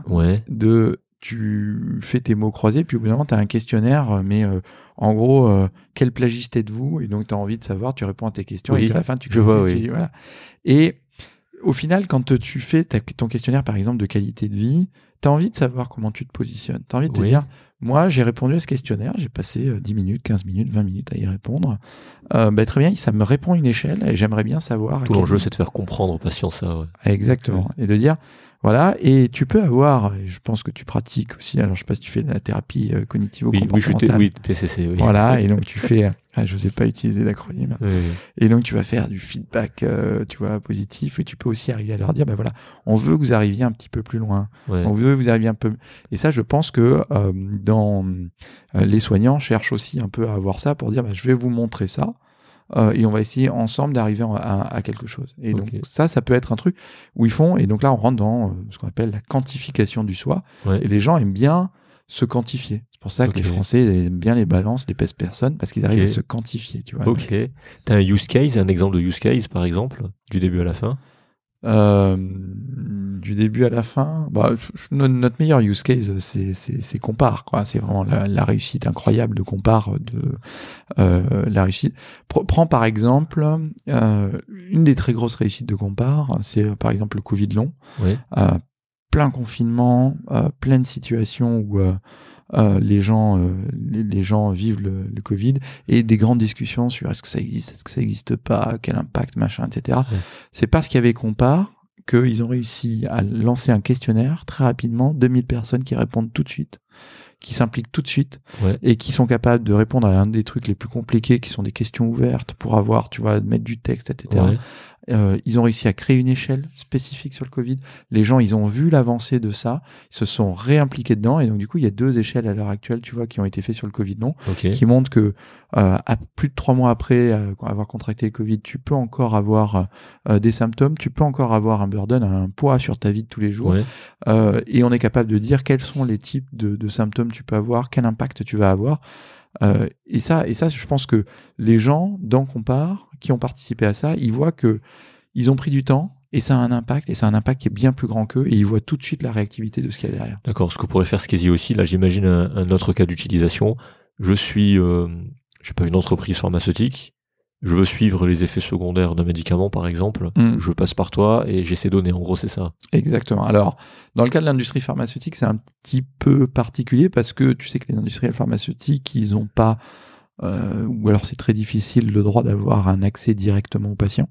Tu fais tes mots croisés, puis au bout d'un moment, tu as un questionnaire, mais en gros, quel plagiste êtes-vous ? Et donc, tu as envie de savoir, tu réponds à tes questions, et puis à la fin, tu voilà. Et au final, quand tu fais ton questionnaire, par exemple, de qualité de vie, tu as envie de savoir comment tu te positionnes. Tu as envie de te dire, moi, j'ai répondu à ce questionnaire, j'ai passé 10 minutes, 15 minutes, 20 minutes à y répondre. Très bien, ça me répond une échelle, et j'aimerais bien savoir... Tout l'enjeu, c'est de faire comprendre aux patients ça. Ouais. Exactement. Et de dire... Voilà, et tu peux avoir, et je pense que tu pratiques aussi, alors je sais pas si tu fais de la thérapie cognitivo-comportementale. Oui, TCC, oui. Voilà, et donc tu fais, je sais pas utiliser l'acronyme, et donc tu vas faire du feedback, tu vois, positif, et tu peux aussi arriver à leur dire, voilà, on veut que vous arriviez un petit peu plus loin, on veut que vous arriviez un peu, et ça, je pense que les soignants cherchent aussi un peu à avoir ça pour dire, je vais vous montrer ça. Et on va essayer ensemble d'arriver à quelque chose. Et donc ça peut être un truc où ils font, et donc là on rentre dans ce qu'on appelle la quantification du soi, et les gens aiment bien se quantifier. C'est pour ça que les Français aiment bien les balances, les pèse personnes, parce qu'ils arrivent à se quantifier, tu vois. T'as un use case, un exemple de use case par exemple, du début à la fin? Du début à la fin, notre meilleur use case, c'est Compare, quoi. C'est vraiment la réussite incroyable de Compare, la réussite. Prends par exemple une des très grosses réussites de Compare, c'est par exemple le Covid long, plein confinement, plein de situations où les gens vivent le Covid, et des grandes discussions sur est-ce que ça existe pas, quel impact, machin, etc. C'est parce qu'il y avait Compare qu'ils ont réussi à lancer un questionnaire très rapidement, 2000 personnes qui répondent tout de suite, qui s'impliquent tout de suite, et qui sont capables de répondre à un des trucs les plus compliqués, qui sont des questions ouvertes pour avoir, tu vois, mettre du texte, etc. Ils ont réussi à créer une échelle spécifique sur le Covid. Les gens, ils ont vu l'avancée de ça, ils se sont réimpliqués dedans, et donc du coup, il y a 2 échelles à l'heure actuelle, tu vois, qui ont été faites sur le Covid long, qui montrent que à plus de 3 mois après avoir contracté le Covid, tu peux encore avoir des symptômes, tu peux encore avoir un burden, un poids sur ta vie de tous les jours, et on est capable de dire quels sont les types de symptômes tu peux avoir, quel impact tu vas avoir. Et ça, je pense que les gens dans Compare qui ont participé à ça, ils voient que ils ont pris du temps, et ça a un impact, et c'est un impact qui est bien plus grand qu'eux, et ils voient tout de suite la réactivité de ce qu'il y a derrière. D'accord, ce que pourrait faire Skeezy aussi, là j'imagine un autre cas d'utilisation. Je suis, je sais pas, une entreprise pharmaceutique, je veux suivre les effets secondaires d'un médicament par exemple, je passe par toi et j'ai ces données, en gros c'est ça. Exactement. Alors, dans le cas de l'industrie pharmaceutique, c'est un petit peu particulier, parce que tu sais que les industriels pharmaceutiques, ils ont pas, ou alors c'est très difficile, le droit d'avoir un accès directement aux patients.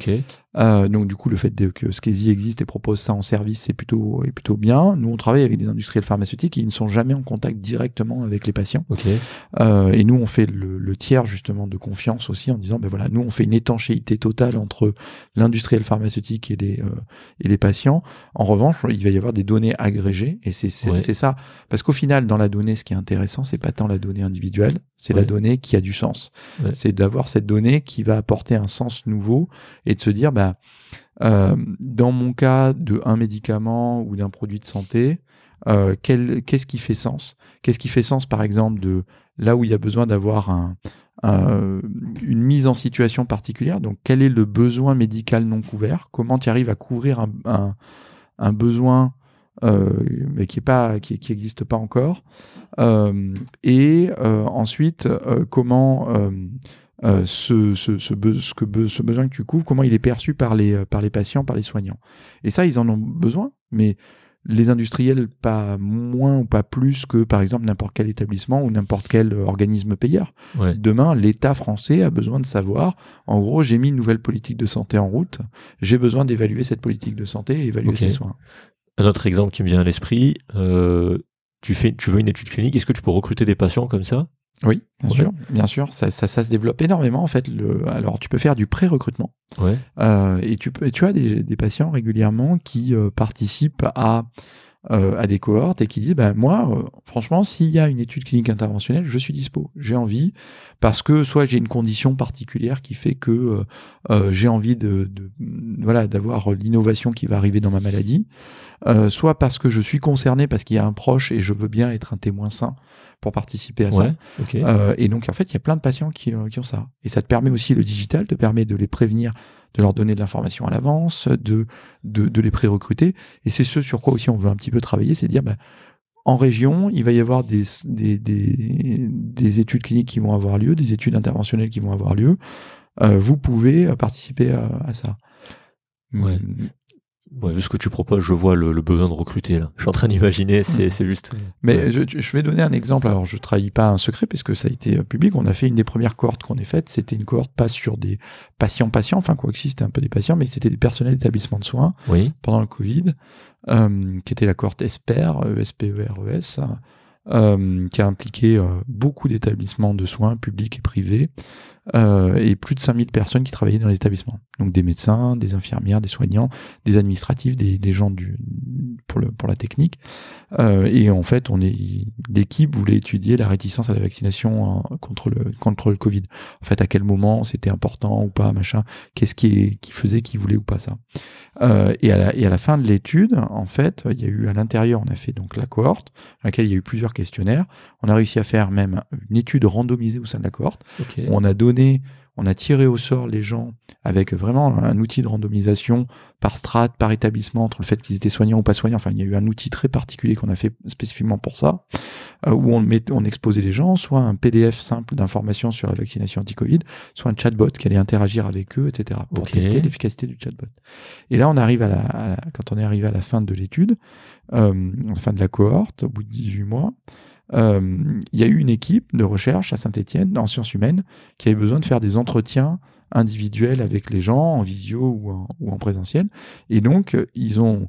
Donc du coup, le fait que Skeezy existe et propose ça en service, c'est plutôt bien. Nous, on travaille avec des industriels pharmaceutiques qui ne sont jamais en contact directement avec les patients. Et nous, on fait le tiers justement de confiance aussi, en disant, voilà, nous, on fait une étanchéité totale entre l'industriel pharmaceutique et les patients. En revanche, il va y avoir des données agrégées, et c'est ça. Parce qu'au final, dans la donnée, ce qui est intéressant, c'est pas tant la donnée individuelle, c'est la donnée qui a du sens. C'est d'avoir cette donnée qui va apporter un sens nouveau, et de se dire, dans mon cas d'un médicament ou d'un produit de santé, qu'est-ce qui fait sens? Qu'est-ce qui fait sens, par exemple, de là où il y a besoin d'avoir une mise en situation particulière? Donc, quel est le besoin médical non couvert? Comment tu arrives à couvrir un besoin mais qui existe pas encore? Ensuite, comment ce besoin que tu couvres, comment il est perçu par les patients, par les soignants. Et ça, ils en ont besoin, mais les industriels, pas moins ou pas plus que, par exemple, n'importe quel établissement ou n'importe quel organisme payeur. Ouais. Demain, l'État français a besoin de savoir, en gros, j'ai mis une nouvelle politique de santé en route, j'ai besoin d'évaluer cette politique de santé et évaluer ses soins. Un autre exemple qui me vient à l'esprit, tu veux une étude clinique, est-ce que tu peux recruter des patients comme ça? Oui, bien sûr, ça se développe énormément en fait. Alors tu peux faire du pré-recrutement, et tu as des patients régulièrement qui participent à des cohortes et qui disent moi, franchement, s'il y a une étude clinique interventionnelle, je suis dispo, j'ai envie, parce que soit j'ai une condition particulière qui fait que j'ai envie d'avoir l'innovation qui va arriver dans ma maladie, soit parce que je suis concerné parce qu'il y a un proche et je veux bien être un témoin sain pour participer à ça. Et donc en fait il y a plein de patients qui ont ça, et ça te permet aussi, le digital te permet de les prévenir, de leur donner de l'information à l'avance, de les pré-recruter. Et c'est ce sur quoi aussi on veut un petit peu travailler, c'est dire en région, il va y avoir des études cliniques qui vont avoir lieu, des études interventionnelles qui vont avoir lieu. Vous pouvez participer à ça. Ouais, vu ce que tu proposes, je vois le besoin de recruter là. Je suis en train d'imaginer, c'est juste. Mais je vais donner un exemple. Alors, je trahis pas un secret puisque ça a été public. On a fait une des premières cohortes qu'on ait faites. C'était une cohorte pas sur des patients, enfin quoi que si, c'était un peu des patients, mais c'était des personnels d'établissement de soins pendant le Covid, qui était la cohorte ESPER, ESPERES, qui a impliqué beaucoup d'établissements de soins publics et privés. Et plus de 5000 personnes qui travaillaient dans les établissements. Donc des médecins, des infirmières, des soignants, des administratifs, des gens pour la technique. Et en fait, l'équipe voulait étudier la réticence à la vaccination contre le Covid. En fait, à quel moment c'était important ou pas, machin. Qu'est-ce qui faisait qu'ils voulaient ou pas ça. Et à la fin de l'étude, en fait, il y a eu à l'intérieur, on a fait donc la cohorte, dans laquelle il y a eu plusieurs questionnaires. On a réussi à faire même une étude randomisée au sein de la cohorte. Où on a tiré au sort les gens avec vraiment un outil de randomisation par strate, par établissement, entre le fait qu'ils étaient soignants ou pas soignants. Enfin, il y a eu un outil très particulier qu'on a fait spécifiquement pour ça, où on exposait les gens, soit un PDF simple d'informations sur la vaccination anti-Covid, soit un chatbot qui allait interagir avec eux, etc., pour tester l'efficacité du chatbot. Et là, on arrive quand on est arrivé à la fin de l'étude, à la fin de la cohorte, au bout de 18 mois, il y a eu une équipe de recherche à Saint-Étienne, en sciences humaines, qui avait besoin de faire des entretiens individuels avec les gens, en visio ou en présentiel. Et donc, ils sont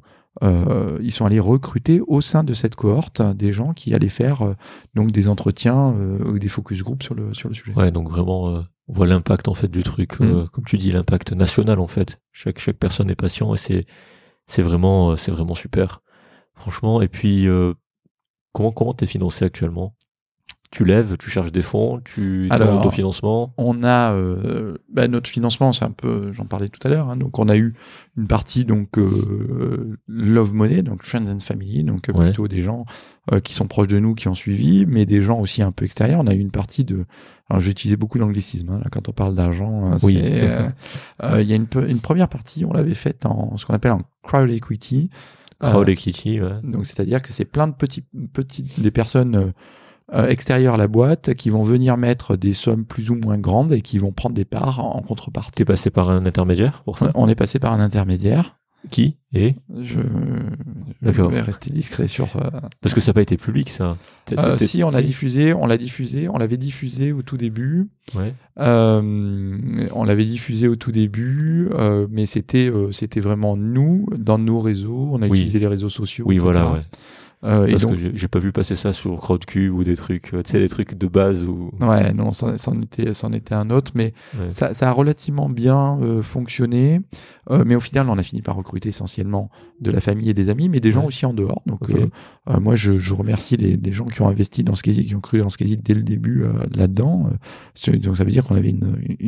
allés recruter au sein de cette cohorte des gens qui allaient faire donc des entretiens ou des focus group sur le sujet. Ouais, donc vraiment, on voit l'impact en fait du truc, comme tu dis, l'impact national en fait. Chaque personne est patient et c'est vraiment super, franchement. Et puis comment t'es financé actuellement? Tu lèves, tu cherches des fonds, tu as un autofinancement? On a notre financement, c'est un peu, j'en parlais tout à l'heure, donc on a eu une partie donc Love Money, donc Friends and Family, donc plutôt des gens qui sont proches de nous, qui ont suivi, mais des gens aussi un peu extérieurs. On a eu une partie alors j'ai utilisé beaucoup d'anglicisme là, quand on parle d'argent. Il y a une première partie, on l'avait faite en ce qu'on appelle en crowd equity. Crowd equity, ouais. Donc c'est-à-dire que c'est plein de des personnes extérieures à la boîte qui vont venir mettre des sommes plus ou moins grandes et qui vont prendre des parts en contrepartie. T'es passé par un intermédiaire pour ça? On est passé par un intermédiaire. Qui et je vais rester discret sur. Parce que ça n'a pas été public, ça. Si, on l'a diffusé au tout début. Ouais. On l'avait diffusé au tout début, mais c'était vraiment nous, dans nos réseaux. On a utilisé les réseaux sociaux. Oui, etc. voilà. Ouais. Parce que j'ai pas vu passer ça sur Crowdcube ou des trucs, tu sais, des trucs de base ou. Ouais, non, c'en était un autre, mais ça a relativement bien fonctionné. Mais au final, on a fini par recruter essentiellement de la famille et des amis, mais des gens aussi en dehors. Donc, moi, je remercie les gens qui ont investi dans Skeezy, qui ont cru dans Skeezy dès le début là-dedans. Donc, ça veut dire qu'on avait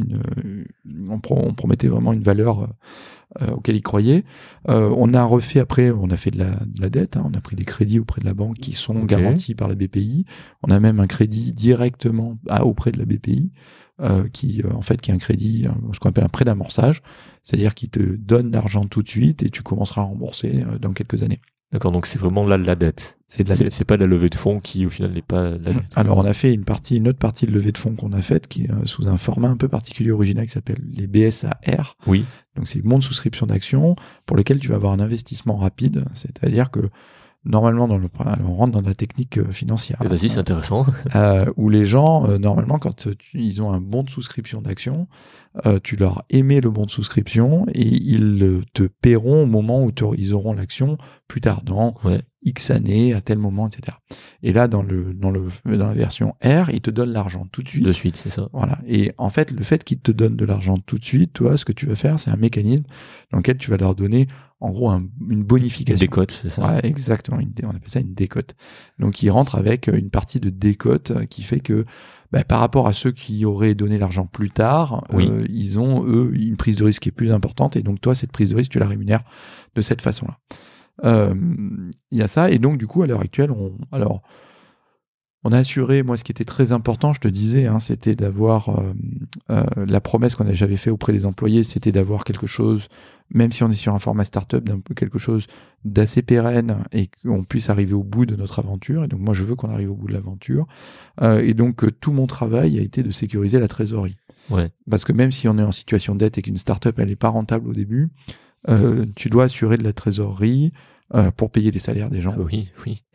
on promettait vraiment une valeur auquel ils croyaient. On a refait après, on a fait de la dette, hein, on a pris des crédits auprès de la banque qui sont garantis par la BPI. On a même un crédit directement auprès de la BPI qui est un crédit, ce qu'on appelle un prêt d'amorçage, c'est-à-dire qu'il te donne l'argent tout de suite et tu commenceras à rembourser dans quelques années. D'accord, donc c'est vraiment là de la dette. C'est pas de la levée de fonds qui au final n'est pas de la dette. Alors on a fait une autre partie de levée de fonds qu'on a faite qui est sous un format un peu particulier original qui s'appelle les BSAR. Oui. Donc c'est le bon de souscription d'actions pour lequel tu vas avoir un investissement rapide, c'est-à-dire que normalement on rentre dans la technique financière. Vas-y, c'est intéressant. Où les gens normalement quand ils ont un bon de souscription d'actions, tu leur émets le bon de souscription et ils te paieront au moment où ils auront l'action plus tard, dans X années, à tel moment, etc. Et là, dans la version R, ils te donnent l'argent tout de suite. De suite, c'est ça. Voilà. Et en fait, le fait qu'ils te donnent de l'argent tout de suite, toi, ce que tu vas faire, c'est un mécanisme dans lequel tu vas leur donner, en gros, une bonification. Une décote, c'est ça. Voilà, exactement. On appelle ça une décote. Donc, ils rentrent avec une partie de décote qui fait que, par rapport à ceux qui auraient donné l'argent plus tard, ils ont, eux, une prise de risque qui est plus importante. Et donc, toi, cette prise de risque, tu la rémunères de cette façon-là. Il y a ça. Et donc, du coup, à l'heure actuelle, on a assuré, moi, ce qui était très important, je te disais, hein, c'était d'avoir la promesse j'avais fait auprès des employés, c'était d'avoir quelque chose, même si on est sur un format startup, quelque chose d'assez pérenne et qu'on puisse arriver au bout de notre aventure. Et donc, moi, je veux qu'on arrive au bout de l'aventure. Et donc, tout mon travail a été de sécuriser la trésorerie. Ouais. Parce que même si on est en situation de dette et qu'une startup, elle n'est pas rentable au début, tu dois assurer de la trésorerie pour payer les salaires des gens. Oui.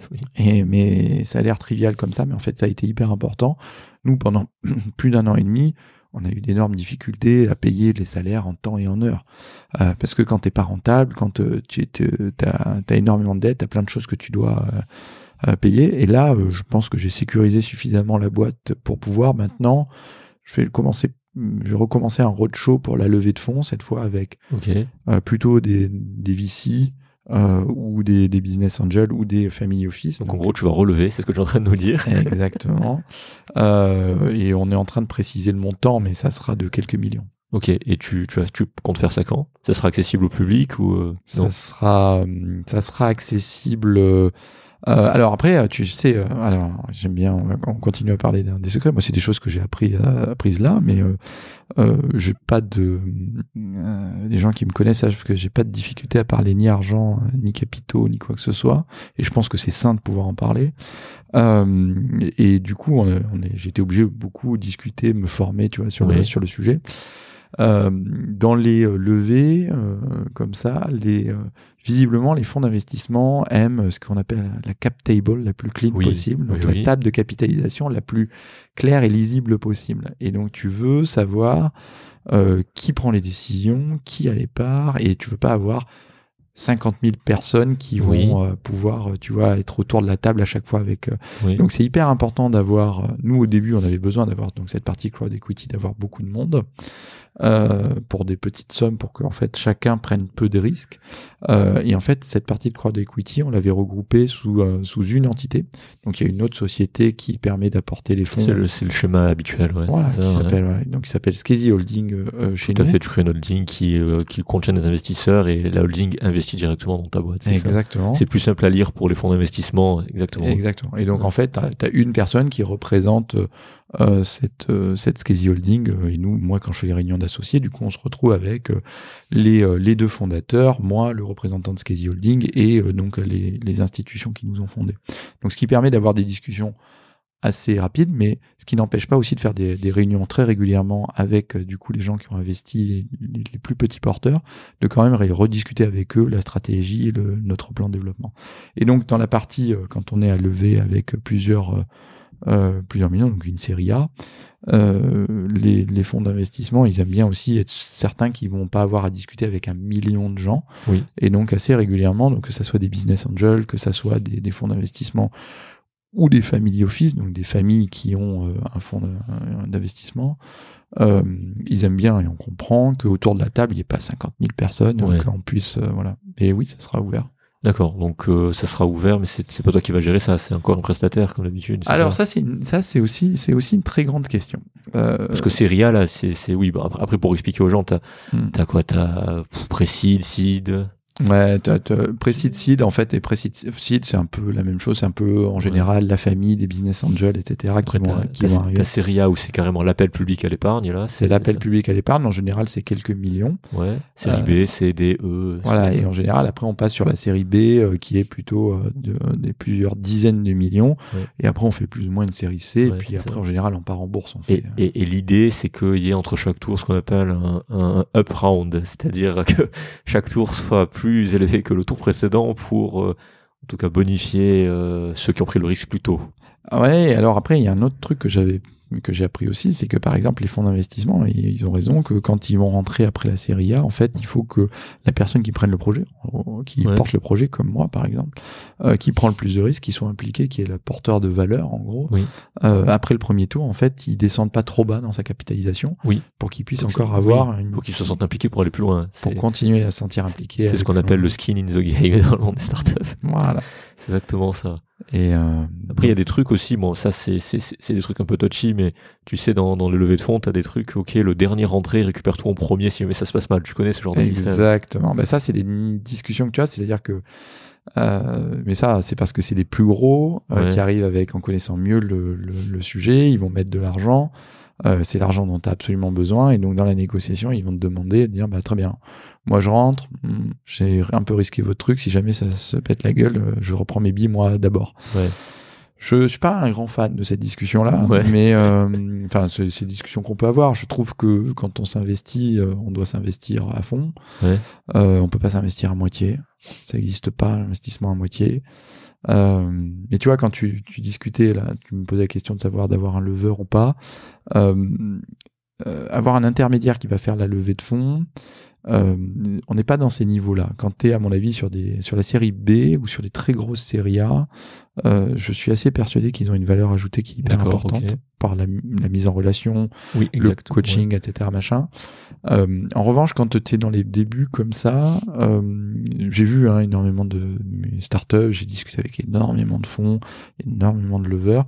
Mais ça a l'air trivial comme ça, mais en fait, ça a été hyper important. Nous, pendant plus d'1 an et demi, on a eu d'énormes difficultés à payer les salaires en temps et en heure. Parce que quand t'es pas rentable, quand t'as énormément de dettes, t'as plein de choses que tu dois payer. Et là, je pense que j'ai sécurisé suffisamment la boîte pour pouvoir maintenant, je vais recommencer un roadshow pour la levée de fonds, cette fois avec plutôt des VC, ou des business angels ou des family office. Donc en gros, tu vas relever, c'est ce que tu es en train de nous dire. Exactement. Et on est en train de préciser le montant, mais ça sera de quelques millions. Ok, et tu comptes faire ça quand ? Ça sera accessible au public ou ça sera accessible. Alors après, tu sais, alors j'aime bien, on continue à parler des secrets. Moi, c'est des choses que j'ai apprises là, mais j'ai pas les gens qui me connaissent savent que j'ai pas de difficulté à parler ni argent, ni capitaux, ni quoi que ce soit. Et je pense que c'est sain de pouvoir en parler. Et du coup, j'étais obligé de beaucoup discuter, me former, tu vois, sur le sujet. Dans les levées comme ça, visiblement les fonds d'investissement aiment ce qu'on appelle la cap table la plus clean possible, donc la table de capitalisation la plus claire et lisible possible. Et donc tu veux savoir qui prend les décisions, qui a les parts, et tu veux pas avoir 50 000 personnes qui vont pouvoir, tu vois, être autour de la table à chaque fois avec. Donc c'est hyper important d'avoir. Nous au début, on avait besoin d'avoir donc cette partie crowd equity, d'avoir beaucoup de monde pour des petites sommes, pour qu'en fait chacun prenne peu de risques. Et en fait, cette partie de crowd equity, on l'avait regroupée sous une entité. Donc il y a une autre société qui permet d'apporter les fonds. C'est le schéma habituel, Voilà, qui s'appelle Skeezy Holding chez nous. Tout à fait, tu crées une holding qui contient des investisseurs et la holding investit directement dans ta boîte. Exactement. C'est plus simple à lire pour les fonds d'investissement. Exactement. Et donc en fait, t'as une personne qui représente cette Skeezy Holding, et moi quand je fais les réunions d'associés, du coup on se retrouve avec les deux fondateurs, moi le représentant de Skeezy Holding et donc les institutions qui nous ont fondés. Donc ce qui permet d'avoir des discussions assez rapides, mais ce qui n'empêche pas aussi de faire des réunions très régulièrement avec du coup les gens qui ont investi, les plus petits porteurs, de quand même rediscuter avec eux la stratégie, notre plan de développement. Et donc dans la partie quand on est à lever avec plusieurs plusieurs millions, donc une série A. Les fonds d'investissement, ils aiment bien aussi être certains qu'ils vont pas avoir à discuter avec 1 million de gens, Oui. et donc assez régulièrement, donc que ça soit des business angels, que ça soit des fonds d'investissement ou des family office, donc des familles qui ont un fonds d'investissement. Ils aiment bien, et on comprend qu'autour de la table il n'y ait pas 50 000 personnes, Ouais. qu'on puisse voilà. Et oui, ça sera ouvert. D'accord, donc ça sera ouvert, mais c'est pas toi qui vas gérer ça, c'est encore un prestataire comme d'habitude. Alors ça c'est aussi une très grande question. Parce que Seria là, c'est oui. Bah, après pour expliquer aux gens, t'as quoi, t'as Pre-Seed, Seed. Ouais, Pre-Seed, Seed, en fait, et Pre-Seed, Seed, c'est un peu la même chose, c'est un peu, en général, la famille des business angels, etc., qui vont arriver. T'as Seria où c'est carrément l'appel public à l'épargne, là. C'est l'appel public à l'épargne, en général, c'est quelques millions. Ouais, série B, C, D, E. Voilà, et en général, après, on passe sur la série B, qui est plutôt des plusieurs dizaines de millions, ouais. Et après, on fait plus ou moins une série C, ouais, et puis après, en général, on part en bourse. Et l'idée, c'est qu'il y ait entre chaque tour ce qu'on appelle un up round, c'est-à-dire que chaque tour soit plus élevé que le tour précédent pour, en tout cas, bonifier ceux qui ont pris le risque plus tôt. Ouais, alors après, il y a un autre truc que j'ai appris aussi, c'est que par exemple, les fonds d'investissement, ils ont raison que quand ils vont rentrer après la série A, en fait, il faut que la personne qui prenne le projet, qui porte le projet, comme moi par exemple, qui prend le plus de risques, qui soit impliqué, qui est le porteur de valeur, en gros. Oui. Après le premier tour, en fait, ils descendent pas trop bas dans sa capitalisation, oui. pour qu'ils puissent encore avoir pour qu'ils se sentent impliqués pour aller plus loin. Pour continuer à se sentir impliqués. C'est ce qu'on appelle le skin in the game dans le monde des startups. Voilà. C'est exactement ça. Et après, il y a des trucs aussi, bon, ça c'est des trucs un peu touchy, mais tu sais, dans le levée de fonds, t'as des trucs, ok, le dernier rentré récupère tout en premier si jamais ça se passe mal. Tu connais ce genre de système. Exactement. Ben ça, c'est des discussions que tu as, c'est-à-dire que mais ça, c'est parce que c'est des plus gros qui arrivent en connaissant mieux le sujet, ils vont mettre de l'argent. C'est l'argent dont tu as absolument besoin, et donc dans la négociation ils vont te demander de dire bah très bien, moi je rentre, j'ai un peu risqué votre truc, si jamais ça se pète la gueule, je reprends mes billes moi d'abord. Je suis pas un grand fan de cette discussion-là, mais enfin c'est des discussions qu'on peut avoir. Je trouve que quand on s'investit, on doit s'investir à fond. On peut pas s'investir à moitié, ça n'existe pas l'investissement à moitié. Mais tu vois, quand tu discutais là, tu me posais la question de savoir d'avoir un leveur ou pas, avoir un intermédiaire qui va faire la levée de fonds, on n'est pas dans ces niveaux-là. Quand tu es, à mon avis, sur la série B ou sur les très grosses séries A, je suis assez persuadé qu'ils ont une valeur ajoutée qui est hyper importante par la mise en relation, le coaching, etc. machin. En revanche, quand tu es dans les débuts comme ça, j'ai vu énormément de mes startups, j'ai discuté avec énormément de fonds, énormément de leveurs.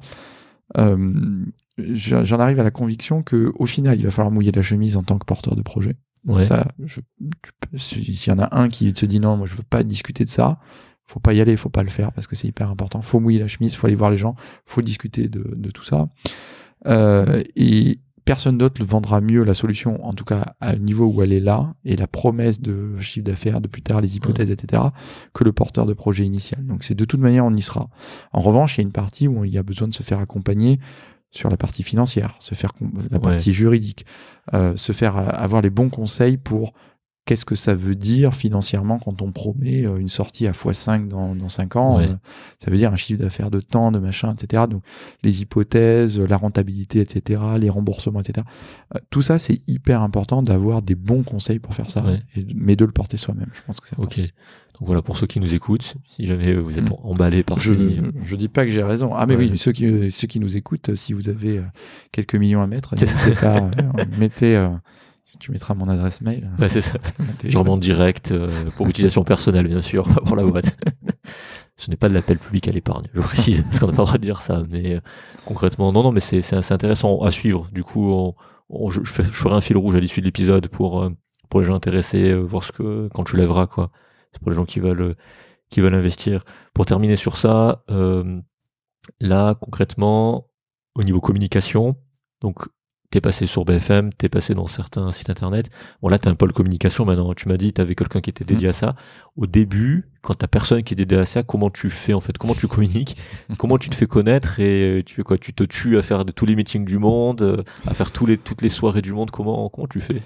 J'en arrive à la conviction que au final, il va falloir mouiller la chemise en tant que porteur de projet. Ça, s'il y en a un qui se dit non, moi je veux pas discuter de ça, faut pas y aller, faut pas le faire parce que c'est hyper important. Faut mouiller la chemise, faut aller voir les gens, faut discuter de tout ça. Et personne d'autre le vendra mieux la solution, en tout cas à le niveau où elle est là, et la promesse de chiffre d'affaires, de plus tard les hypothèses, etc., que le porteur de projet initial. Donc c'est de toute manière, on y sera. En revanche, il y a une partie où il y a besoin de se faire accompagner sur la partie financière, la partie juridique, se faire avoir les bons conseils pour qu'est-ce que ça veut dire financièrement quand on promet une sortie à x5 dans 5 ans. Ça veut dire un chiffre d'affaires de temps, de machin, etc. Donc les hypothèses, la rentabilité, etc., les remboursements, etc. Tout ça, c'est hyper important d'avoir des bons conseils pour faire ça, mais de le porter soi-même. Je pense que c'est important. Donc voilà, pour ceux qui nous écoutent, si jamais vous êtes emballés par je dis pas que j'ai raison. Ah mais oui, ceux qui nous écoutent, si vous avez quelques millions à mettre, n'hésitez pas, mettez... Tu mettras mon adresse mail. C'est ça. Virement direct, pour utilisation personnelle, bien sûr, pour la boîte. Ce n'est pas de l'appel public à l'épargne, je précise, parce qu'on n'a pas le droit de dire ça. Mais concrètement, non, mais c'est intéressant à suivre. Du coup, je ferai un fil rouge à l'issue de l'épisode pour les gens intéressés, voir quand tu lèveras, quoi. C'est pour les gens qui veulent investir. Pour terminer sur ça, là, concrètement, au niveau communication, donc, t'es passé sur BFM, t'es passé dans certains sites internet. Bon, là, t'as un pôle communication maintenant. Tu m'as dit, t'avais quelqu'un qui était dédié à ça. Au début, quand t'as personne qui est dédié à ça, comment tu fais, en fait? Comment tu communiques? Comment tu te fais connaître? Et tu fais quoi? Tu te tues à faire tous les meetings du monde, à faire toutes les soirées du monde? Comment tu fais?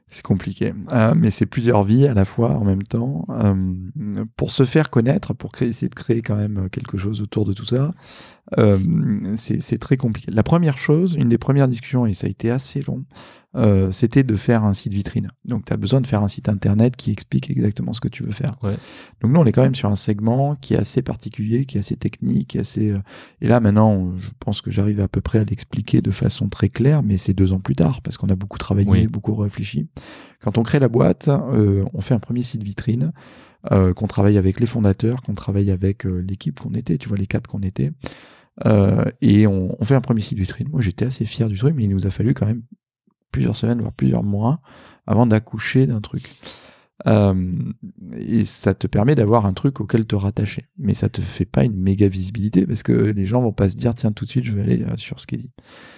C'est compliqué, mais c'est plusieurs vies à la fois en même temps. Pour se faire connaître, pour essayer de créer quand même quelque chose autour de tout ça, c'est très compliqué. La première chose, une des premières discussions, et ça a été assez long, c'était de faire un site vitrine. Donc tu as besoin de faire un site internet qui explique exactement ce que tu veux faire. Ouais. Donc nous on est quand même sur un segment qui est assez particulier, qui est assez technique, qui est assez... Et là maintenant, je pense que j'arrive à peu près à l'expliquer de façon très claire, mais c'est 2 ans plus tard, parce qu'on a beaucoup travaillé, beaucoup réfléchi. Quand on crée la boîte, on fait un premier site vitrine, qu'on travaille avec les fondateurs, qu'on travaille avec l'équipe qu'on était, tu vois, les 4 qu'on était. Et on fait un premier site vitrine. Moi j'étais assez fier du truc, mais il nous a fallu quand même plusieurs semaines, voire plusieurs mois, avant d'accoucher d'un truc. Et ça te permet d'avoir un truc auquel te rattacher. Mais ça te fait pas une méga visibilité, parce que les gens vont pas se dire, tiens, tout de suite, je vais aller sur Skeezy.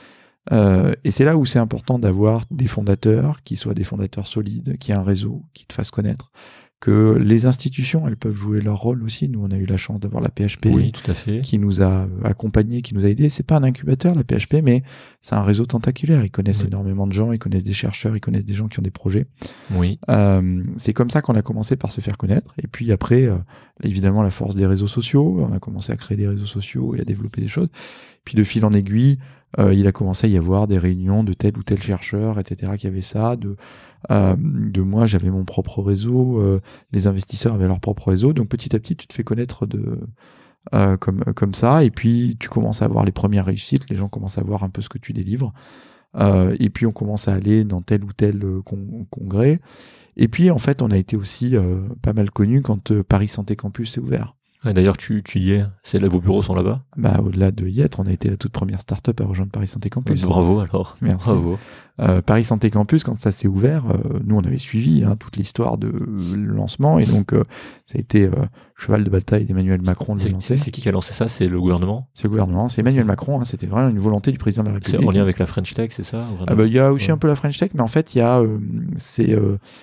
Et c'est là où c'est important d'avoir des fondateurs, qui soient des fondateurs solides, qui aient un réseau, qui te fassent connaître. Que les institutions, elles peuvent jouer leur rôle aussi. Nous, on a eu la chance d'avoir la PHP, tout à fait, qui nous a accompagnés, qui nous a aidés. C'est pas un incubateur, la PHP, mais c'est un réseau tentaculaire. Ils connaissent énormément de gens, ils connaissent des chercheurs, ils connaissent des gens qui ont des projets. Oui. C'est comme ça qu'on a commencé par se faire connaître. Et puis après, évidemment, la force des réseaux sociaux. On a commencé à créer des réseaux sociaux et à développer des choses. Puis de fil en aiguille, il a commencé à y avoir des réunions de tel ou tel chercheur, etc., qui avait ça. De moi, j'avais mon propre réseau, les investisseurs avaient leur propre réseau, donc petit à petit, tu te fais connaître comme ça, et puis tu commences à avoir les premières réussites, les gens commencent à voir un peu ce que tu délivres, et puis on commence à aller dans tel ou tel congrès, et puis en fait, on a été aussi pas mal connus quand Paris Santé Campus est ouvert. Ouais, d'ailleurs, tu y es. C'est là, vos bureaux sont là-bas. Bah, au-delà de y être, on a été la toute première start-up à rejoindre Paris Santé Campus. Bravo alors. Merci. Bravo. Paris Santé Campus, quand ça s'est ouvert, nous on avait suivi toute l'histoire de lancement, et donc ça a été cheval de bataille d'Emmanuel Macron de le lancer. C'est qui a lancé ça? C'est le gouvernement? C'est le gouvernement, c'est Emmanuel Macron, c'était vraiment une volonté du président de la République. C'est en lien avec la French Tech, c'est ça? Il y a aussi un peu la French Tech, mais en fait il y a c'est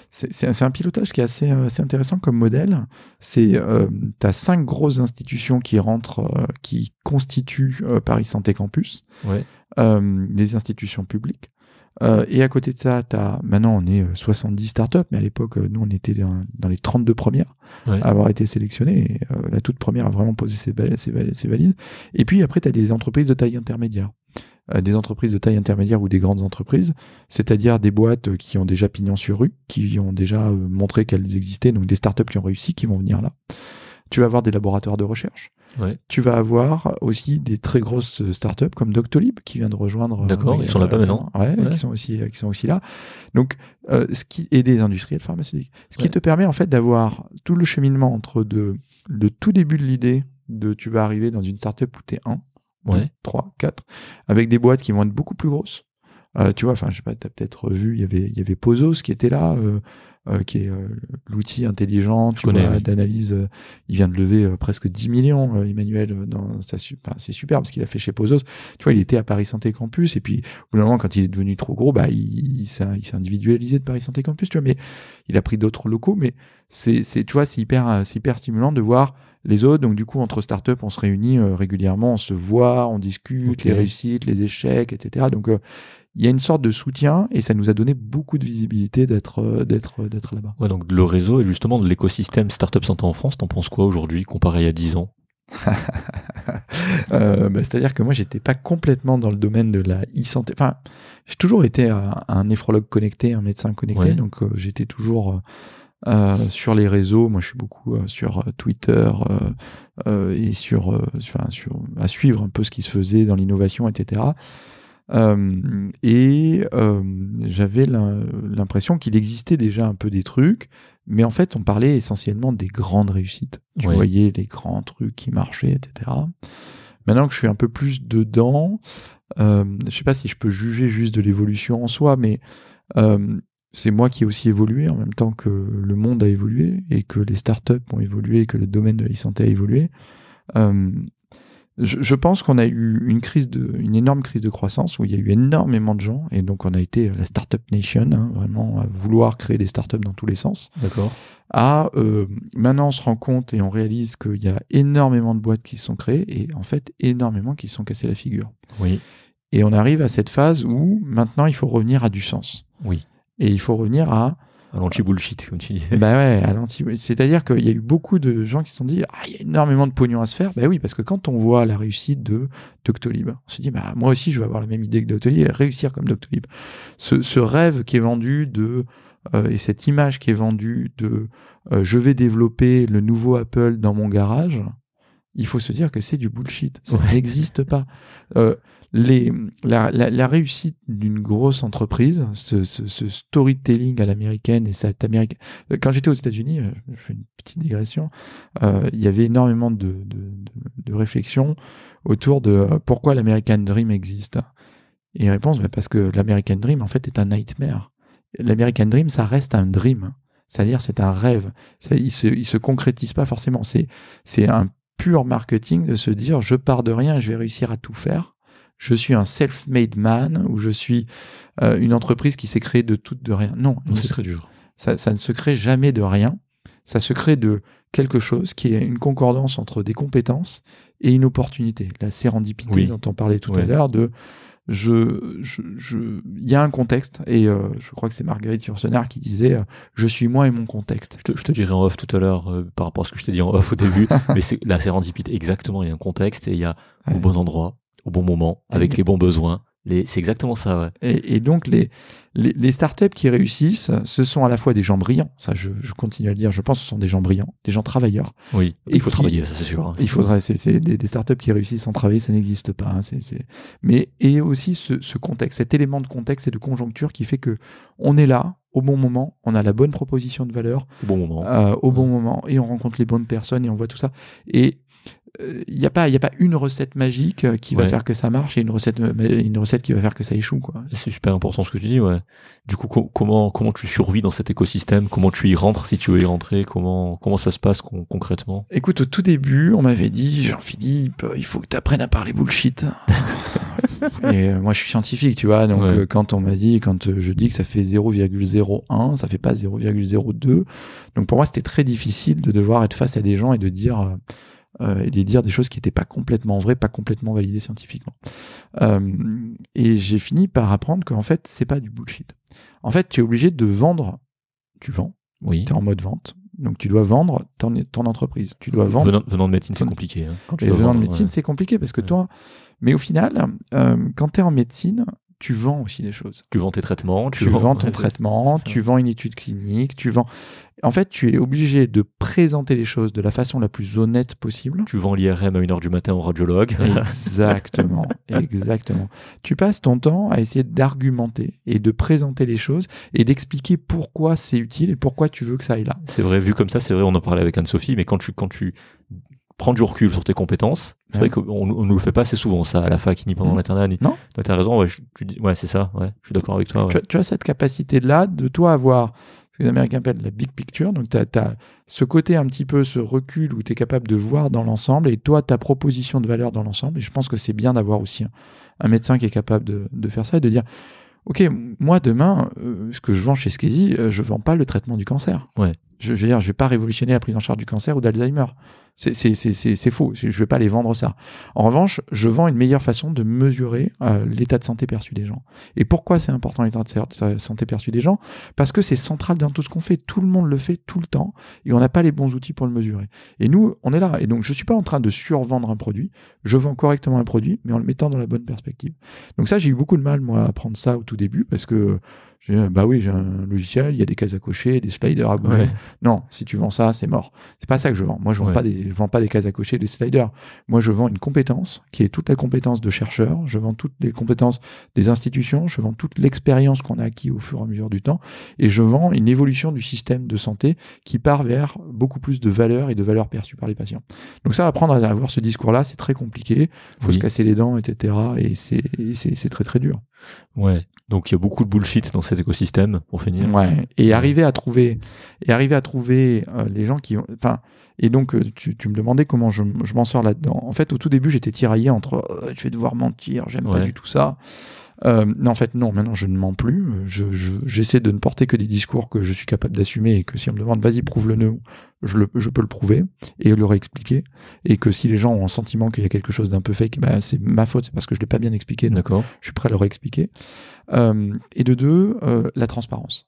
un pilotage qui est assez intéressant comme modèle. T'as 5 grosses institutions qui rentrent, qui constituent Paris Santé Campus, des institutions publiques. Et à côté de ça, maintenant on est 70 startups, mais à l'époque, nous on était dans les 32 premières à avoir été sélectionnées. Et, la toute première a vraiment posé ses valises. Et puis après, tu as des entreprises de taille intermédiaire. Des entreprises de taille intermédiaire ou des grandes entreprises, c'est-à-dire des boîtes qui ont déjà pignon sur rue, qui ont déjà montré qu'elles existaient, donc des startups qui ont réussi, qui vont venir là. Tu vas avoir des laboratoires de recherche. Tu vas avoir aussi des très grosses startups comme Doctolib qui vient de rejoindre. D'accord, ils sont là-bas maintenant. Qui sont aussi là. Donc, et des industriels pharmaceutiques. Ce qui te permet en fait d'avoir tout le cheminement entre le tout début de l'idée tu vas arriver dans une startup où t'es 1, 2, 3, 4, avec des boîtes qui vont être beaucoup plus grosses. Tu vois, enfin, je sais pas, t'as peut-être vu, il y avait Pozos qui était là, qui est l'outil intelligent, d'analyse. Il vient de lever presque 10 millions, Emmanuel, c'est super parce qu'il a fait chez Pozos. Tu vois, il était à Paris Santé Campus, et puis, au bout d'un moment, quand il est devenu trop gros, il s'est individualisé de Paris Santé Campus, tu vois, mais il a pris d'autres locaux, mais tu vois, c'est hyper stimulant de voir les autres. Donc, du coup, entre startups, on se réunit régulièrement, on se voit, on discute les réussites, les échecs, etc. Donc, il y a une sorte de soutien, et ça nous a donné beaucoup de visibilité d'être là-bas. Ouais, donc le réseau et justement de l'écosystème Startup Santé en France, t'en penses quoi aujourd'hui comparé à 10 ans? C'est-à-dire que moi, j'étais pas complètement dans le domaine de la e-santé. Enfin, j'ai toujours été un néphrologue connecté, un médecin connecté, donc j'étais toujours sur les réseaux. Moi, je suis beaucoup sur Twitter et à suivre un peu ce qui se faisait dans l'innovation, etc. J'avais l'impression qu'il existait déjà un peu des trucs, mais en fait on parlait essentiellement des grandes réussites. Tu voyais les grands trucs qui marchaient, etc. Maintenant que je suis un peu plus dedans, je sais pas si je peux juger juste de l'évolution en soi, mais c'est moi qui ai aussi évolué en même temps que le monde a évolué, et que les startups ont évolué, et que le domaine de la santé a évolué. Je pense qu'on a eu une énorme crise de croissance où il y a eu énormément de gens, et donc on a été la Startup Nation, vraiment à vouloir créer des startups dans tous les sens. D'accord. Maintenant on se rend compte et on réalise qu'il y a énormément de boîtes qui se sont créées, et en fait énormément qui se sont cassées la figure. Oui. Et on arrive à cette phase où maintenant il faut revenir à du sens. Oui. Et il faut revenir à l'anti-bullshit, comme tu disais. Bah ouais, c'est-à-dire qu'il y a eu beaucoup de gens qui se sont dit il y a énormément de pognon à se faire. Bah oui, parce que quand on voit la réussite de Doctolib, on se dit moi aussi je vais avoir la même idée que Doctolib et réussir comme Doctolib. Ce rêve qui est vendu et cette image qui est vendue de je vais développer le nouveau Apple dans mon garage, il faut se dire que c'est du bullshit. Ça n'existe pas. La réussite d'une grosse entreprise, ce storytelling à l'américaine et cette américaine. Quand j'étais aux États-Unis, je fais une petite digression, il y avait énormément de réflexions autour de pourquoi l'American Dream existe. Et réponse, parce que l'American Dream en fait est un nightmare. L'American Dream, ça reste un dream, c'est-à-dire c'est un rêve. Il se concrétise pas forcément. C'est un pur marketing de se dire je pars de rien et je vais réussir à tout faire. Je suis un self-made man ou je suis une entreprise qui s'est créée de tout, de rien. Non, c'est très dur. Ça ne se crée jamais de rien. Ça se crée de quelque chose qui est une concordance entre des compétences et une opportunité. La sérendipité dont on parlait tout à l'heure de il y a un contexte et je crois que c'est Marguerite Yourcenar qui disait je suis moi et mon contexte. Je te dirai en off tout à l'heure par rapport à ce que je t'ai dit en off au début, mais c'est la sérendipité exactement. Il y a un contexte et il y a au bon endroit, au bon moment, avec les bons besoins. C'est exactement ça, ouais. Et donc, les startups qui réussissent, ce sont à la fois des gens brillants, ça je continue à le dire, je pense que ce sont des gens brillants, des gens travailleurs. Oui, il faut travailler, ça c'est sûr. Hein, c'est des startups qui réussissent sans travailler, ça n'existe pas. Hein, Mais et aussi ce contexte, cet élément de contexte et de conjoncture qui fait que on est là, au bon moment, on a la bonne proposition de valeur, au bon moment, et on rencontre les bonnes personnes et on voit tout ça. Et il n'y a pas une recette magique qui va faire que ça marche et une recette qui va faire que ça échoue, quoi. C'est super important ce que tu dis, ouais. Du coup, comment tu survis dans cet écosystème? Comment tu y rentres si tu veux y rentrer? Comment ça se passe concrètement? Écoute, au tout début, on m'avait dit Jean-Philippe, il faut que tu apprennes à parler bullshit. Et moi, je suis scientifique, tu vois. Donc, quand je dis que ça fait 0,01, ça fait pas 0,02. Donc, pour moi, c'était très difficile de devoir être face à des gens et de dire des choses qui n'étaient pas complètement vraies, pas complètement validées scientifiquement. Et j'ai fini par apprendre qu'en fait, c'est pas du bullshit. En fait, tu es obligé de vendre. Tu vends. Oui. Tu es en mode vente. Donc, tu dois vendre ton entreprise. Tu dois vendre. Venant de médecine, c'est compliqué. Hein, venant de médecine, c'est compliqué parce que toi. Mais au final, quand tu es en médecine, tu vends aussi des choses. Tu vends tes traitements. Tu vends ton traitement, tu vends une étude clinique, tu vends... En fait, tu es obligé de présenter les choses de la façon la plus honnête possible. Tu vends l'IRM à 1h du matin au radiologue. Exactement, exactement. Tu passes ton temps à essayer d'argumenter et de présenter les choses et d'expliquer pourquoi c'est utile et pourquoi tu veux que ça aille là. C'est vrai, vu comme ça, c'est vrai, on en parlait avec Anne-Sophie, mais quand tu prends du recul sur tes compétences, c'est vrai qu'on ne le fait pas assez souvent, ça, à la fac, ni pendant l'internat. Non. Toi, t'as raison, c'est ça, je suis d'accord avec toi. Ouais. Tu as cette capacité-là de toi avoir ce que les Américains appellent la big picture, donc tu as ce côté un petit peu, ce recul où tu es capable de voir dans l'ensemble et toi, ta proposition de valeur dans l'ensemble. Et je pense que c'est bien d'avoir aussi un médecin qui est capable de faire ça et de dire ok, moi demain, ce que je vends chez Skesi, je vends pas le traitement du cancer. Ouais. Je veux dire, je vais pas révolutionner la prise en charge du cancer ou d'Alzheimer. C'est faux. Je vais pas les vendre ça. En revanche, je vends une meilleure façon de mesurer l'état de santé perçu des gens. Et pourquoi c'est important l'état de santé perçu des gens? Parce que c'est central dans tout ce qu'on fait. Tout le monde le fait tout le temps et on n'a pas les bons outils pour le mesurer. Et nous, on est là. Et donc, je suis pas en train de survendre un produit. Je vends correctement un produit, mais en le mettant dans la bonne perspective. Donc ça, j'ai eu beaucoup de mal, moi, à apprendre ça au tout début parce que j'ai un logiciel, il y a des cases à cocher, des sliders à bouger. Ouais. Non, si tu vends ça, c'est mort. C'est pas ça que je vends. Moi, je vends pas des cases à cocher, des sliders. Moi, je vends une compétence qui est toute la compétence de chercheur. Je vends toutes les compétences des institutions. Je vends toute l'expérience qu'on a acquis au fur et à mesure du temps. Et je vends une évolution du système de santé qui part vers beaucoup plus de valeur et de valeur perçue par les patients. Donc ça, apprendre à avoir ce discours-là, c'est très compliqué. Il faut se casser les dents, etc. Et c'est très, très dur. Ouais. Donc il y a beaucoup de bullshit dans cet écosystème, pour finir. Ouais. Et arriver à trouver les gens qui ont... Enfin, et donc tu me demandais comment je m'en sors là-dedans. En fait, au tout début, j'étais tiraillé entre je vais devoir mentir, j'aime pas du tout ça. Non, en fait, non, maintenant je ne mens plus. J'essaie de ne porter que des discours que je suis capable d'assumer et que si on me demande vas-y prouve-le-nous, je peux le prouver et le réexpliquer. Et que si les gens ont un sentiment qu'il y a quelque chose d'un peu fake, bah, c'est ma faute, c'est parce que je l'ai pas bien expliqué. D'accord. Je suis prêt à le réexpliquer. Et de deux, la transparence.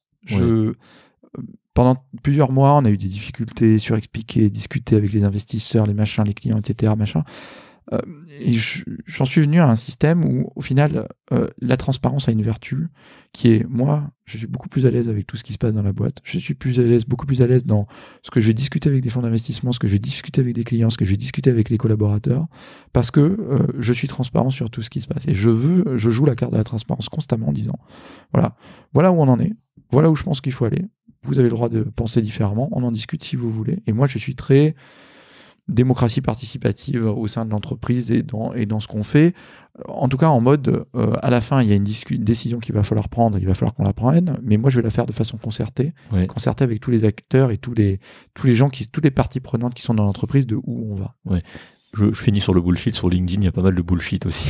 Pendant plusieurs mois, on a eu des difficultés sur expliquer, discuter avec les investisseurs, les machins, les clients, etc. Machin. Et j'en suis venu à un système où, au final, la transparence a une vertu qui est, moi, je suis beaucoup plus à l'aise avec tout ce qui se passe dans la boîte. Je suis beaucoup plus à l'aise dans ce que je vais discuter avec des fonds d'investissement, ce que je vais discuter avec des clients, ce que je vais discuter avec les collaborateurs, parce que je suis transparent sur tout ce qui se passe. Et je joue la carte de la transparence constamment en disant, voilà où on en est, voilà où je pense qu'il faut aller. Vous avez le droit de penser différemment, on en discute si vous voulez. Et moi, je suis très démocratie participative au sein de l'entreprise et dans ce qu'on fait. En tout cas, en mode, à la fin, il y a une décision qu'il va falloir prendre, il va falloir qu'on la prenne, mais moi, je vais la faire de façon concertée, concertée avec tous les acteurs et tous les gens toutes les parties prenantes qui sont dans l'entreprise de où on va. Ouais. Je finis sur le bullshit. Sur LinkedIn, il y a pas mal de bullshit aussi.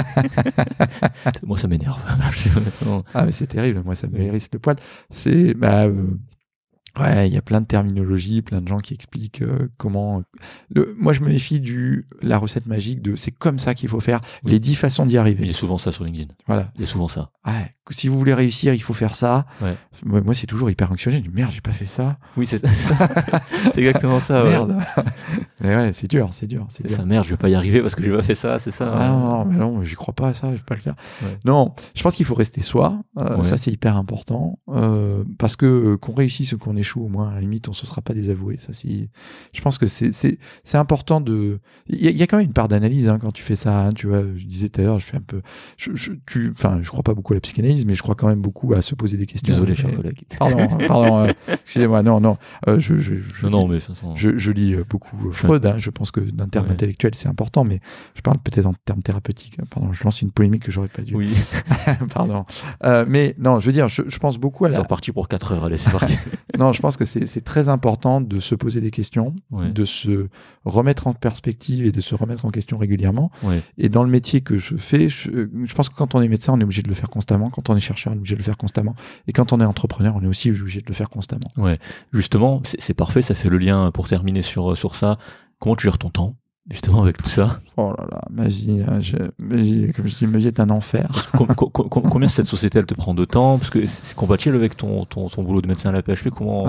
Moi, ça m'énerve. Ah, mais c'est terrible. Moi, ça me hérisse le poil. C'est, ouais, il y a plein de terminologies, plein de gens qui expliquent comment. Moi, je me méfie la recette magique de c'est comme ça qu'il faut faire, les 10 façons d'y arriver. Il y a souvent ça sur LinkedIn. Voilà. Il y a souvent ça. Ouais. Si vous voulez réussir, il faut faire ça. Ouais. Moi, c'est toujours hyper anxiogène. Je dis merde, j'ai pas fait ça. Oui, c'est exactement ça. Merde. Mais ouais, c'est dur. C'est dur. Ça, merde, je vais pas y arriver parce que j'ai pas fait ça, c'est ça. Ah non, mais non, j'y crois pas à ça, je vais pas le faire. Ouais. Non, je pense qu'il faut rester soi. Ça, c'est hyper important. Parce que qu'on réussisse ou qu'on échoue, au moins, à la limite, on se sera pas désavoué. Ça, je pense que c'est important de. Il y a quand même une part d'analyse quand tu fais ça. Tu vois, je disais tout à l'heure, je fais un peu. Je crois pas beaucoup à la psychanalyse, mais je crois quand même beaucoup à se poser des questions. Désolé, cher collègue. Pardon. Excusez-moi. Non. Non, mais je lis beaucoup Freud. Je pense que d'un terme intellectuel, c'est important, mais je parle peut-être en termes thérapeutiques. Pardon, je lance une polémique que j'aurais pas dû. Oui. Pardon. Mais non, je veux dire, je pense beaucoup à C'est reparti pour 4 heures. Allez, c'est parti. Non, je pense que c'est très important de se poser des questions, de se remettre en perspective et de se remettre en question régulièrement. Ouais. Et dans le métier que je fais, je pense que quand on est médecin, on est obligé de le faire constamment. Quand on est chercheur, on est obligé de le faire constamment. Et quand on est entrepreneur, on est aussi obligé de le faire constamment. Ouais. Justement, c'est parfait. Ça fait le lien pour terminer sur ça. Comment tu gères ton temps, justement, avec tout ça? Oh là là, ma vie, comme je dis, ma vie est un enfer. Combien cette société, elle te prend de temps? Parce que c'est compatible avec ton boulot de médecin à la PHP. Comment?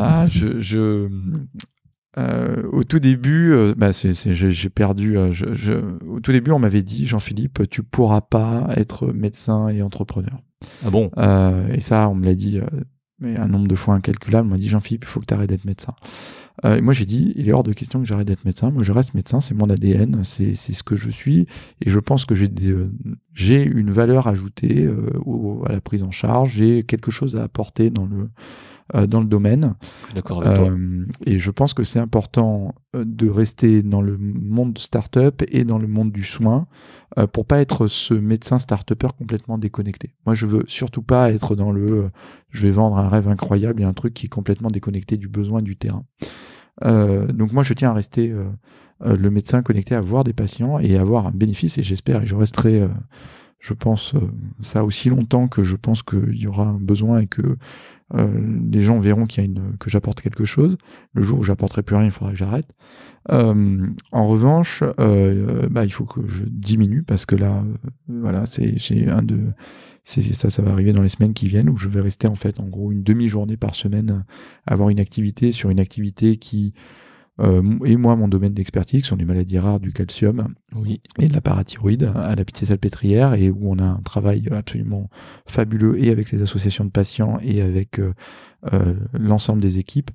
Au tout début, j'ai perdu. Au tout début, on m'avait dit, Jean-Philippe, tu pourras pas être médecin et entrepreneur. Ah bon? Et ça, on me l'a dit un nombre de fois incalculable. On m'a dit, Jean-Philippe, il faut que tu arrêtes d'être médecin. Et moi, j'ai dit, il est hors de question que j'arrête d'être médecin. Moi, je reste médecin, c'est mon ADN, c'est ce que je suis. Et je pense que j'ai une valeur ajoutée à la prise en charge. J'ai quelque chose à apporter dans le domaine. D'accord avec toi. Et je pense que c'est important de rester dans le monde start-up et dans le monde du soin pour pas être ce médecin start-upper complètement déconnecté. Moi, je veux surtout pas être dans je vais vendre un rêve incroyable et un truc qui est complètement déconnecté du besoin du terrain. Donc moi, je tiens à rester le médecin connecté, à voir des patients et à avoir un bénéfice, et j'espère, et je resterai je pense ça aussi longtemps que je pense qu'il y aura un besoin et que les gens verront que j'apporte quelque chose. Le jour où j'apporterai plus rien, il faudra que j'arrête. En revanche, il faut que je diminue parce que là, ça va arriver dans les semaines qui viennent où je vais rester en fait en gros une demi-journée par semaine à avoir une activité sur une activité qui et moi, mon domaine d'expertise sont les maladies rares du calcium et de la parathyroïde à la Pitié-Salpêtrière, et où on a un travail absolument fabuleux et avec les associations de patients et avec l'ensemble des équipes.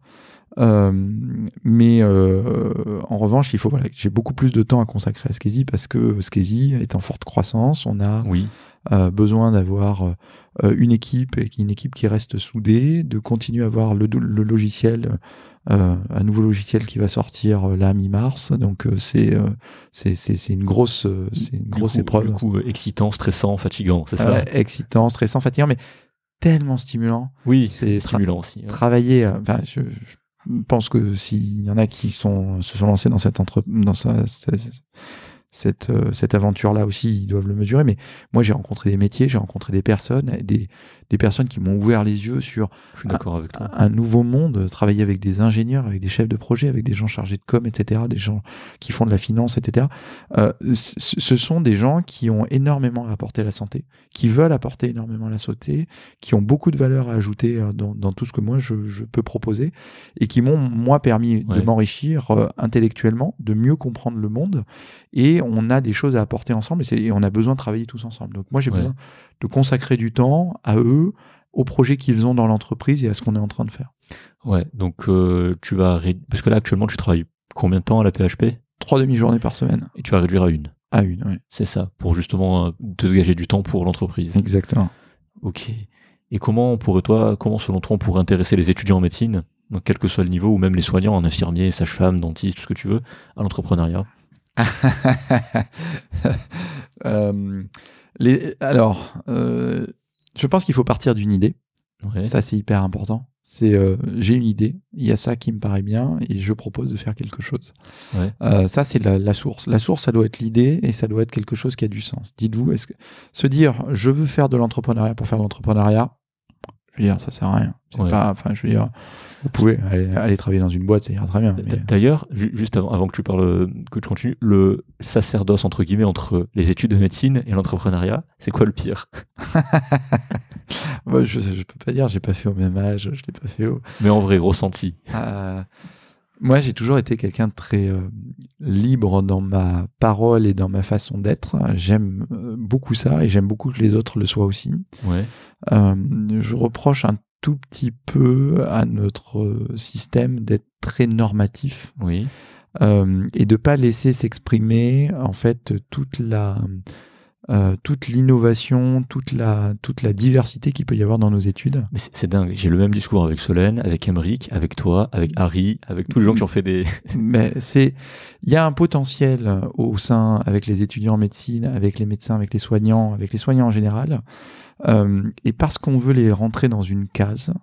Mais en revanche, j'ai beaucoup plus de temps à consacrer à Skeezy parce que Skeezy est en forte croissance. On a besoin d'avoir une équipe qui reste soudée, de continuer à avoir le logiciel. Un nouveau logiciel qui va sortir là mi-mars, donc c'est une grosse épreuve. Du coup, excitant, stressant, fatigant, c'est ça? Excitant, stressant, fatigant, mais tellement stimulant. Oui, c'est stimulant aussi. Travailler. Je pense que s'il y en a qui se sont lancés dans cette aventure-là aussi, ils doivent le mesurer. Mais moi, j'ai rencontré des métiers, j'ai rencontré des personnes, des personnes qui m'ont ouvert les yeux sur Je suis d'accord avec toi. un nouveau monde, travailler avec des ingénieurs, avec des chefs de projet, avec des gens chargés de com, etc., des gens qui font de la finance, etc. Ce sont des gens qui ont énormément à apporter à la santé, qui veulent apporter énormément à la santé, qui ont beaucoup de valeur à ajouter dans tout ce que moi je peux proposer, et qui m'ont, moi, permis de m'enrichir intellectuellement, de mieux comprendre le monde, et on a des choses à apporter ensemble, et on a besoin de travailler tous ensemble. Donc moi, j'ai besoin de consacrer du temps à eux, aux projets qu'ils ont dans l'entreprise et à ce qu'on est en train de faire. Ouais, donc parce que là, actuellement, tu travailles combien de temps à la PHP ? 3 demi-journées par semaine. Et tu vas réduire à une. À une, oui. C'est ça, pour justement te dégager du temps pour l'entreprise. Exactement. Ok. Et comment selon toi, on pourrait intéresser les étudiants en médecine, donc quel que soit le niveau, ou même les soignants, en infirmiers, sages-femmes, dentistes, tout ce que tu veux, à l'entrepreneuriat ? Je pense qu'il faut partir d'une idée. Ouais. Ça, c'est hyper important. J'ai une idée, il y a ça qui me paraît bien et je propose de faire quelque chose. Ouais. Ça, c'est la source. La source, ça doit être l'idée et ça doit être quelque chose qui a du sens. Dites-vous, se dire, je veux faire de l'entrepreneuriat pour faire de l'entrepreneuriat, je veux dire, ça sert à rien. C'est pas, je veux dire, vous pouvez aller travailler dans une boîte, ça ira très bien. Mais... D'ailleurs, juste avant que tu continues, le sacerdoce, entre guillemets, entre les études de médecine et l'entrepreneuriat, c'est quoi le pire ? Moi, je peux pas dire, j'ai pas fait au même âge, je l'ai pas fait au... Mais en vrai, ressenti. Moi, j'ai toujours été quelqu'un de très libre dans ma parole et dans ma façon d'être. J'aime beaucoup ça et j'aime beaucoup que les autres le soient aussi. Ouais. Je reproche un tout petit peu à notre système d'être très normatif. Oui. Et de pas laisser s'exprimer en fait toute l'innovation, toute la diversité qu'il peut y avoir dans nos études. Mais c'est dingue. J'ai le même discours avec Solène, avec Emeric, avec toi, avec Harry, avec tous les gens qui ont fait des... Mais il y a un potentiel au sein, avec les étudiants en médecine, avec les médecins, avec les soignants en général. Et parce qu'on veut les rentrer dans une case,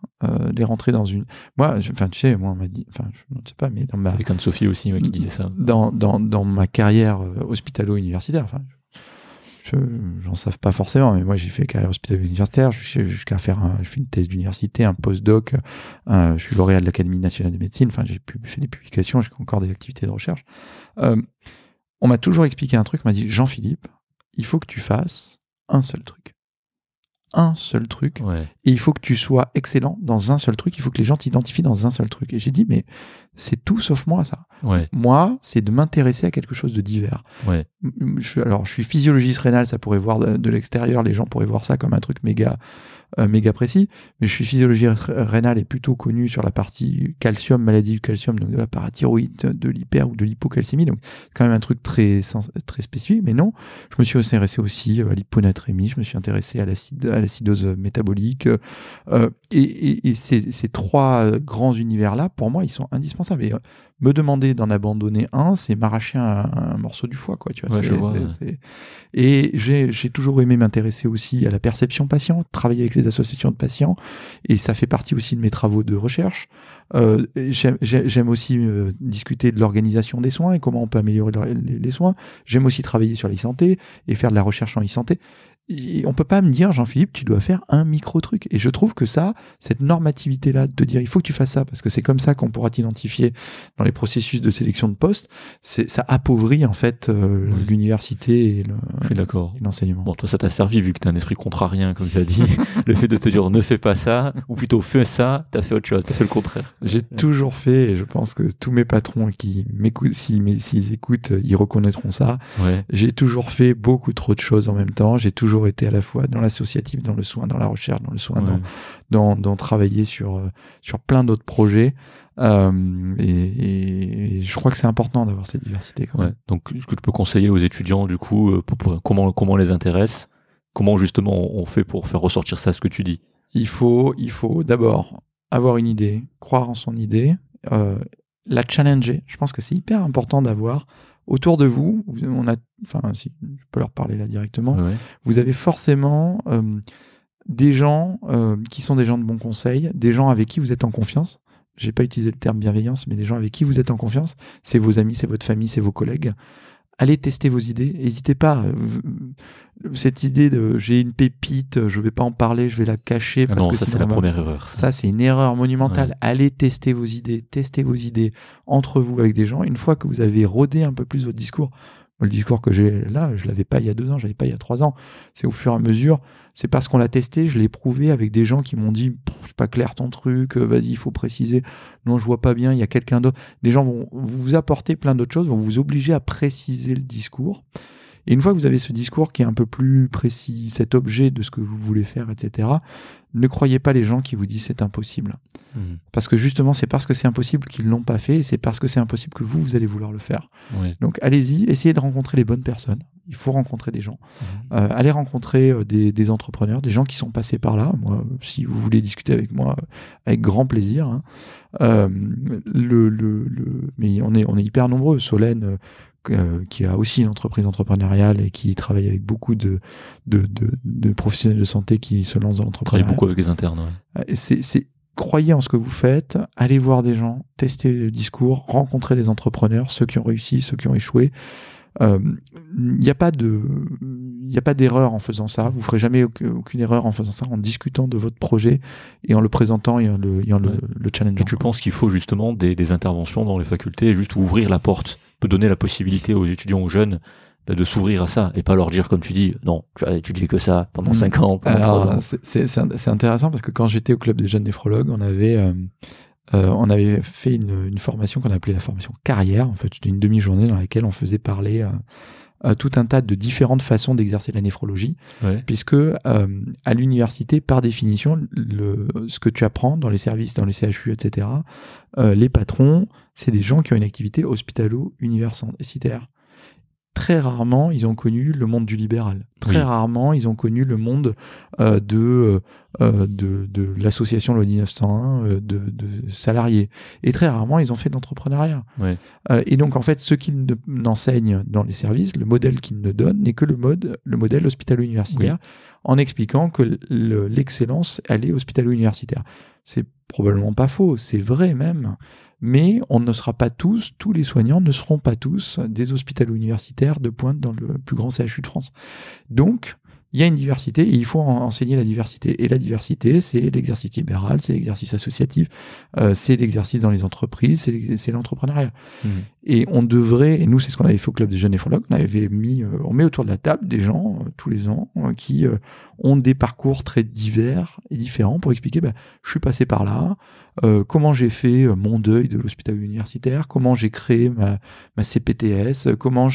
moi, tu sais, moi, on m'a dit, je ne sais pas, mais dans ma... Avec Anne-Sophie aussi, qui disait ça. Dans ma carrière hospitalo-universitaire, j'en savent pas forcément, mais moi j'ai fait carrière hospitalo-universitaire, jusqu'à faire j'ai fait une thèse d'université, un post-doc, je suis lauréat de l'Académie nationale de médecine, j'ai fait des publications, j'ai encore des activités de recherche. On m'a toujours expliqué un truc, on m'a dit, Jean-Philippe, il faut que tu fasses un seul truc. Ouais. Et il faut que tu sois excellent dans un seul truc, il faut que les gens t'identifient dans un seul truc. Et j'ai dit, mais c'est tout sauf moi, ça. Ouais. Moi, c'est de m'intéresser à quelque chose de divers. Ouais. Je suis physiologiste rénal, ça pourrait voir de l'extérieur, les gens pourraient voir ça comme un truc méga précis, mais je suis physiologiste rénal et plutôt connu sur la partie calcium, maladie du calcium, donc de la parathyroïde, de l'hyper ou de l'hypocalcémie, donc c'est quand même un truc très spécifique, mais non, je me suis intéressé aussi à l'hyponatrémie, je me suis intéressé à l'acidose métabolique, et ces trois grands univers-là, pour moi, ils sont indispensables. Et me demander d'en abandonner un, c'est m'arracher un morceau du foie, quoi. Tu vois, Et j'ai toujours aimé m'intéresser aussi à la perception patient, travailler avec les associations de patients, et ça fait partie aussi de mes travaux de recherche. J'aime aussi discuter de l'organisation des soins et comment on peut améliorer les soins. J'aime aussi travailler sur l'e-santé et faire de la recherche en e-santé. Et on peut pas me dire, Jean-Philippe, tu dois faire un micro-truc. Et je trouve que cette normativité-là, de te dire, il faut que tu fasses ça, parce que c'est comme ça qu'on pourra t'identifier dans les processus de sélection de postes, ça appauvrit, en fait, l'université et Je suis d'accord. l'enseignement. Bon, toi, ça t'a servi, vu que t'as un esprit contrarien, comme tu as dit. Le fait de te dire, ne fais pas ça, ou plutôt, fais ça, t'as fait autre chose, t'as fait le contraire. J'ai toujours fait, et je pense que tous mes patrons qui m'écoutent, s'ils écoutent, ils reconnaîtront ça. Ouais. J'ai toujours fait beaucoup trop de choses en même temps. J'ai toujours été à la fois dans l'associatif, dans le soin, dans la recherche, dans le soin, dans travailler sur plein d'autres projets. Et je crois que c'est important d'avoir cette diversité quand même. Donc, ce que tu peux conseiller aux étudiants, du coup, pour comment on les intéresse, comment justement on fait pour faire ressortir ça, ce que tu dis? Il faut d'abord avoir une idée, croire en son idée, la challenger. Je pense que c'est hyper important d'avoir autour de vous, si je peux leur parler là directement, vous avez forcément des gens qui sont des gens de bon conseil, des gens avec qui vous êtes en confiance. J'ai pas utilisé le terme bienveillance, mais des gens avec qui vous êtes en confiance. C'est vos amis, c'est votre famille, c'est vos collègues. allez tester vos idées. N'hésitez pas. Cette idée de j'ai une pépite, je vais pas en parler, je vais la cacher parce non, que ça c'est la première erreur. Ça c'est une erreur monumentale. Ouais. Allez tester vos idées entre vous avec des gens. Une fois que vous avez rodé un peu plus votre discours, le discours que j'ai là, je l'avais pas il y a 2 ans, je l'avais pas il y a 3 ans. C'est au fur et à mesure. C'est parce qu'on l'a testé, je l'ai prouvé avec des gens qui m'ont dit c'est pas clair ton truc, vas-y, il faut préciser. Non, je vois pas bien, il y a quelqu'un d'autre. Des gens vont vous apporter plein d'autres choses, vont vous obliger à préciser le discours. Et une fois que vous avez ce discours qui est un peu plus précis, cet objet de ce que vous voulez faire, etc., ne croyez pas les gens qui vous disent c'est impossible. Parce que justement, c'est parce que c'est impossible qu'ils ne l'ont pas fait, et c'est parce que c'est impossible que vous allez vouloir le faire. Oui. Donc allez-y, essayez de rencontrer les bonnes personnes. Il faut rencontrer des gens. Allez rencontrer des entrepreneurs, des gens qui sont passés par là. Moi, si vous voulez discuter avec moi, avec grand plaisir. Hein. Mais on est hyper nombreux. Solène, qui a aussi une entreprise entrepreneuriale et qui travaille avec beaucoup de professionnels de santé qui se lancent dans l'entrepreneuriat. Travaille beaucoup avec les internes. Ouais. Croyez en ce que vous faites, allez voir des gens, testez le discours, rencontrez des entrepreneurs, ceux qui ont réussi, ceux qui ont échoué. Il n'y a pas d'erreur en faisant ça. Vous ferez jamais aucune erreur en faisant ça, en discutant de votre projet et en le présentant et en le challengeant. Et tu penses qu'il faut justement des interventions dans les facultés, juste ouvrir la porte, peut donner la possibilité aux étudiants, aux jeunes, de s'ouvrir à ça et pas leur dire, comme tu dis, non, tu vas étudier que ça pendant 5 ans. Pendant 3 ans. C'est intéressant parce que quand j'étais au club des jeunes néphrologues, on avait fait une formation qu'on appelait la formation carrière. En fait, c'était une demi-journée dans laquelle on faisait parler tout un tas de différentes façons d'exercer la néphrologie, puisque à l'université, par définition, ce que tu apprends dans les services, dans les CHU, etc., les patrons, c'est des gens qui ont une activité hospitalo-universitaire. Très rarement, ils ont connu le monde du libéral. Très rarement, ils ont connu le monde de l'association loi 1901 de salariés. Et très rarement, ils ont fait de l'entrepreneuriat. Et donc, en fait, ce qu'ils n'enseignent dans les services, le modèle qu'ils ne donnent, n'est que le modèle hospitalo-universitaire, en expliquant que l'excellence, elle est hospitalo-universitaire. C'est probablement pas faux, c'est vrai même. Mais on ne sera pas tous les soignants ne seront pas tous des hospitalo-universitaires de pointe dans le plus grand CHU de France. Donc, il y a une diversité et il faut enseigner la diversité. Et la diversité, c'est l'exercice libéral, c'est l'exercice associatif, c'est l'exercice dans les entreprises, c'est l'entrepreneuriat. Et on devrait, et nous c'est ce qu'on avait fait au club des jeunes néphrologues, on met autour de la table des gens tous les ans qui ont des parcours très divers et différents pour expliquer, je suis passé par là, comment j'ai fait mon deuil de l'hôpital universitaire, comment j'ai créé ma CPTS, comment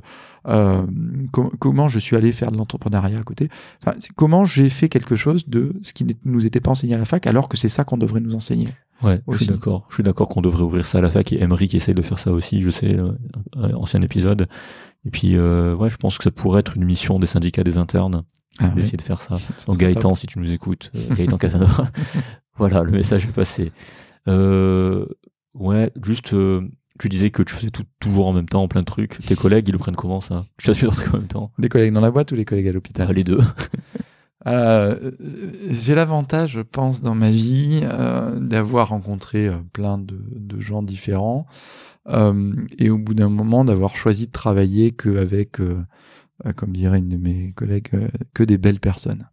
je suis allé faire de l'entrepreneuriat à côté. Enfin, comment j'ai fait quelque chose de ce qui ne nous était pas enseigné à la fac, alors que c'est ça qu'on devrait nous enseigner. Ouais, je suis d'accord. Je suis d'accord qu'on devrait ouvrir ça à la fac, et Emery qui essaye de faire ça aussi, je sais, ancien épisode. Et puis, je pense que ça pourrait être une mission des syndicats des internes, d'essayer de faire ça. Donc Gaëtan, top. Si tu nous écoutes, Gaëtan Casanova, voilà, le message est passé. Tu disais que tu faisais toujours en même temps, plein de trucs. Tes collègues, ils le prennent comment, ça? Tu fais des trucs en même temps? Les collègues dans la boîte ou les collègues à l'hôpital? Les deux. J'ai l'avantage, je pense, dans ma vie, d'avoir rencontré plein de gens différents, et au bout d'un moment, d'avoir choisi de travailler qu'avec, comme dirait une de mes collègues, que des belles personnes.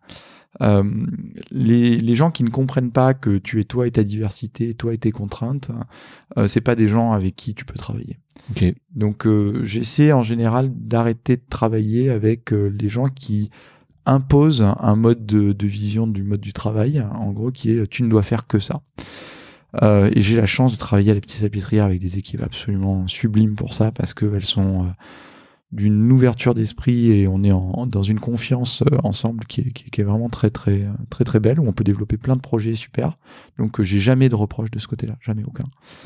Les gens qui ne comprennent pas que tu es toi et ta diversité, toi et tes contraintes, c'est pas des gens avec qui tu peux travailler. Okay. Donc j'essaie en général d'arrêter de travailler avec les gens qui imposent un mode de vision du mode du travail, en gros, qui est tu ne dois faire que ça. Et j'ai la chance de travailler à la Petite Salpêtrière avec des équipes absolument sublimes pour ça, parce qu'elles sont d'une ouverture d'esprit et on est dans une confiance ensemble qui est vraiment très très très très belle, où on peut développer plein de projets super. Donc j'ai jamais de reproche de ce côté-là, jamais aucun.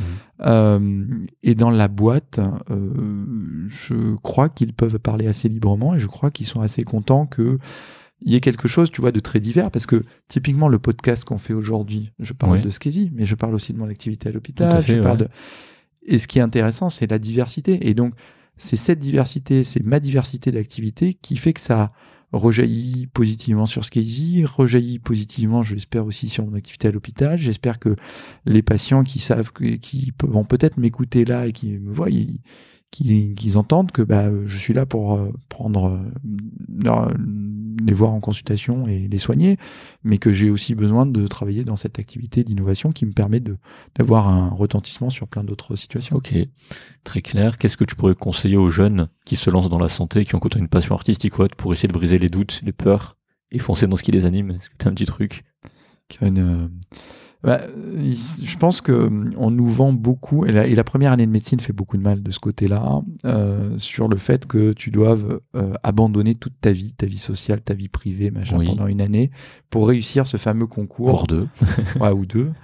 Et dans la boîte, je crois qu'ils peuvent parler assez librement et je crois qu'ils sont assez contents que il y ait quelque chose, tu vois, de très divers, parce que typiquement le podcast qu'on fait aujourd'hui, je parle de Skézy, mais je parle aussi de mon activité à l'hôpital, et ce qui est intéressant, c'est la diversité. Et donc c'est cette diversité, c'est ma diversité d'activité qui fait que ça rejaillit positivement sur Skézy, rejaillit positivement, je l'espère, aussi sur mon activité à l'hôpital. J'espère que les patients qui savent, qui vont peut-être m'écouter là et qui me voient, qu'ils entendent que je suis là pour les voir en consultation et les soigner, mais que j'ai aussi besoin de travailler dans cette activité d'innovation qui me permet d'avoir un retentissement sur plein d'autres situations. Ok, très clair. Qu'est-ce que tu pourrais conseiller aux jeunes qui se lancent dans la santé, qui ont côtoyé une passion artistique ou autre, pour essayer de briser les doutes, les peurs et foncer dans ce qui les anime? Est-ce que tu as un petit truc? Je pense que on nous vend beaucoup, et la première année de médecine fait beaucoup de mal de ce côté-là, sur le fait que tu doives abandonner toute ta vie sociale, ta vie privée, pendant une année pour réussir ce fameux concours. Voire deux. Ou deux.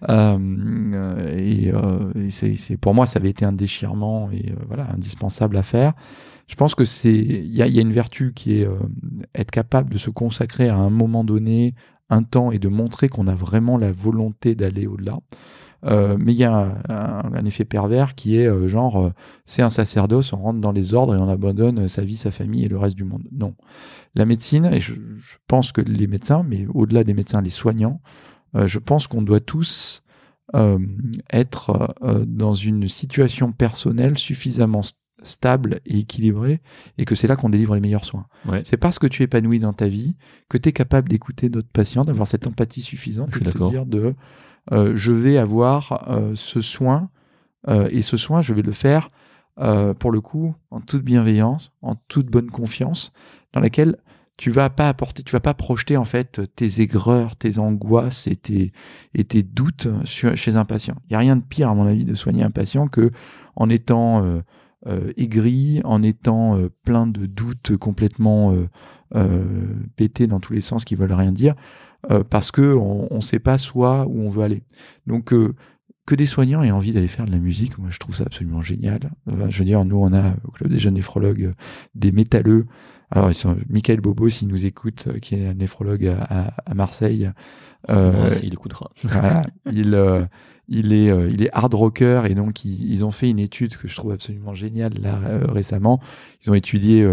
Et c'est pour moi, ça avait été un déchirement et indispensable à faire. Je pense que il y a une vertu qui est être capable de se consacrer à un moment donné un temps et de montrer qu'on a vraiment la volonté d'aller au-delà. Mais il y a un effet pervers qui est c'est un sacerdoce, on rentre dans les ordres et on abandonne sa vie, sa famille et le reste du monde. Non. La médecine, et je pense que les médecins, mais au-delà des médecins, les soignants, je pense qu'on doit tous être dans une situation personnelle suffisamment stable et équilibré, et que c'est là qu'on délivre les meilleurs soins. Ouais. C'est parce que tu es épanoui dans ta vie que tu es capable d'écouter d'autres patients, d'avoir cette empathie suffisante et de te dire je vais avoir ce soin, et ce soin, je vais le faire pour le coup en toute bienveillance, en toute bonne confiance, dans laquelle tu vas pas projeter en fait tes aigreurs, tes angoisses et tes doutes chez un patient. Il n'y a rien de pire, à mon avis, de soigner un patient que en étant aigri, en étant plein de doutes complètement pétés dans tous les sens qui veulent rien dire, parce que on sait pas soi où on veut aller. Donc que des soignants aient envie d'aller faire de la musique, moi je trouve ça absolument génial. Je veux dire, nous on a au Club des jeunes néphrologues des métalleux. Alors Michael Bobo, s'il nous écoute, qui est un néphrologue à Marseille, il écoutera. Voilà, il est hard rocker, et donc ils ont fait une étude que je trouve absolument géniale là récemment. Ils ont étudié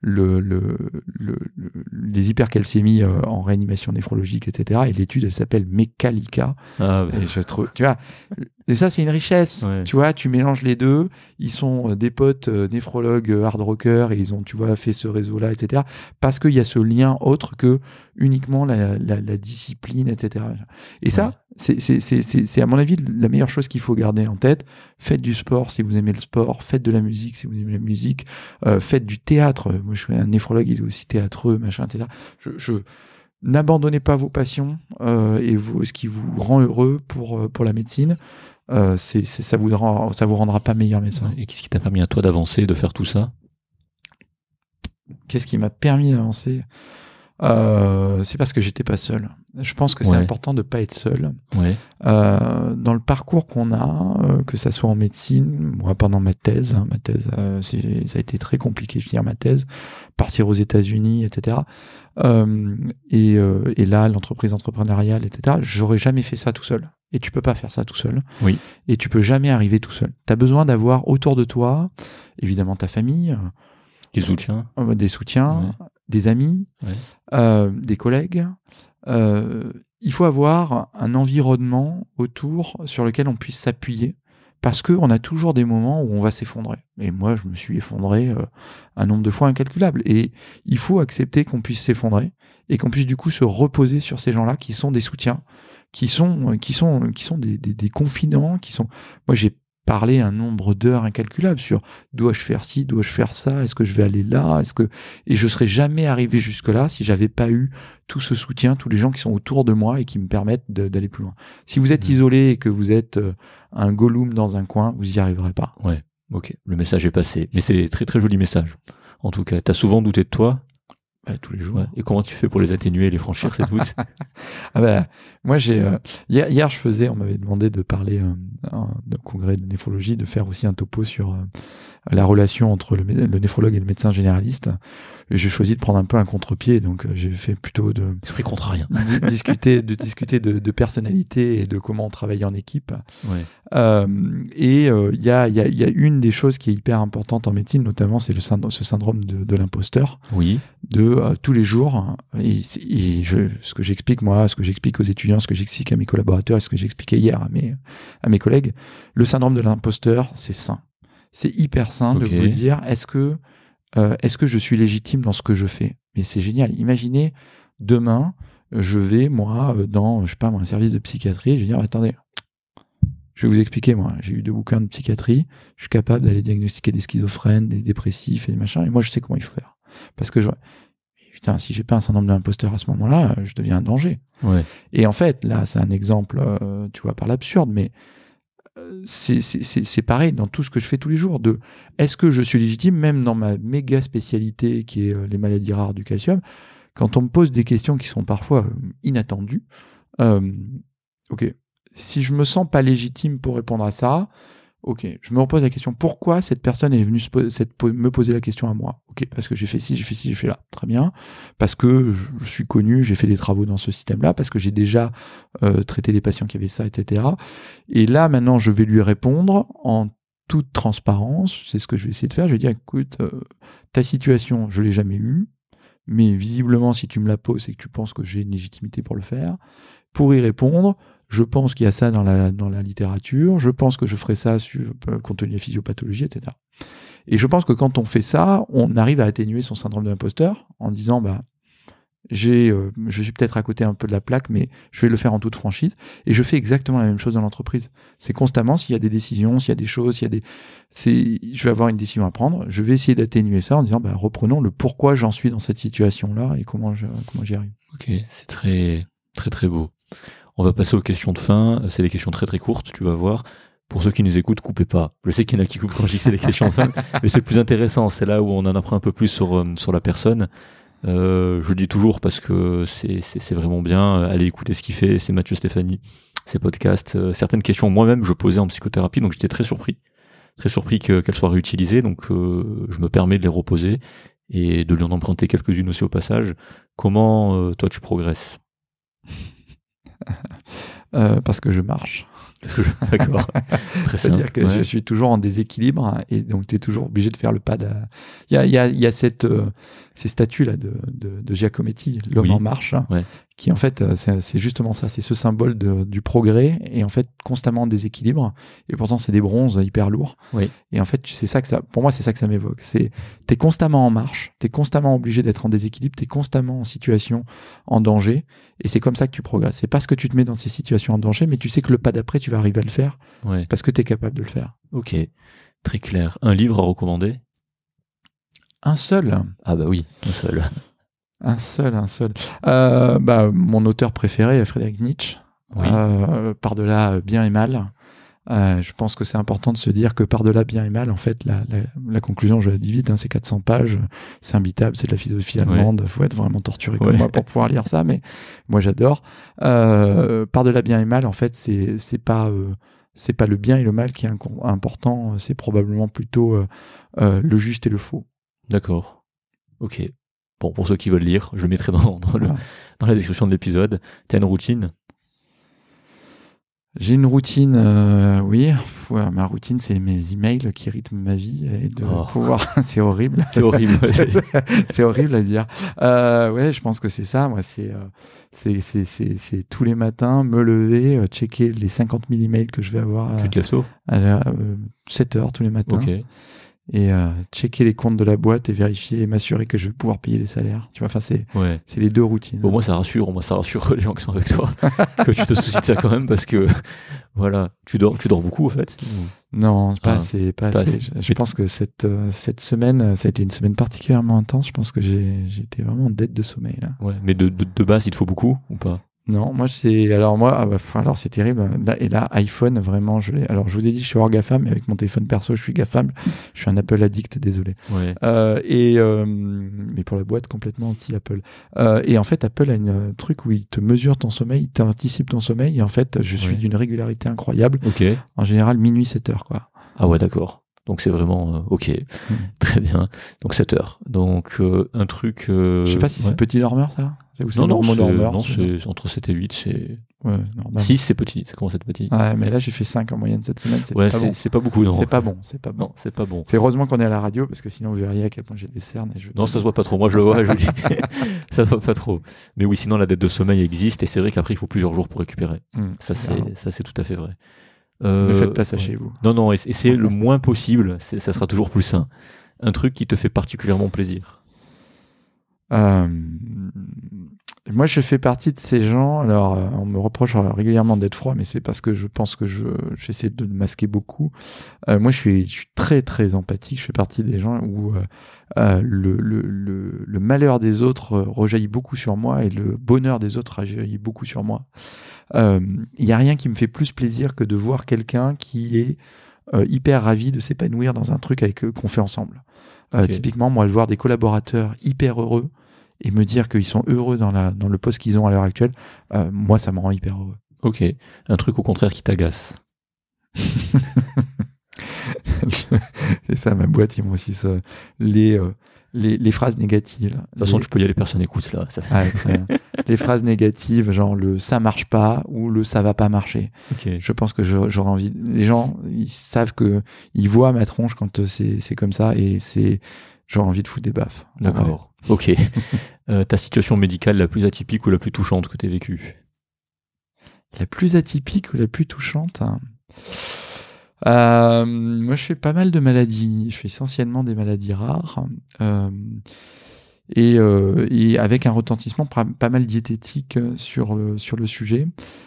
les hypercalcémies en réanimation néphrologique, etc. Et l'étude, elle s'appelle Meccalica. Et je trouve, tu vois, et ça c'est une richesse. Ouais. Tu vois, tu mélanges les deux. Ils sont des potes néphrologues hard rockers et ils ont, tu vois, fait ce réseau-là, etc. Parce qu'il y a ce lien autre que uniquement la discipline, etc. Et ça, c'est à mon avis la meilleure chose qu'il faut garder en tête. Faites du sport si vous aimez le sport, faites de la musique si vous aimez la musique, faites du théâtre. Moi, je suis un néphrologue, il est aussi théâtreux, machin, etc. N'abandonnez pas vos passions et ce qui vous rend heureux pour la médecine. Ça vous rendra pas meilleur médecin. Et qu'est-ce qui t'a permis à toi d'avancer, de faire tout ça? Qu'est-ce qui m'a permis d'avancer? C'est parce que j'étais pas seul. Je pense que c'est important de pas être seul. Ouais. Dans le parcours qu'on a, que ça soit en médecine, moi pendant ma thèse, ça a été très compliqué de finir ma thèse, partir aux États-Unis, etc. Et là, l'entreprise entrepreneuriale, etc. J'aurais jamais fait ça tout seul. Et tu peux pas faire ça tout seul. Oui. Et tu peux jamais arriver tout seul. Tu as besoin d'avoir autour de toi, évidemment, ta famille, des soutiens, des amis, des collègues. Il faut avoir un environnement autour sur lequel on puisse s'appuyer, parce qu'on a toujours des moments où on va s'effondrer. Et moi, je me suis effondré un nombre de fois incalculable. Et il faut accepter qu'on puisse s'effondrer et qu'on puisse du coup se reposer sur ces gens-là qui sont des soutiens, qui sont des confidents, qui sont... Moi, j'ai parlé un nombre d'heures incalculable sur dois-je faire ci, dois-je faire ça, est-ce que je vais aller là, et je serais jamais arrivé jusque-là si j'avais pas eu tout ce soutien, tous les gens qui sont autour de moi et qui me permettent d'aller plus loin. Si vous êtes isolé et que vous êtes un Gollum dans un coin, vous y arriverez pas. Ouais, ok, le message est passé, mais c'est très très joli message. En tout cas, t'as souvent douté de toi? Tous les jours. Ouais. Et comment tu fais pour les atténuer et les franchir, ces doutes? Moi, hier, on m'avait demandé de parler d'un congrès de néphrologie, de faire aussi un topo sur la relation entre le néphrologue et le médecin généraliste. Et j'ai choisi de prendre un peu un contre-pied, donc j'ai fait plutôt esprit contrarien. discuter de personnalité et de comment on travaille en équipe. Ouais. Et il y a une des choses qui est hyper importante en médecine, notamment, c'est ce syndrome de l'imposteur. Oui. Tous les jours, ce que j'explique moi, ce que j'explique aux étudiants, ce que j'explique à mes collaborateurs et ce que j'expliquais hier à mes collègues, le syndrome de l'imposteur, c'est sain. C'est hyper sain de vous dire, est-ce que je suis légitime dans ce que je fais? Mais c'est génial. Imaginez, demain, je vais, moi, dans, je sais pas, un service de psychiatrie, je vais dire, attendez, je vais vous expliquer, moi, j'ai eu 2 bouquins de psychiatrie, je suis capable d'aller diagnostiquer des schizophrènes, des dépressifs et des machins, et moi, je sais comment il faut faire. Parce que, putain, si j'ai pas un syndrome de l'imposteur à ce moment-là, je deviens un danger. Ouais. Et en fait, là, c'est un exemple, tu vois, par l'absurde, mais c'est pareil dans tout ce que je fais tous les jours, de est-ce que je suis légitime, même dans ma méga spécialité qui est les maladies rares du calcium, quand on me pose des questions qui sont parfois inattendues, ok, si je me sens pas légitime pour répondre à ça, ok, je me repose la question, pourquoi cette personne est venue me poser la question à moi? Ok, parce que j'ai fait ci, j'ai fait là, très bien, parce que je suis connu, j'ai fait des travaux dans ce système-là, parce que j'ai déjà traité des patients qui avaient ça, etc. Et là, maintenant, je vais lui répondre en toute transparence, c'est ce que je vais essayer de faire, je vais dire, écoute, ta situation, je l'ai jamais eue, mais visiblement, si tu me la poses, c'est que tu penses que j'ai une légitimité pour le faire. Pour y répondre, je pense qu'il y a ça dans la littérature, je pense que je ferai ça compte tenu des physiopathologies, etc. Et je pense que quand on fait ça, on arrive à atténuer son syndrome de l'imposteur en disant, je suis peut-être à côté un peu de la plaque, mais je vais le faire en toute franchise. Et je fais exactement la même chose dans l'entreprise. C'est constamment, s'il y a des décisions, s'il y a des choses, je vais avoir une décision à prendre, je vais essayer d'atténuer ça en disant, reprenons le pourquoi j'en suis dans cette situation-là et comment j'y arrive. Ok, c'est très, très, très beau. On va passer aux questions de fin. C'est des questions très très courtes, tu vas voir. Pour ceux qui nous écoutent, coupez pas. Je sais qu'il y en a qui coupent quand je dis que c'est des questions de fin, mais c'est le plus intéressant. C'est là où on en apprend un peu plus sur la personne. Je le dis toujours parce que c'est vraiment bien. Allez écouter ce qu'il fait. C'est Mathieu Stéphanie, ses podcasts. Certaines questions, moi-même, je posais en psychothérapie, donc j'étais très surpris qu'elles soient réutilisées. Donc je me permets de les reposer et de lui en emprunter quelques-unes aussi au passage. Comment toi tu progresses? Parce que je marche. D'accord. Très simple. C'est-à-dire que je suis toujours en déséquilibre et donc tu es toujours obligé de faire le pas de... Il y a ces statues-là de Giacometti, l'homme en marche, qui en fait, c'est justement ça, c'est ce symbole du progrès et en fait constamment en déséquilibre. Et pourtant, c'est des bronzes hyper lourds. Oui. Et en fait, pour moi, c'est ça que ça m'évoque. T'es constamment en marche, t'es constamment obligé d'être en déséquilibre, t'es constamment en situation en danger. Et c'est comme ça que tu progresses. C'est parce que tu te mets dans ces situations en danger, mais tu sais que le pas d'après, tu vas arriver à le faire parce que tu es capable de le faire. Ok, très clair. Un livre à recommander? Un seul? Ah bah oui, un seul. Un seul. Mon auteur préféré, Friedrich Nietzsche. Oui. Par-delà bien et mal. Je pense que c'est important de se dire que par-delà bien et mal, en fait, la conclusion, je la dis vite, c'est 400 pages, c'est imbitable, c'est de la philosophie allemande, faut être vraiment torturé comme moi pour pouvoir lire ça, mais moi j'adore. Par-delà bien et mal, en fait, c'est pas le bien et le mal qui est important, c'est probablement plutôt le juste et le faux. D'accord. Ok. Bon, pour ceux qui veulent lire, je le mettrai dans la description de l'épisode. Tu as une routine? J'ai une routine, oui. Ma routine, c'est mes emails qui rythment ma vie et de pouvoir. C'est horrible. C'est horrible. C'est horrible à dire. Je pense que c'est ça. Moi, c'est tous les matins me lever, checker les 50 000 emails que je vais avoir. Tu te lèves tôt? À 7 heures tous les matins. Ok. Et checker les comptes de la boîte et vérifier et m'assurer que je vais pouvoir payer les salaires. Tu vois, enfin, c'est les deux routines. Bon, moi, ça rassure les gens qui sont avec toi, que tu te soucies de ça quand même, parce que, voilà, tu dors beaucoup, en fait. Non, pas assez. Je pense que cette semaine, ça a été une semaine particulièrement intense. Je pense que j'étais vraiment en dette de sommeil, là. Ouais, mais de base, il te faut beaucoup, ou pas? Non, moi alors c'est terrible. Et là, iPhone, vraiment, alors je vous ai dit, je suis hors GAFAM, mais avec mon téléphone perso, je suis GAFAM. Je suis un Apple addict, désolé. Ouais. Mais pour la boîte, complètement anti-Apple. Et en fait, Apple a un truc où il te mesure ton sommeil, il t'anticipe ton sommeil. Et en fait, je suis d'une régularité incroyable. Ok. En général, minuit, 7 heures, quoi. Ah ouais, d'accord. Donc c'est vraiment ok, très bien. Donc 7 heures. Donc un truc. Je sais pas si c'est petit dormeur, ça. Non, c'est entre 7 et 8, c'est. Ouais, normal. 6, c'est petit. Ça commence à être petit. Ouais, mais là, j'ai fait 5 en moyenne cette semaine. C'est pas beaucoup, non. C'est pas bon. Non, c'est pas bon. C'est heureusement qu'on est à la radio, parce que sinon, vous verriez à quel point j'ai des cernes. Non, ça se voit pas trop. Moi, je le vois, je vous dis. Ça se voit pas trop. Mais oui, sinon, la dette de sommeil existe, et c'est vrai qu'après, il faut plusieurs jours pour récupérer. Ça, c'est tout à fait vrai. Ne faites pas ça chez vous. Non, essayez le moins possible, ça sera toujours plus sain. Un truc qui te fait particulièrement plaisir. Moi, je fais partie de ces gens. Alors, on me reproche régulièrement d'être froid, mais c'est parce que je pense que j'essaie de le masquer beaucoup. Moi, je suis très, très empathique. Je fais partie des gens où le malheur des autres rejaillit beaucoup sur moi et le bonheur des autres rejaillit beaucoup sur moi. Il n'y a rien qui me fait plus plaisir que de voir quelqu'un qui est hyper ravi de s'épanouir dans un truc qu'on fait ensemble. Okay. Typiquement, moi, de voir des collaborateurs hyper heureux et me dire qu'ils sont heureux dans le poste qu'ils ont à l'heure actuelle, moi, ça me rend hyper heureux. Ok. Un truc au contraire qui t'agace. C'est ça, ma boîte, ils m'ont aussi les phrases négatives. De toute façon, tu peux y aller, personne n'écoute là. Ça... Ah, très bien. Les phrases négatives, genre le ça marche pas ou le ça va pas marcher. Okay. Je pense que j'aurais envie. Les gens, ils savent que ils voient ma tronche quand c'est comme ça et j'aurais envie de foutre des baffes. D'accord. Ok. Ta situation médicale la plus atypique ou la plus touchante que tu as vécue? La plus atypique ou la plus touchante? Moi, je fais pas mal de maladies. Je fais essentiellement des maladies rares. Et avec un retentissement pas mal diététique sur le sujet.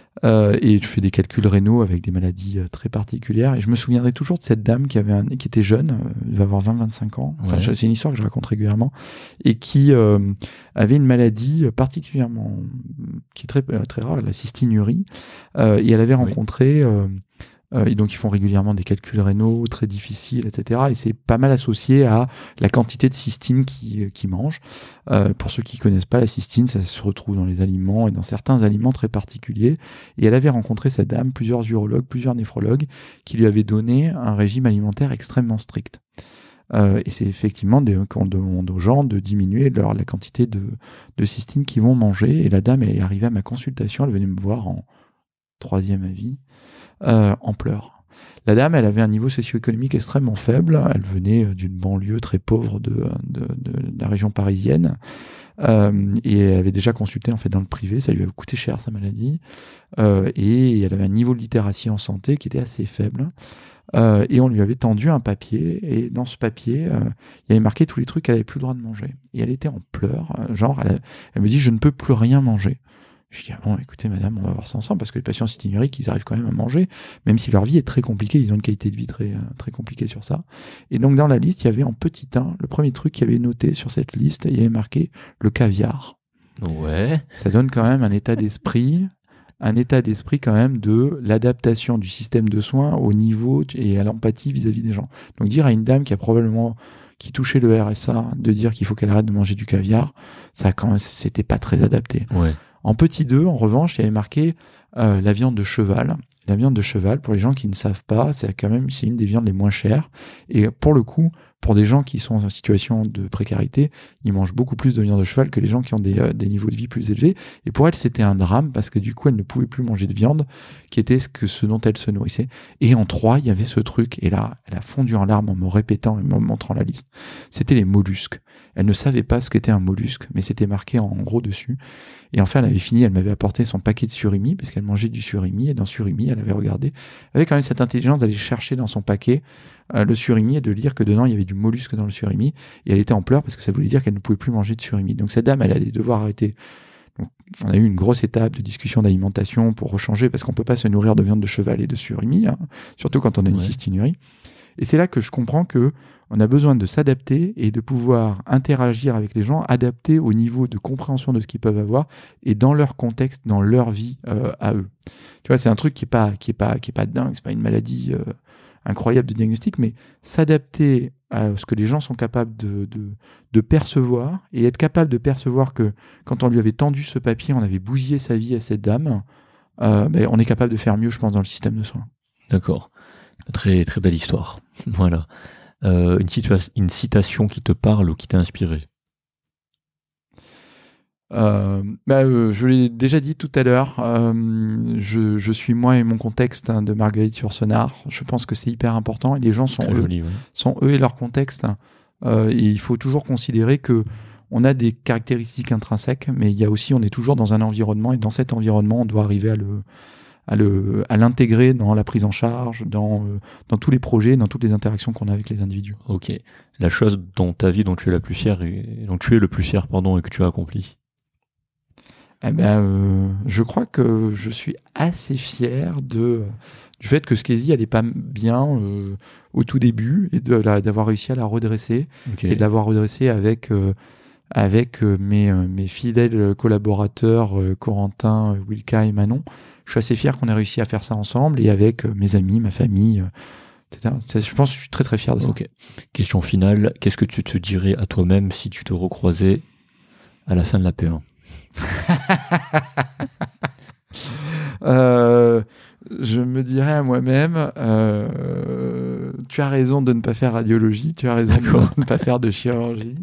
Et je fais des calculs rénaux avec des maladies très particulières. Et je me souviendrai toujours de cette dame qui était jeune, elle devait avoir 20-25 ans. Enfin, c'est une histoire que je raconte régulièrement. Et qui avait une maladie particulièrement, qui est très, très rare, la cystinurie. Et elle avait rencontré... et donc, ils font régulièrement des calculs rénaux très difficiles, etc. Et c'est pas mal associé à la quantité de cystine qu'ils mangent. Pour ceux qui connaissent pas la cystine, ça se retrouve dans les aliments et dans certains aliments très particuliers. Et elle avait rencontré cette dame, plusieurs urologues, plusieurs néphrologues, qui lui avaient donné un régime alimentaire extrêmement strict. Et c'est effectivement qu'on demande aux gens de diminuer la quantité de cystine qu'ils vont manger. Et la dame, elle est arrivée à ma consultation, elle venait me voir en 3e avis. En pleurs. La dame, elle avait un niveau socio-économique extrêmement faible. Elle venait d'une banlieue très pauvre de la région parisienne. Et elle avait déjà consulté en fait dans le privé. Ça lui avait coûté cher sa maladie. Et elle avait un niveau de littératie en santé qui était assez faible. Et on lui avait tendu un papier. Et dans ce papier, il y avait marqué tous les trucs qu'elle n'avait plus le droit de manger. Et elle était en pleurs. Genre, elle me dit, je ne peux plus rien manger. Je dis, bon, écoutez, madame, on va voir ça ensemble, parce que les patients cystinuriques, ils arrivent quand même à manger, même si leur vie est très compliquée, ils ont une qualité de vie très, très compliquée sur ça. Et donc, dans la liste, il y avait en petit 1, le premier truc qu'il y avait noté sur cette liste, il y avait marqué le caviar. Ouais. Ça donne quand même un état d'esprit quand même de l'adaptation du système de soins au niveau et à l'empathie vis-à-vis des gens. Donc, dire à une dame qui touchait le RSA, de dire qu'il faut qu'elle arrête de manger du caviar, ça, quand même, c'était pas très adapté. Ouais. En petit 2, en revanche, il y avait marqué la viande de cheval. La viande de cheval, pour les gens qui ne savent pas, c'est une des viandes les moins chères. Et pour le coup, pour des gens qui sont en situation de précarité, ils mangent beaucoup plus de viande de cheval que les gens qui ont des niveaux de vie plus élevés. Et pour elle, c'était un drame parce que du coup, elle ne pouvait plus manger de viande, qui était ce dont elle se nourrissait. Et en 3, il y avait ce truc. Et là, elle a fondu en larmes en me répétant et me montrant la liste. C'était les mollusques. Elle ne savait pas ce qu'était un mollusque, mais c'était marqué en gros dessus. Et enfin, elle m'avait apporté son paquet de surimi, parce qu'elle mangeait du surimi, et dans surimi, elle avait regardé, elle avait quand même cette intelligence d'aller chercher dans son paquet le surimi et de lire que dedans, il y avait du mollusque dans le surimi, et elle était en pleurs parce que ça voulait dire qu'elle ne pouvait plus manger de surimi. Donc cette dame, elle allait devoir arrêter. Donc, on a eu une grosse étape de discussion d'alimentation pour rechanger, parce qu'on ne peut pas se nourrir de viande de cheval et de surimi, hein, surtout quand on a une cystinurie. Et c'est là que je comprends que on a besoin de s'adapter et de pouvoir interagir avec les gens, adapter au niveau de compréhension de ce qu'ils peuvent avoir et dans leur contexte, dans leur vie à eux. Tu vois, c'est un truc qui est pas dingue, c'est pas une maladie incroyable de diagnostic, mais s'adapter à ce que les gens sont capables de percevoir et être capable de percevoir que quand on lui avait tendu ce papier, on avait bousillé sa vie à cette dame, on est capable de faire mieux, je pense, dans le système de soins. D'accord. Très, très belle histoire. Voilà. Une citation qui te parle ou qui t'a inspiré? Je l'ai déjà dit tout à l'heure, je suis moi et mon contexte de Marguerite Yourcenar. Je pense que c'est hyper important et les gens sont eux et leur contexte. Et il faut toujours considérer que on a des caractéristiques intrinsèques, mais il y a aussi, on est toujours dans un environnement et dans cet environnement, on doit arriver à l'intégrer dans la prise en charge, dans tous les projets, dans toutes les interactions qu'on a avec les individus. Ok. La chose dans ta vie dont tu es la plus fière et dont tu es le plus fier, et que tu as accompli. Eh ben, je crois que je suis assez fier du fait que Skezi allait pas bien au tout début et d'avoir réussi à la redresser et de l'avoir redressée avec mes fidèles collaborateurs Corentin, Wilka et Manon. Je suis assez fier qu'on ait réussi à faire ça ensemble et avec mes amis, ma famille, etc. Je pense que je suis très très fier de ça. Ok. Question finale, qu'est-ce que tu te dirais à toi-même si tu te recroisais à la fin de la P1 ? Je me dirais à moi-même, tu as raison de ne pas faire radiologie, tu as raison de ne pas faire de chirurgie.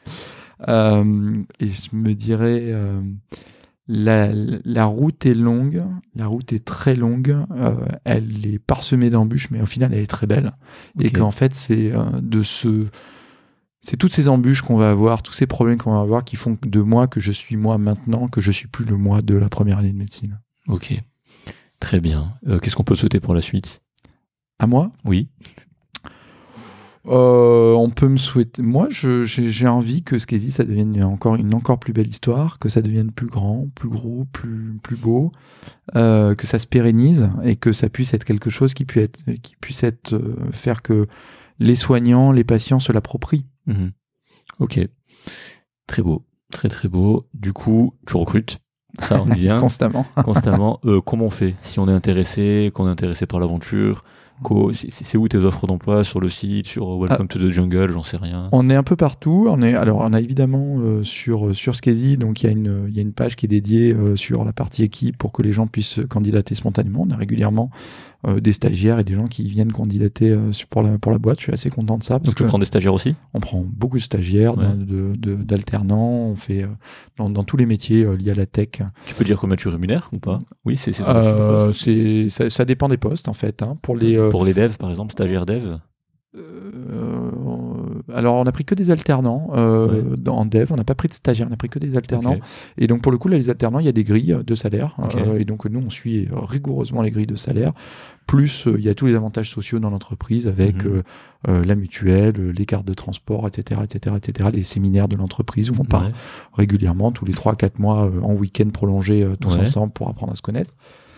Et je me dirais, la route est longue, la route est très longue, elle est parsemée d'embûches, mais au final elle est très belle. Okay. Et qu'en fait c'est toutes ces embûches qu'on va avoir, tous ces problèmes qu'on va avoir qui font de moi que je suis moi maintenant, que je suis plus le moi de la première année de médecine. Ok, très bien. Qu'est-ce qu'on peut souhaiter pour la suite ? À moi ? Oui. On peut me souhaiter... Moi, j'ai envie que Skezi, ça devienne une encore plus belle histoire, que ça devienne plus grand, plus gros, plus beau, que ça se pérennise et que ça puisse être quelque chose qui puisse être faire que les soignants, les patients se l'approprient. Mmh. Ok, très beau, très très beau. Du coup, tu recrutes, ça on y vient. Constamment. Comment on fait si on est intéressé, qu'on est intéressé par l'aventure? C'est où tes offres d'emploi sur le site, sur Welcome to the Jungle, j'en sais rien. On est un peu partout. On a évidemment sur Skezi, donc il y a une page qui est dédiée sur la partie équipe pour que les gens puissent candidater spontanément. On a régulièrement des stagiaires et des gens qui viennent candidater pour la boîte. Je suis assez content de ça. Donc tu prends des stagiaires aussi ? On prend beaucoup de stagiaires, d'alternants. On fait dans tous les métiers liés à la tech. Tu peux dire combien tu rémunères ou pas ? Oui, ça dépend des postes en fait. Hein. Pour les devs par exemple, stagiaires dev. Alors on n'a pris que des alternants en dev, on n'a pas pris de stagiaires, on n'a pris que des alternants. Okay. Et donc pour le coup là, les alternants, il y a des grilles de salaire. Et donc nous on suit rigoureusement les grilles de salaire. Plus il y a tous les avantages sociaux dans l'entreprise avec la mutuelle, les cartes de transport, etc., les séminaires de l'entreprise où on part régulièrement tous les 3-4 mois en week-end prolongé tous ensemble pour apprendre à se connaître.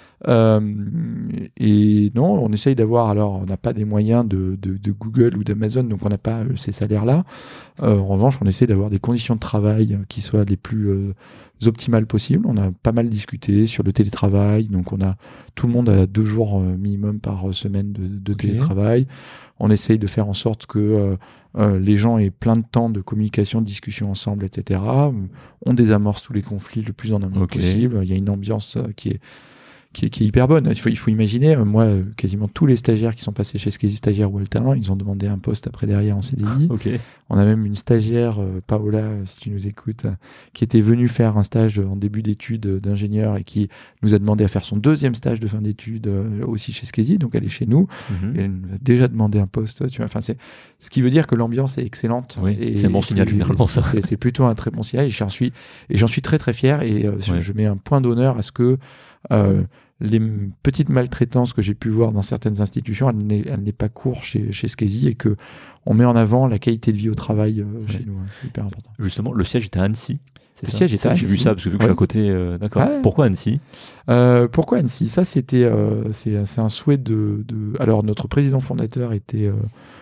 Et non, on essaye d'avoir, alors on n'a pas des moyens de Google ou d'Amazon, donc on n'a pas ces salaires-là. En revanche, on essaie d'avoir des conditions de travail qui soient les plus optimales possibles. On a pas mal discuté sur le télétravail, donc tout le monde a 2 jours minimum par semaine de télétravail. On essaye de faire en sorte que les gens aient plein de temps de communication, de discussion ensemble, etc. On désamorce tous les conflits le plus en amont possible. Il y a une ambiance qui est hyper bonne. Il faut imaginer, moi, quasiment tous les stagiaires qui sont passés chez Skezi, stagiaires ou alternants, ils ont demandé un poste après derrière en CDI. On a même une stagiaire, Paola, si tu nous écoutes, qui était venue faire un stage en début d'études d'ingénieur et qui nous a demandé à faire son 2e stage de fin d'études aussi chez Skezi, donc elle est chez nous. Et elle nous a déjà demandé un poste. Tu vois. Enfin, ce qui veut dire que l'ambiance est excellente. Oui, c'est un bon signal généralement ça. C'est plutôt un très bon signal et j'en suis très très fier et je mets un point d'honneur à ce que les petites maltraitances que j'ai pu voir dans certaines institutions, elle n'est pas court chez Skezi et que on met en avant la qualité de vie au travail chez nous. C'est hyper important. Justement, le siège était à Annecy. Le siège était à Annecy. J'ai vu ça parce que vu que je suis à côté. D'accord. Ouais. Pourquoi Annecy ? Pourquoi Annecy ? Ça, c'est un souhait de. Alors, notre président fondateur était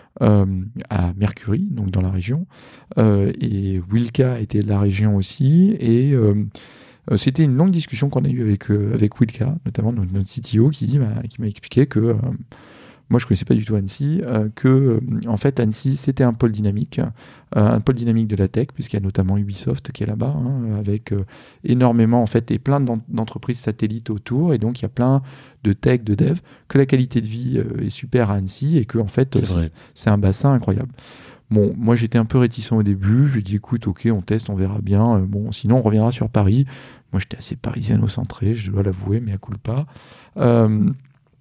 à Mercury, donc dans la région, et Wilka était de la région aussi, et c'était une longue discussion qu'on a eue avec Wilka, notamment notre CTO, qui m'a expliqué que moi je connaissais pas du tout Annecy, que en fait Annecy c'était un pôle dynamique de la tech, puisqu'il y a notamment Ubisoft qui est là-bas, avec énormément en fait et plein d'entreprises satellites autour, et donc il y a plein de tech, de dev, que la qualité de vie est super à Annecy et que en fait c'est un bassin incroyable. Bon, moi j'étais un peu réticent au début, je lui ai dit écoute, ok, on teste, on verra bien, bon, sinon on reviendra sur Paris. Moi j'étais assez parisiano-centré, je dois l'avouer, mais à culpa.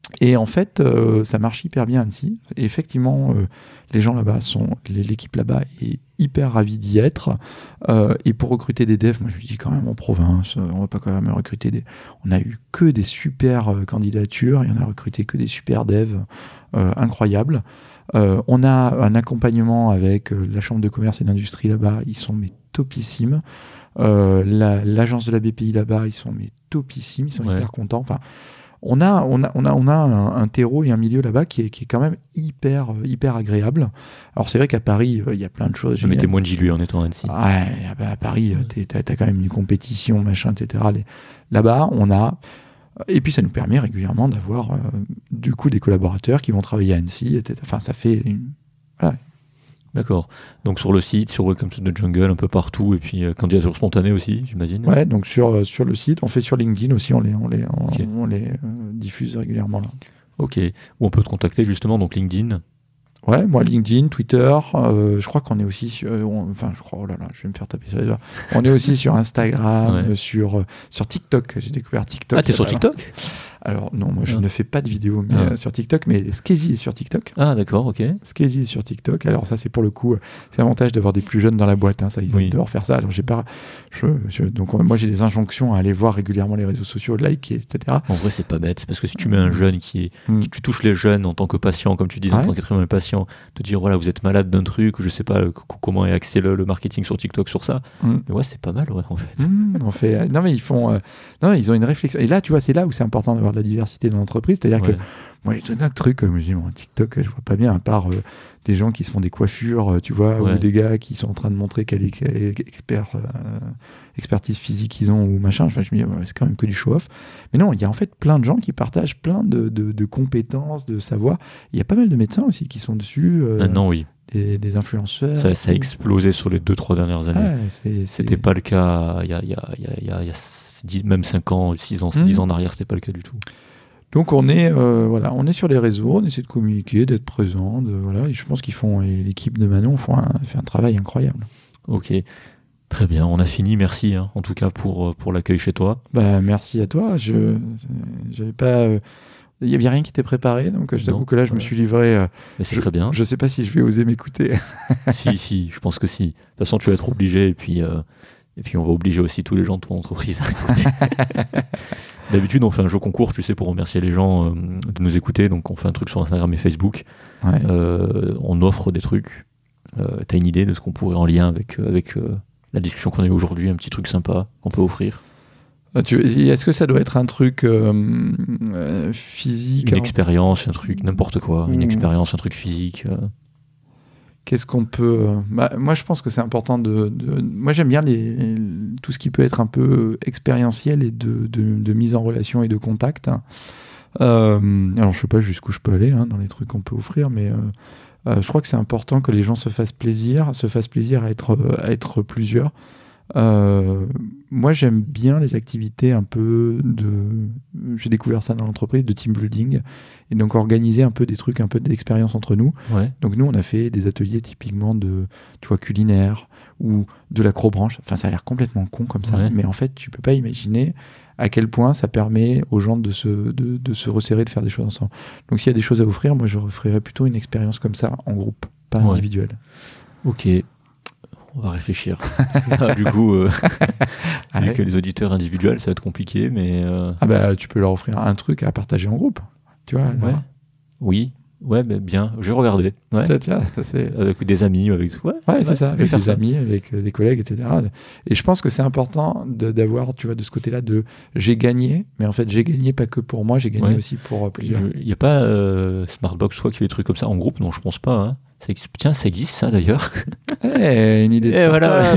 Et en fait, ça marche hyper bien à Annecy. Et effectivement, les gens là-bas l'équipe là-bas est hyper ravie d'y être. Et pour recruter des devs, moi je lui dis quand même en province, on va pas quand même recruter On a eu que des super candidatures et on a recruté que des super devs incroyables. On a un accompagnement avec la Chambre de commerce et d'industrie là-bas, ils sont mais topissimes. L'agence de la BPI là-bas, ils sont mais topissimes, ils sont hyper contents. Enfin, on a un terreau et un milieu là-bas qui est quand même hyper agréable. Alors c'est vrai qu'à Paris, il y a plein de choses. Mais t'es moins dilué en étant à Annecy. Ouais, à Paris, t'as quand même une compétition, machin, etc. Là-bas, on a... Et puis ça nous permet régulièrement d'avoir du coup des collaborateurs qui vont travailler à Annecy, etc. Enfin, ça fait... Voilà. D'accord. Donc sur le site, sur Welcome to the Jungle, un peu partout, et puis candidature spontanée aussi, j'imagine. Ouais, donc sur le site, on fait sur LinkedIn aussi, on les diffuse régulièrement là. Ok. Où on peut te contacter justement, donc LinkedIn. Ouais, moi LinkedIn, Twitter, je crois qu'on est aussi sur... oh là là, je vais me faire taper sur les doigts. On est aussi sur Instagram, sur TikTok. J'ai découvert TikTok. Ah, t'es sur TikTok ? Alors non, moi je ne fais pas de vidéos sur TikTok, mais Skeezy est sur TikTok. Ah d'accord, ok. Skeezy est sur TikTok. Alors ça c'est pour le coup, c'est l'avantage d'avoir des plus jeunes dans la boîte. Hein, ça ils adorent faire ça. Alors donc moi j'ai des injonctions à aller voir régulièrement les réseaux sociaux, liker, etc. En vrai c'est pas bête, parce que si tu mets un jeune qui tu touches les jeunes en tant que patient, comme tu dis, en tant qu'être humain patient, te dire voilà vous êtes malade d'un truc, ou je sais pas comment est axé le marketing sur TikTok sur ça. Mais ouais c'est pas mal en fait. Non mais ils font, ils ont une réflexion. Et là tu vois c'est là où c'est important d'avoir de la diversité dans l'entreprise, c'est-à-dire que moi il y a d'autres trucs comme je dis mon TikTok je vois pas bien à part des gens qui se font des coiffures tu vois ou des gars qui sont en train de montrer quelle expertise physique ils ont ou machin. Enfin je me dis c'est quand même que du show-off, mais non il y a en fait plein de gens qui partagent plein de compétences, de savoir. Il y a pas mal de médecins aussi qui sont dessus. Maintenant oui. Des influenceurs. Ça a explosé sur les 2-3 dernières années. C'était pas le cas il y a même 5 ans, 6 ans, 10 ans en arrière, c'était pas le cas du tout. Donc on est sur les réseaux, on essaie de communiquer, d'être présent, et je pense et l'équipe de Manon fait un travail incroyable. Ok, très bien, on a fini, merci en tout cas pour l'accueil chez toi. Bah merci à toi, j'avais pas... Il n'y avait rien qui était préparé, donc je t'avoue que là, je me suis livré. Mais c'est très bien. Je ne sais pas si je vais oser m'écouter. Si, je pense que si. De toute façon, tu vas être obligé, et puis on va obliger aussi tous les gens de ton entreprise à écouter. D'habitude, on fait un jeu concours, tu sais, pour remercier les gens de nous écouter. Donc, on fait un truc sur Instagram et Facebook. Ouais. On offre des trucs. T'as une idée de ce qu'on pourrait en lien avec la discussion qu'on a eue aujourd'hui, un petit truc sympa qu'on peut offrir? Est-ce que ça doit être un truc physique? Une expérience, un truc, n'importe quoi. Une expérience, un truc physique. Qu'est-ce qu'on peut... moi, je pense que c'est important Moi, j'aime bien tout ce qui peut être un peu expérientiel et de mise en relation et de contact. Alors, je sais pas jusqu'où je peux aller dans les trucs qu'on peut offrir, mais je crois que c'est important que les gens se fassent plaisir à être plusieurs. Moi j'aime bien les activités un peu j'ai découvert ça dans l'entreprise, de team building, et donc organiser un peu des trucs, un peu d'expérience entre nous. Donc nous on a fait des ateliers typiquement culinaire ou de l'acrobranche. Enfin ça a l'air complètement con comme ça, mais en fait tu peux pas imaginer à quel point ça permet aux gens de se resserrer, de faire des choses ensemble. Donc s'il y a des choses à offrir, moi je offrirais plutôt une expérience comme ça en groupe, pas individuelle. Ok. On va réfléchir. Du coup, vu que les auditeurs individuels, ça va être compliqué, mais... tu peux leur offrir un truc à partager en groupe, tu vois. Oui, mais bien, je vais regarder. Tiens, avec des amis, c'est ça, avec des amis, avec des collègues, etc. Et je pense que c'est important d'avoir, tu vois, de ce côté-là, j'ai gagné, mais en fait, j'ai gagné pas que pour moi, j'ai gagné aussi pour plusieurs. Il n'y a pas Smartbox, qui fait des trucs comme ça en groupe? Non, je pense pas, hein. Tiens, ça existe ça d'ailleurs. Une idée de start-up. Voilà.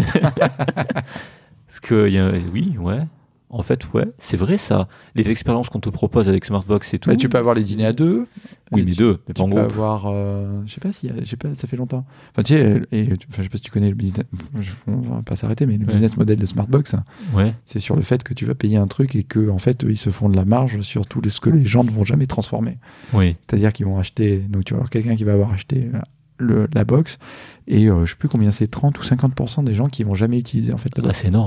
Parce que en fait, c'est vrai ça. Les expériences qu'on te propose avec Smartbox et tout. Mais tu peux avoir les dîners à deux. Oui, mais deux, mais pas en groupe. Tu peux avoir, je sais pas si, ça fait longtemps. Enfin, tu sais, je sais pas si tu connais le business. On va pas s'arrêter, mais le business model de Smartbox, c'est sur le fait que tu vas payer un truc et que en fait, ils se font de la marge sur tout ce que les gens ne vont jamais transformer. Oui. C'est-à-dire qu'ils vont acheter. Donc, tu vas avoir quelqu'un qui va avoir acheté la box et je sais plus combien c'est, 30 ou 50% des gens qui vont jamais utiliser en fait la box. C'est énorme.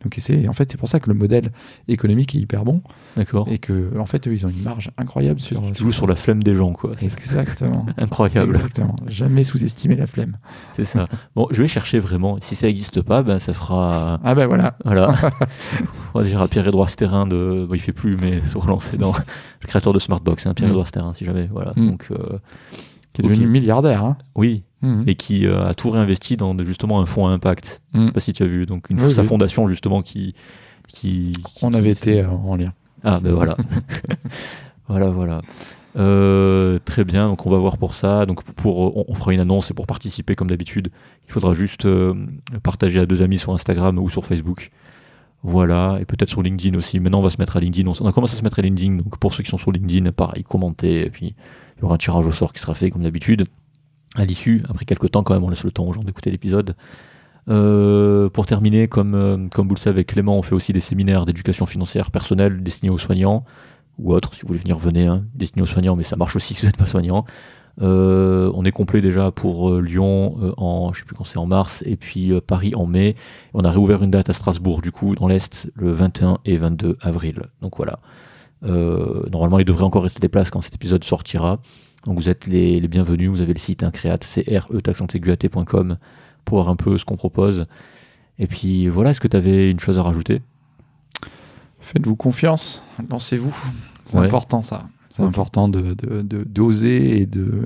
Donc en fait, c'est pour ça que le modèle économique est hyper bon. D'accord. Et que, en fait, eux, ils ont une marge incroyable Tu joues sur la flemme des gens, quoi. Exactement. Incroyable. Exactement. Jamais sous-estimer la flemme. C'est ça. Bon, je vais chercher vraiment. Si ça n'existe pas, ben, ça fera. Ah ben voilà. Voilà. On va dire à Pierre-Édouard Stérin de. Bon, il fait plus, mais se relancer dans le créateur de Smartbox, hein, Pierre-Édouard Stérin, si jamais. Voilà. Donc. Qui est devenu milliardaire. Hein. Oui. Et qui a tout réinvesti dans justement un fonds à impact. Je sais pas si tu as vu. Donc sa fondation justement qui on avait été en lien. Ah ben voilà. voilà. Très bien, donc on va voir pour ça. Donc on fera une annonce et pour participer comme d'habitude, il faudra juste partager à 2 amis sur Instagram ou sur Facebook. Voilà, et peut-être sur LinkedIn aussi. Maintenant on va se mettre à LinkedIn. On a commencé à se mettre à LinkedIn, donc pour ceux qui sont sur LinkedIn, pareil, commentez, et puis il y aura un tirage au sort qui sera fait comme d'habitude. À l'issue, après quelques temps quand même, on laisse le temps aux gens d'écouter l'épisode. Pour terminer, comme vous le savez, Clément, on fait aussi des séminaires d'éducation financière personnelle destinés aux soignants, ou autres, si vous voulez venir, venez, hein, destinés aux soignants, mais ça marche aussi si vous n'êtes pas soignant. On est complet déjà pour Lyon, je sais plus quand c'est, en mars, et puis Paris en mai. On a réouvert une date à Strasbourg, du coup, dans l'Est, le 21 et 22 avril. Donc voilà. Normalement, il devrait encore rester des places quand cet épisode sortira. Donc vous êtes les bienvenus, vous avez le site Create, CRE-AT.com pour voir un peu ce qu'on propose. Et puis voilà, est-ce que tu avais une chose à rajouter ? Faites-vous confiance, lancez-vous. C'est important ça. C'est important d'oser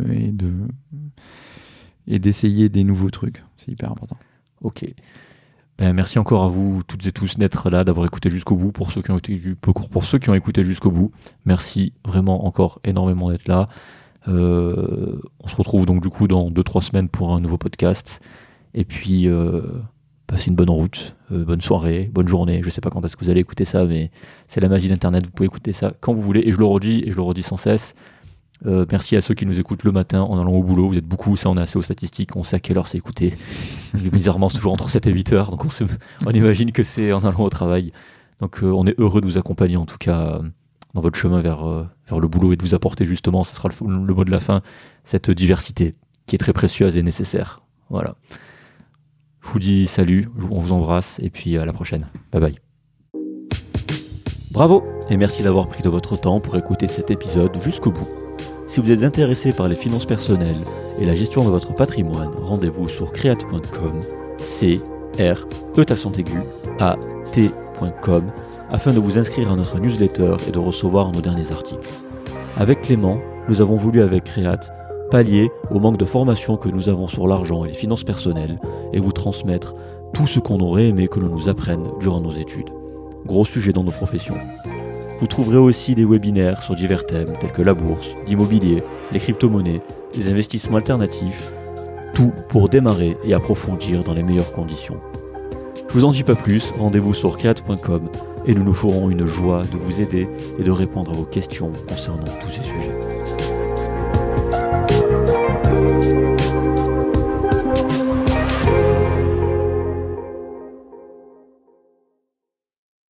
et d'essayer des nouveaux trucs. C'est hyper important. Ok. Ben, merci encore à vous toutes et tous d'être là, d'avoir écouté jusqu'au bout. Pour ceux qui ont écouté jusqu'au bout, merci vraiment encore énormément d'être là. On se retrouve donc du coup dans 2-3 semaines pour un nouveau podcast. Et puis passez une bonne route, bonne soirée, bonne journée. Je sais pas quand est-ce que vous allez écouter ça, mais c'est la magie d'Internet, vous pouvez écouter ça quand vous voulez. Et je le redis sans cesse. Merci à ceux qui nous écoutent le matin en allant au boulot. Vous êtes beaucoup, ça on est assez aux statistiques, on sait à quelle heure c'est écouté. Bizarrement c'est toujours entre 7 et 8 heures, donc on imagine que c'est en allant au travail. Donc on est heureux de vous accompagner en tout cas dans votre chemin vers le boulot et de vous apporter justement, ce sera le mot de la fin, cette diversité qui est très précieuse et nécessaire. Voilà. Je vous dis salut, on vous embrasse et puis à la prochaine. Bye bye. Bravo et merci d'avoir pris de votre temps pour écouter cet épisode jusqu'au bout. Si vous êtes intéressé par les finances personnelles et la gestion de votre patrimoine, rendez-vous sur create.com, CRE-AT.com, afin de vous inscrire à notre newsletter et de recevoir nos derniers articles. Avec Clément, nous avons voulu avec Create pallier au manque de formation que nous avons sur l'argent et les finances personnelles et vous transmettre tout ce qu'on aurait aimé que l'on nous apprenne durant nos études. Gros sujet dans nos professions. Vous trouverez aussi des webinaires sur divers thèmes tels que la bourse, l'immobilier, les crypto-monnaies, les investissements alternatifs, tout pour démarrer et approfondir dans les meilleures conditions. Je vous en dis pas plus, rendez-vous sur create.com et nous nous ferons une joie de vous aider et de répondre à vos questions concernant tous ces sujets.